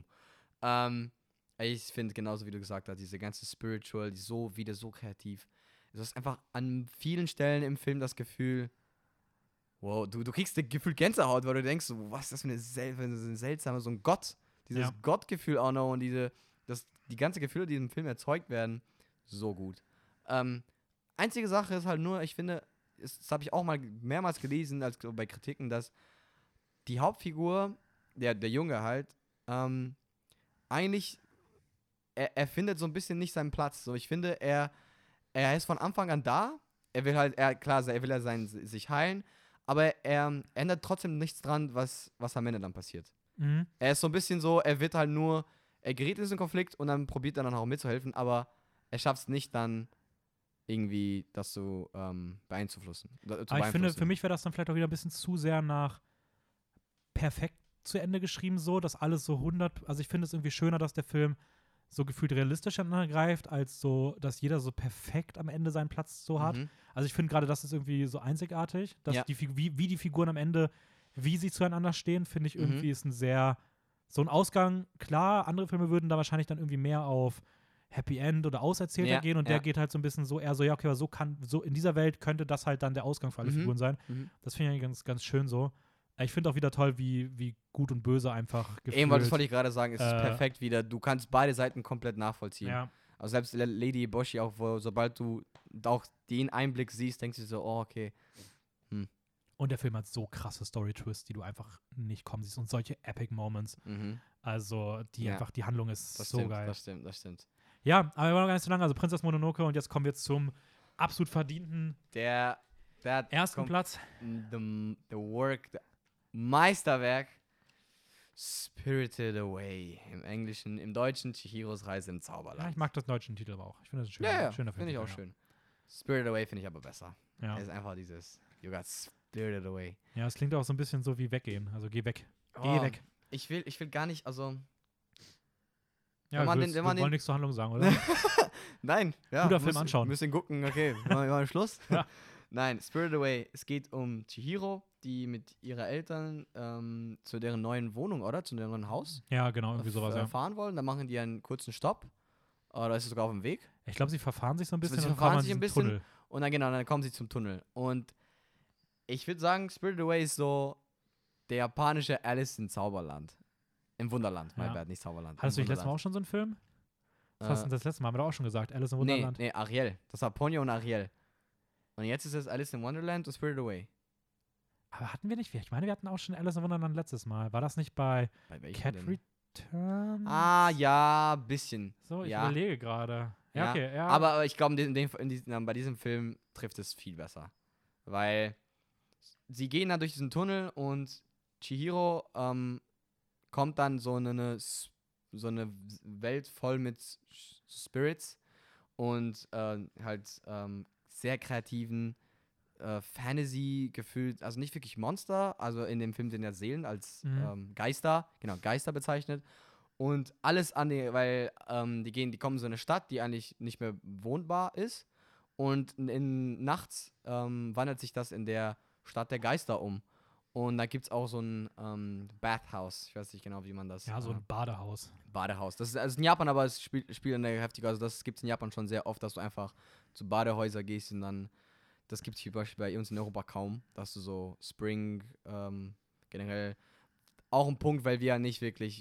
Ich finde genauso wie du gesagt hast, diese ganze Spiritual, die wieder so kreativ. Du hast einfach an vielen Stellen im Film das Gefühl, wow, du kriegst das Gefühl Gänsehaut, weil du denkst, so, was ist das für eine seltsame, so ein Gott, dieses Gottgefühl auch noch und die ganzen Gefühle, die im Film erzeugt werden, so gut. Einzige Sache ist halt nur, ich finde, das habe ich auch mal mehrmals gelesen, als bei Kritiken, dass die Hauptfigur, der Junge halt, eigentlich, er findet so ein bisschen nicht seinen Platz. So, ich finde, er ist von Anfang an da. Er will halt, sich heilen, aber er ändert trotzdem nichts dran, was am Ende dann passiert. Mhm. Er ist so ein bisschen so, er gerät in diesen Konflikt und dann probiert er dann auch mitzuhelfen, aber er schafft es nicht dann irgendwie das zu beeinflussen. Aber ich finde, für mich wäre das dann vielleicht auch wieder ein bisschen zu sehr nach perfekt zu Ende geschrieben, so, dass alles so 100, also ich finde es irgendwie schöner, dass der Film so gefühlt realistisch aneinander greift, als so, dass jeder so perfekt am Ende seinen Platz so hat. Also ich finde gerade, das ist irgendwie so einzigartig, dass wie die Figuren am Ende, wie sie zueinander stehen, finde ich irgendwie ist so ein Ausgang, klar, andere Filme würden da wahrscheinlich dann irgendwie mehr auf Happy End oder Auserzählter gehen und der geht halt so ein bisschen so eher so, ja, okay, aber so in dieser Welt könnte das halt dann der Ausgang für alle Figuren sein. Das finde ich eigentlich ganz, ganz schön so. Ich finde auch wieder toll, wie gut und böse einfach gefühlt. Eben, das wollte ich gerade sagen, es ist perfekt wieder. Du kannst beide Seiten komplett nachvollziehen. Ja. Also selbst Lady Eboshi auch, sobald du auch den Einblick siehst, denkst du so, oh, okay. Und der Film hat so krasse Story-Twists, die du einfach nicht kommen siehst und solche Epic Moments. Also, die Handlung ist das so stimmt, geil. Das stimmt. Ja, aber wir wollen noch gar nicht so lange. Also Prinzess Mononoke und jetzt kommen wir zum absolut verdienten Der ersten Platz. Meisterwerk Spirited Away. Im Deutschen Chihiros Reise im Zauberland. Ja, ich mag das deutschen Titel aber auch. Ich finde das ein schöner Film. Finde ich auch schön. Spirited Away finde ich aber besser. Ja. Es ist einfach dieses You got spirited away. Ja, es klingt auch so ein bisschen so wie weggehen. Also geh weg. Geh weg. Ich will gar nicht, also ja, wir wollen nichts zur Handlung sagen, oder? Nein. Ja, Guter Film anschauen. Müssen gucken, okay. Machen wir Schluss? Ja. Nein, Spirited Away. Es geht um Chihiro, die mit ihren Eltern zu deren neuen Wohnung, oder? Zu deren neuen Haus. Ja, genau, irgendwie sowas, fahren wollen. Dann machen die einen kurzen Stopp. Oder ist es sogar auf dem Weg? Ich glaube, sie verfahren sich so ein bisschen. Sie verfahren sich ein bisschen. Tunnel. Und dann kommen sie zum Tunnel. Und ich würde sagen, Spirited Away ist so der japanische Alice in Zauberland. Im Wunderland, mein Bad, nicht Zauberland. Hattest du nicht letztes Mal auch schon so einen Film? Was hast du das letzte Mal? Haben wir doch auch schon gesagt, Alice im Wunderland. Nee, Ariel. Das war Ponyo und Ariel. Und jetzt ist es Alice in Wonderland und Spirited Away. Aber hatten wir nicht? Ich meine, wir hatten auch schon Alice in Wonderland letztes Mal. War das nicht bei Cat Returns? Ah, ja, bisschen. So, ich überlege gerade. Ja, okay, ja. Aber ich glaube, bei diesem Film trifft es viel besser. Weil sie gehen dann durch diesen Tunnel und Chihiro kommt dann so eine Welt voll mit Spirits und halt sehr kreativen Fantasy gefühlt, also nicht wirklich Monster, also in dem Film sind ja Seelen als Geister bezeichnet und alles weil die kommen in so eine Stadt, die eigentlich nicht mehr wohnbar ist und nachts wandelt sich das in der Stadt der Geister um. Und da gibt es auch so ein Bathhouse. Ich weiß nicht genau, wie man das... Ja, so ein Badehaus. Das ist also in Japan, aber es spielt heftiger. Also das gibt es in Japan schon sehr oft, dass du einfach zu Badehäusern gehst und dann... Das gibt es zum Beispiel bei uns in Europa kaum, dass du so Spring generell... Auch ein Punkt, weil wir ja nicht wirklich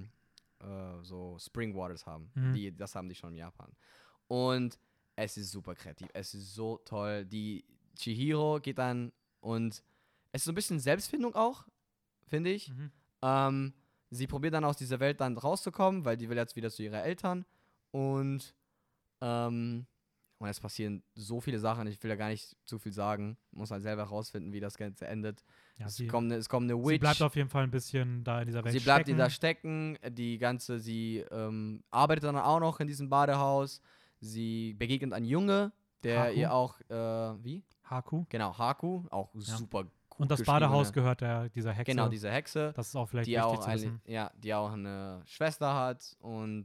so Spring Waters haben. Das haben die schon in Japan. Und es ist super kreativ. Es ist so toll. Die Chihiro geht dann und... Es ist so ein bisschen Selbstfindung auch, finde ich. Sie probiert dann aus dieser Welt dann rauszukommen, weil die will jetzt wieder zu ihren Eltern. Und es passieren so viele Sachen, ich will ja gar nicht zu viel sagen. Muss halt selber rausfinden, wie das Ganze endet. Ja, es kommt eine Witch. Sie bleibt auf jeden Fall ein bisschen da in dieser Welt stecken. Sie bleibt da stecken. Sie arbeitet dann auch noch in diesem Badehaus. Sie begegnet einen Junge, der Haku? ihr auch, wie? Haku. Genau, Haku, auch super gut Und das geschriebene- Badehaus gehört dieser Hexe. Genau, diese Hexe, Das ist auch vielleicht die wichtig auch zu wissen. die auch eine Schwester hat und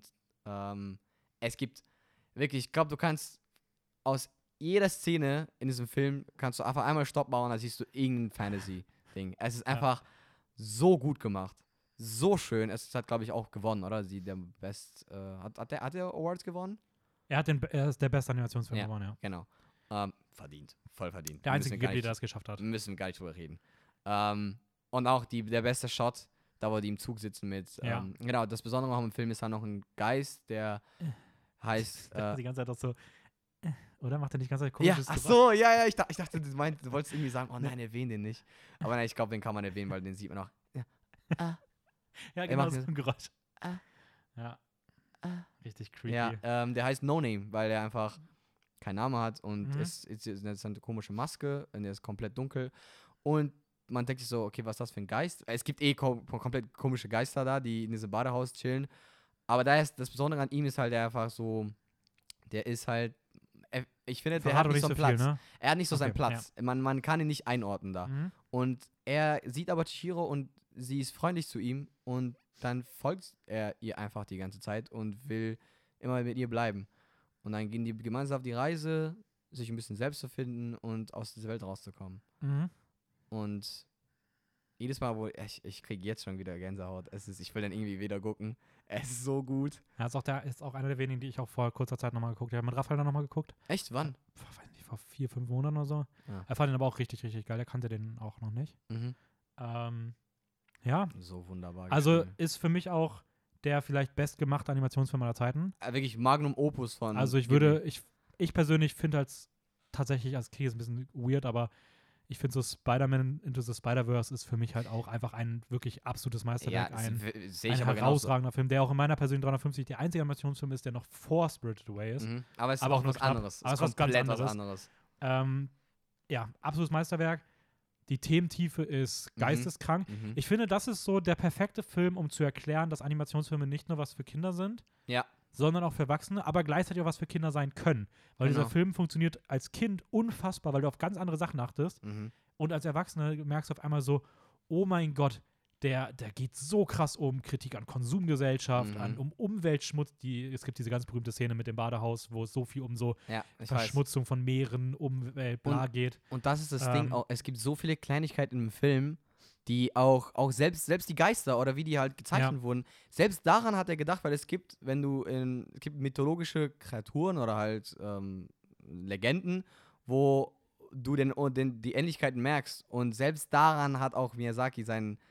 es gibt wirklich, ich glaube, du kannst aus jeder Szene in diesem Film kannst du einfach einmal Stopp bauen, dann siehst du irgendein Fantasy-Ding. Es ist einfach so gut gemacht. So schön. Es hat, glaube ich, auch gewonnen, oder? Der hat der Awards gewonnen? Er ist der beste Animationsfilm Ja. geworden, ja. Genau. Verdient. Voll verdient. Der einzige Müssen wir gar Ghibli, nicht- der es geschafft hat. Müssen wir gar nicht drüber reden. Und auch der beste Shot, da wo die im Zug sitzen mit. Ja. Genau, das Besondere auch im Film ist halt noch ein Geist, der heißt. Die ganze Zeit auch so. Oder macht er nicht die ganze Zeit Ja, komisches ach Geräusch? so, ja, ich dachte, du wolltest irgendwie sagen, oh nein, erwähnen den nicht. Aber nein, ich glaube, den kann man erwähnen, weil den sieht man auch. Ja. Ja, Er genau, macht so ein Geräusch. Ah. Ja. Richtig creepy. Ja, der heißt No Name, weil er einfach keinen Namen hat und Mhm. es ist eine komische Maske und er ist komplett dunkel. Und man denkt sich so, okay, was ist das für ein Geist? Es gibt komplett komische Geister da, die in diesem Badehaus chillen. Aber das Besondere an ihm ist halt, der einfach so, der ist halt, ich finde, der hat Verrat nicht so einen viel, Platz. ne? Er hat nicht so seinen Okay, Platz. Man kann ihn nicht einordnen da. Mhm. Und er sieht aber Chihiro und sie ist freundlich zu ihm und dann folgt er ihr einfach die ganze Zeit und will immer mit ihr bleiben. Und dann gehen die gemeinsam auf die Reise, sich ein bisschen selbst zu finden und aus dieser Welt rauszukommen. Mhm. Und jedes Mal, ich kriege jetzt schon wieder Gänsehaut. Ich will dann irgendwie wieder gucken. Es ist so gut. Ja, ist auch einer der wenigen, die ich auch vor kurzer Zeit nochmal geguckt habe. Ich habe mit Raphael dann nochmal geguckt. Echt, wann? Weiß nicht, vor 4-5 Monaten oder so. Ja. Er fand ihn aber auch richtig, richtig geil. Er kannte den auch noch nicht. Mhm. Ja, So wunderbar. also geschrieben. ist für mich auch der vielleicht bestgemachte Animationsfilm aller Zeiten. Wirklich Magnum Opus von. Also ich persönlich finde halt tatsächlich, als klingt es ein bisschen weird, aber ich finde so Spider-Man Into the Spider-Verse ist für mich halt auch einfach ein wirklich absolutes Meisterwerk. Ja, ein sehe ich aber genauso. herausragender Film, der auch in meiner persönlichen 350 der einzige Animationsfilm ist, der noch vor Spirited Away ist. Mhm. Aber es ist Aber auch auch nur was knapp. anderes. Aber Es es ist ist was ganz komplett was anderes. anderes. Ja, absolutes Meisterwerk. Die Thementiefe ist Mhm. geisteskrank. Mhm. Ich finde, das ist so der perfekte Film, um zu erklären, dass Animationsfilme nicht nur was für Kinder sind, Ja. sondern auch für Erwachsene, aber gleichzeitig auch was für Kinder sein können. Weil dieser Genau. Film funktioniert als Kind unfassbar, weil du auf ganz andere Sachen achtest. Mhm. Und als Erwachsene merkst du auf einmal so, oh mein Gott, der geht so krass um Kritik an Konsumgesellschaft, Mhm. um Umweltschmutz. Es gibt diese ganz berühmte Szene mit dem Badehaus, wo es so viel um so Ja, ich weiß. Verschmutzung von Meeren, Umwelt, bla geht. Und das ist das Ding, Ähm, auch, es gibt so viele Kleinigkeiten im Film, die auch selbst die Geister oder wie die halt gezeichnet wurden, selbst daran hat er gedacht, weil es gibt, es gibt mythologische Kreaturen oder halt Legenden, wo du die Ähnlichkeiten merkst und selbst daran hat auch Miyazaki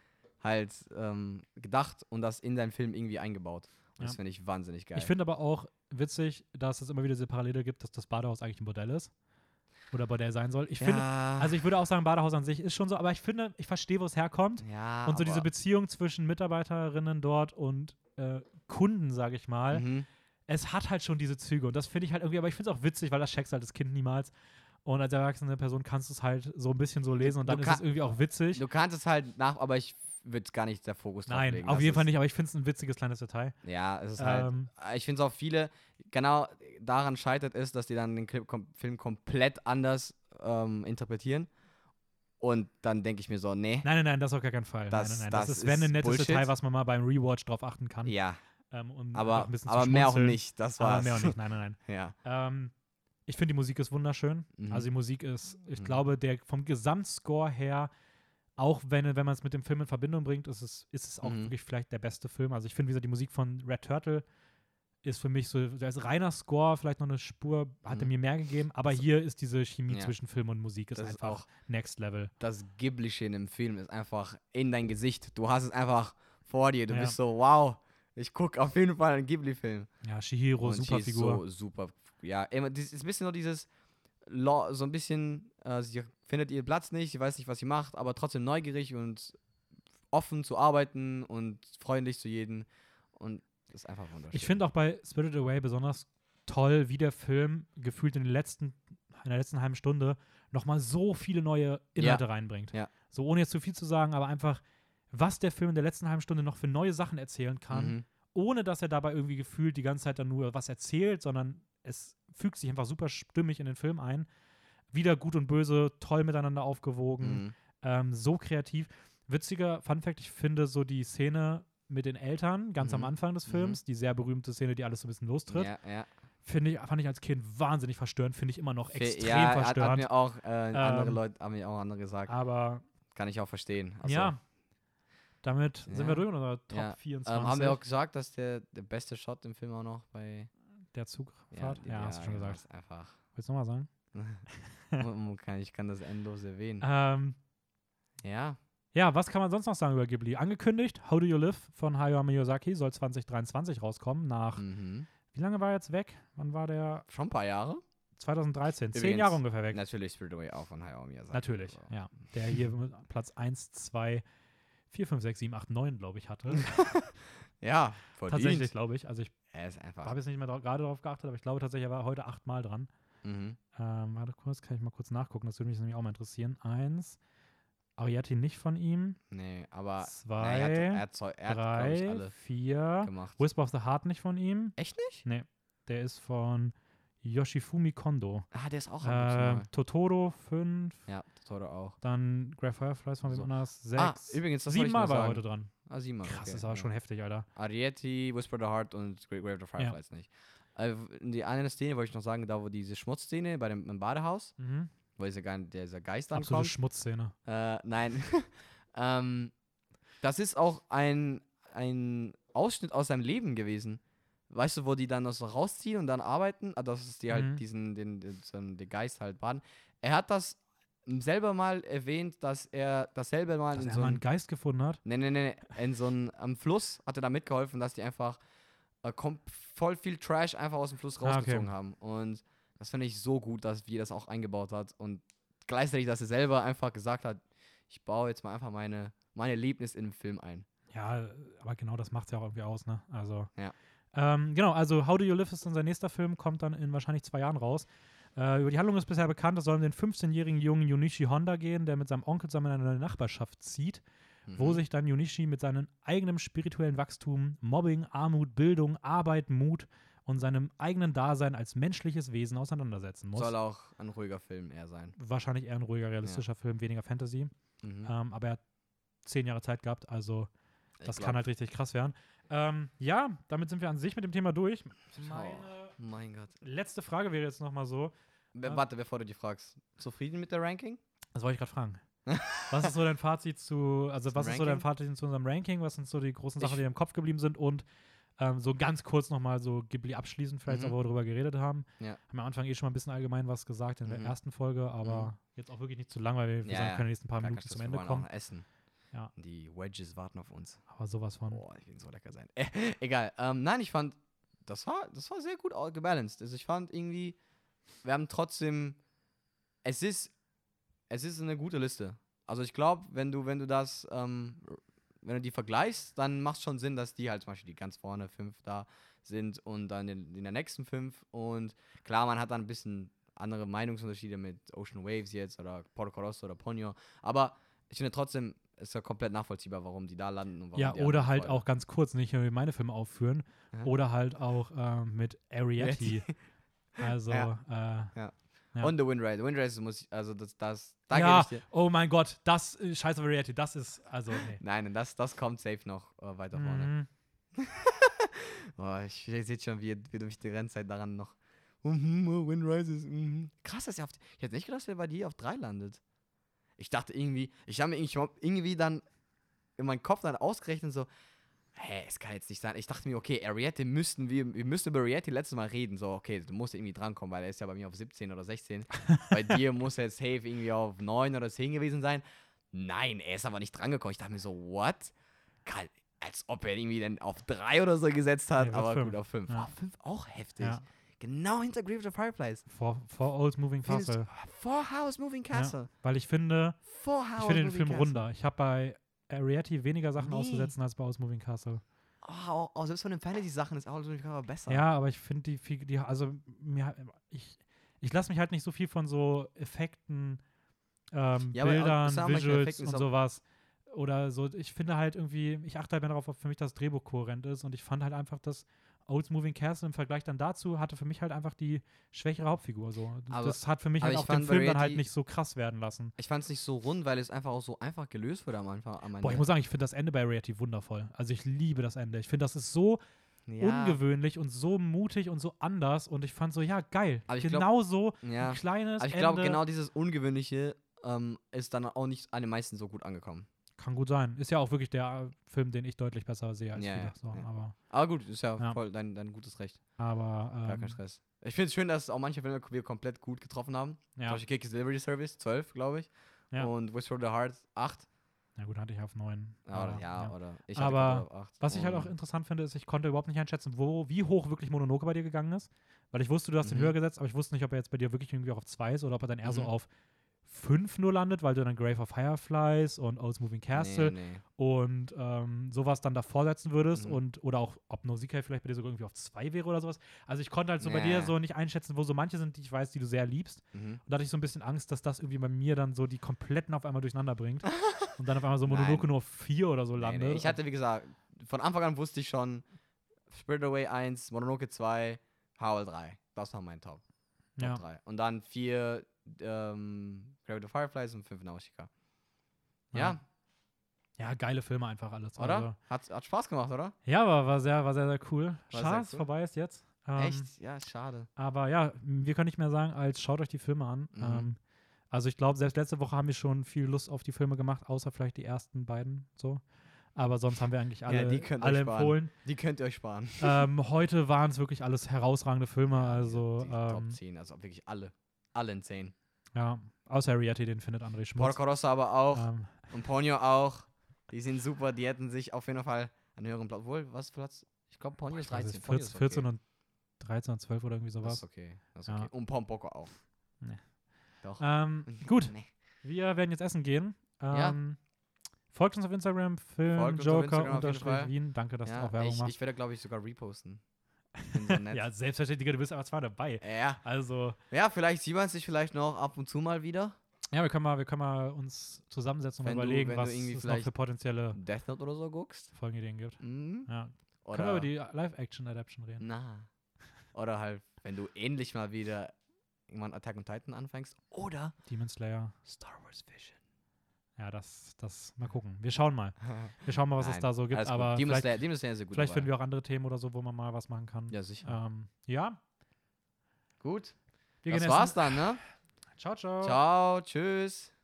gedacht und das in seinen Film irgendwie eingebaut. Und das Ja. finde ich wahnsinnig geil. Ich finde aber auch witzig, dass es immer wieder diese Parallele gibt, dass das Badehaus eigentlich ein Bordell ist. Oder Bordell sein soll. Ich finde, also ich würde auch sagen, Badehaus an sich ist schon so, aber ich finde, ich verstehe, wo es herkommt. ja, Und so diese aber- Beziehung zwischen Mitarbeiterinnen dort und Kunden, sage ich mal, Mhm. es hat halt schon diese Züge. Und das finde ich halt irgendwie, aber ich finde es auch witzig, weil das checkst halt das Kind niemals. Und als erwachsene Person kannst du es halt so ein bisschen so lesen und dann Du ist es irgendwie auch witzig. Du kannst es halt aber ich würde gar nicht der Fokus drauf Nein, legen. auf Das jeden Fall ist- nicht, aber ich finde es ein witziges kleines Detail. Ja, es ist halt. Ähm, Ich finde es auch viele, genau daran scheitert es, dass die dann den Film komplett anders interpretieren. Und dann denke ich mir so, nee, Nein, das auf gar keinen Fall. Das- nein. das Das ist, wenn, ein ist nettes Bullshit. Detail, was man mal beim Rewatch drauf achten kann. ja, Um aber, einfach ein bisschen aber zu mehr auch schmunzeln. nicht. Das Aber war's. mehr auch nicht, nein. Ja. Ich finde, die Musik ist wunderschön. Mhm. Also die Musik ist, ich Mhm. glaube, vom Gesamtscore her, auch wenn man es mit dem Film in Verbindung bringt, ist es auch Mhm. wirklich vielleicht der beste Film. Also ich finde, wie gesagt, die Musik von Red Turtle ist für mich so, als reiner Score vielleicht noch eine Spur, hat er Mhm. mir mehr gegeben, aber hier ist diese Chemie Ja. zwischen Film und Musik ist Das ist einfach auch- Next Level. Das Ghibli-Sche im Film ist einfach in dein Gesicht. Du hast es einfach vor dir. Du Ja. bist so, wow, ich gucke auf jeden Fall einen Ghibli-Film. Ja, Chihiro, Und super sie ist Figur. so super. Ja, immer, das ist ein bisschen so dieses, so ein bisschen, sie findet ihren Platz nicht, sie weiß nicht, was sie macht, aber trotzdem neugierig und offen zu arbeiten und freundlich zu jedem. Und das ist einfach wunderschön. Ich finde auch bei Spirited Away besonders toll, wie der Film gefühlt in der letzten halben Stunde nochmal so viele neue Inhalte reinbringt. Ja. So ohne jetzt zu viel zu sagen, aber einfach, was der Film in der letzten halben Stunde noch für neue Sachen erzählen kann, Mhm. ohne dass er dabei irgendwie gefühlt die ganze Zeit dann nur was erzählt, sondern es fügt sich einfach super stimmig in den Film ein. Wieder Gut und Böse, toll miteinander aufgewogen, so kreativ. Witziger Funfact, ich finde so die Szene mit den Eltern ganz am Anfang des Films, die sehr berühmte Szene, die alles so ein bisschen lostritt, Ja. fand ich als Kind wahnsinnig verstörend, finde ich immer noch extrem Hat verstörend. mir auch andere Leute, haben mir auch andere gesagt. Aber Kann ich auch verstehen. Also, ja, damit sind wir durch mit unserer Top ja. 24. Haben wir auch gesagt, dass der beste Shot im Film auch noch bei der Zugfahrt? Ja, hast du schon gesagt. Ist einfach. Willst du nochmal sagen? Ich kann das endlos erwähnen. Ja. Ja, was kann man sonst noch sagen über Ghibli? Angekündigt, How Do You Live von Hayao Miyazaki soll 2023 rauskommen. Wie lange war er jetzt weg? Wann war der? Schon ein paar Jahre. 2013. Übrigens, 10 Jahre ungefähr weg. Natürlich Spirited Away auch von Hayao Miyazaki. Natürlich, also. ja. Der hier mit Platz 1, 2, 4, 5, 6, 7, 8, 9, glaube ich, hatte. Ja, verdient. Tatsächlich, glaube ich. Also ich Er ist einfach. habe jetzt nicht mehr gerade darauf geachtet, aber ich glaube tatsächlich, er war heute 8-mal dran. Warte kurz, kann ich mal kurz nachgucken. Das würde mich nämlich auch mal interessieren. 1. Ariety nicht von ihm. Nee, aber 2, er hat glaub ich, 3, alle 4. gemacht. Whisper of the Heart nicht von ihm. Echt nicht? Nee, der ist von Yoshifumi Kondo. Der ist auch am Totoro 5. Ja, Totoro auch. Dann Grey Fireflies von wem So. anders 6. Übrigens, das 7-mal wollte ich war er noch heute sagen. dran. 7-mal. Krass, okay, das war schon heftig, Alter. Ariety, Whisper the Heart und Grave of the Fireflies nicht. Die eine Szene wollte ich noch sagen, da wo diese Schmutzszene im Badehaus, wo dieser Geist Absolute ankommt. Schmutzszene. Nein. Das ist auch ein Ausschnitt aus seinem Leben gewesen. Weißt du, wo die dann das so rausziehen und dann arbeiten? Das ist die halt den Geist halt baden. Er hat das selber mal erwähnt, dass er dasselbe mal Dass in er so mal einem einen Geist gefunden hat. Nee. In so einem am Fluss hat er da mitgeholfen, dass die einfach voll viel Trash einfach aus dem Fluss rausgezogen haben. Und das finde ich so gut, dass wir das auch eingebaut hat. Und gleichzeitig, dass er selber einfach gesagt hat, ich baue jetzt mal einfach mein Erlebnis in den Film ein. Ja, aber genau das macht es ja auch irgendwie aus, ne? Also. Ja. Genau, also How Do You Live ist unser nächster Film, kommt dann in wahrscheinlich 2 Jahren raus. Über die Handlung ist bisher bekannt, es soll um den 15-jährigen jungen Junichi Honda gehen, der mit seinem Onkel zusammen in eine neue Nachbarschaft zieht, wo sich dann Junichi mit seinem eigenen spirituellen Wachstum, Mobbing, Armut, Bildung, Arbeit, Mut und seinem eigenen Dasein als menschliches Wesen auseinandersetzen muss. Soll auch ein ruhiger Film eher sein. Wahrscheinlich eher ein ruhiger, realistischer Film, weniger Fantasy. Aber er hat 10 Jahre Zeit gehabt, also das kann halt richtig krass werden. Ja, damit sind wir an sich mit dem Thema durch. Mein Gott. Letzte Frage wäre jetzt nochmal so. Warte, bevor du die fragst. Zufrieden mit der Ranking? Das wollte ich gerade fragen. Was ist so dein Fazit zu unserem Ranking? Was sind so die großen Sachen, die im Kopf geblieben sind? Und so ganz kurz nochmal so Ghibli abschließend, vielleicht auch, wo wir darüber geredet haben. Ja. Haben am Anfang schon mal ein bisschen allgemein was gesagt in der ersten Folge, aber jetzt auch wirklich nicht zu lang, weil wir sagen können, die nächsten paar Minuten zum Ende kommen. Auch essen. Ja. Die Wedges warten auf uns. Aber sowas von. Boah, die werden so lecker sein. Egal. Nein, ich fand, das war sehr gut gebalanced. Also ich fand irgendwie, wir haben trotzdem, es ist eine gute Liste. Also ich glaube, wenn du die vergleichst, dann macht es schon Sinn, dass die halt zum Beispiel die ganz vorne 5 da sind und dann in der nächsten 5. Und klar, man hat dann ein bisschen andere Meinungsunterschiede mit Ocean Waves jetzt oder Porco Rosso oder Ponyo. Aber ich finde trotzdem, ist ja komplett nachvollziehbar, warum die da landen. Und warum ja, oder halt auch ganz kurz, nicht nur meine Filme aufführen, oder halt auch mit Ariety. Also, ja. Und The Wind Rider. The Wind Rider muss ich, also da gebe ich dir. Oh mein Gott, das scheiß auf Ariety, das ist, also, nee. Nein, das kommt safe noch weiter vorne. Ich sehe schon, wie du mich die ganze Zeit daran noch Wind Rises. Krass, dass ich hätte nicht gedacht, dass der bei dir auf 3 landet. Ich dachte irgendwie, ich habe mir irgendwie dann in meinem Kopf dann ausgerechnet so, es kann jetzt nicht sein. Ich dachte mir, okay, Ariety wir müssten über Ariety letztes Mal reden. So, okay, du musst irgendwie drankommen, weil er ist ja bei mir auf 17 oder 16. Bei dir muss er safe irgendwie auf 9 oder 10 gewesen sein. Nein, er ist aber nicht drangekommen. Ich dachte mir so, what? Als ob er irgendwie dann auf 3 oder so gesetzt hat, nee, aber 5. Gut, auf 5. Ja. 5 auch heftig. Ja. Genau hinter Grave of the Fireflies. For Old Moving Castle. For House Moving Castle. Ja, weil ich finde den Film Castle. runder. Ich habe bei Ariety weniger Sachen auszusetzen als bei Old Moving Castle. Selbst von den Fantasy-Sachen ist Old Moving Castle besser. Ja, aber ich finde ich lasse mich halt nicht so viel von so Effekten, Bildern, Visuals und sowas. Oder so, ich finde halt irgendwie, ich achte halt mehr darauf, ob für mich das Drehbuch kohärent ist. Und ich fand halt einfach, dass Old Moving Castle im Vergleich dann dazu hatte für mich halt einfach die schwächere Hauptfigur. So. Aber- Das hat für mich aber halt ich auch den fand Film dann halt Variety- nicht so krass werden lassen. Ich fand es nicht so rund, weil es einfach auch so einfach gelöst wurde am Anfang. Am Boah, ich Ende. muss sagen, ich finde das Ende bei Variety wundervoll. Also ich liebe das Ende. Ich finde, das ist so ja, ungewöhnlich und so mutig und so anders und ich fand so, ja, geil. Aber ich glaub- Genau so ja. ein kleines Aber ich glaube, Ende. genau dieses Ungewöhnliche ist dann auch nicht an den meisten so gut angekommen. Kann gut sein. Ist ja auch wirklich der Film, den ich deutlich besser sehe als Ja, viele. ja, So, ja. Aber gut, ist ja, Ja. voll dein gutes Recht. aber Gar kein Stress. Ich finde es schön, dass auch manche Filme wir komplett gut getroffen haben. Zum ja. Beispiel Kiki's Delivery Service, 12, glaube ich. Ja. Und Wish for the Heart, 8. Ja gut, hatte ich auf 9. Oder ich Aber hatte auf 8. Was ich halt auch interessant finde, ist, ich konnte überhaupt nicht einschätzen, wie hoch wirklich Mononoke bei dir gegangen ist. Weil ich wusste, du hast den Mhm. höher gesetzt, aber ich wusste nicht, ob er jetzt bei dir wirklich irgendwie auch auf 2 ist oder ob er dann eher so Mhm. auf 5 nur landet, weil du dann Grave of Fireflies und Old Moving Castle Nee. und sowas dann davor setzen würdest Mhm. Oder auch, ob Nausicaa vielleicht bei dir sogar irgendwie auf 2 wäre oder sowas. Also ich konnte halt so bei Nee. dir so nicht einschätzen, wo so manche sind, die ich weiß, die du sehr liebst. Mhm. Und da hatte ich so ein bisschen Angst, dass das irgendwie bei mir dann so die kompletten auf einmal durcheinander bringt. Und dann auf einmal so Mononoke Nein. nur auf 4 oder so Nee, landet. nee. Ich hatte, wie gesagt, von Anfang an wusste ich schon, Spirit Away 1, Mononoke 2, Howl 3. Das war mein Top ja. 3. Und dann 4 Gravity of Fireflies und 5 Nausicaa. Ja, Ja, geile Filme einfach alles. oder? Also, Hat Spaß gemacht, oder? ja, war sehr, sehr cool. War Schade, sehr dass es cool. vorbei ist jetzt. Echt? Ja, schade. Aber ja, wir können nicht mehr sagen, als schaut euch die Filme an. Mhm. Also ich glaube, selbst letzte Woche haben wir schon viel Lust auf die Filme gemacht, außer vielleicht die ersten beiden so. Aber sonst haben wir eigentlich alle, die könnt ihr alle euch sparen. empfohlen. Die könnt ihr euch sparen. Heute waren es wirklich alles herausragende Filme. Also die Top 10, also wirklich alle. Alle in 10. ja, außer Harriet, den findet André Schmutz. Porco Rosso aber auch. Ähm, Und Ponyo auch. Die sind super, die hätten sich auf jeden Fall einen höheren Platz. Obwohl, was Platz? Ich glaube, Ponyo ist ich weiß 13. nicht, Ponyo 14, ist 14 und 13 und 12 oder irgendwie Das sowas. ist okay. Das ist Ja. okay. Und Pompoko auch. Nee. Doch. Gut, Nee. wir werden jetzt essen gehen. Ja. Folgt uns auf Instagram, Folgt uns auf Instagram auf jeden Fall. Filmjoker_Wien. Danke, dass du Ja, auch Werbung ich machst. werde, glaube ich, sogar reposten. Ich bin so nett. Ja, selbstverständlich, du bist aber zwar dabei. Ja. Also, Ja, vielleicht sieht man sich vielleicht noch ab und zu mal wieder. ja, wir können mal uns zusammensetzen und Wenn mal du- überlegen, wenn du was irgendwie es noch vielleicht- für potenzielle Death Note oder so guckst. Folgenideen gibt. Mhm. Ja. Oder, Können wir über die Live-Action-Adaption reden? Na. Oder halt, wenn du endlich mal wieder irgendwann Attack on Titan anfängst. Oder Demon Slayer. Star Wars Vision. Ja, das, mal gucken. Wir schauen mal. Wir schauen mal, was es Nein, da so gibt. alles gut. Aber Demon vielleicht, Slayer ist sehr gut. vielleicht finden wir auch andere Themen oder so, wo man mal was machen kann. Ja, sicher. Ja, Gut. wir Das gehen war's essen. dann, ne? Ciao, ciao. Ciao, tschüss.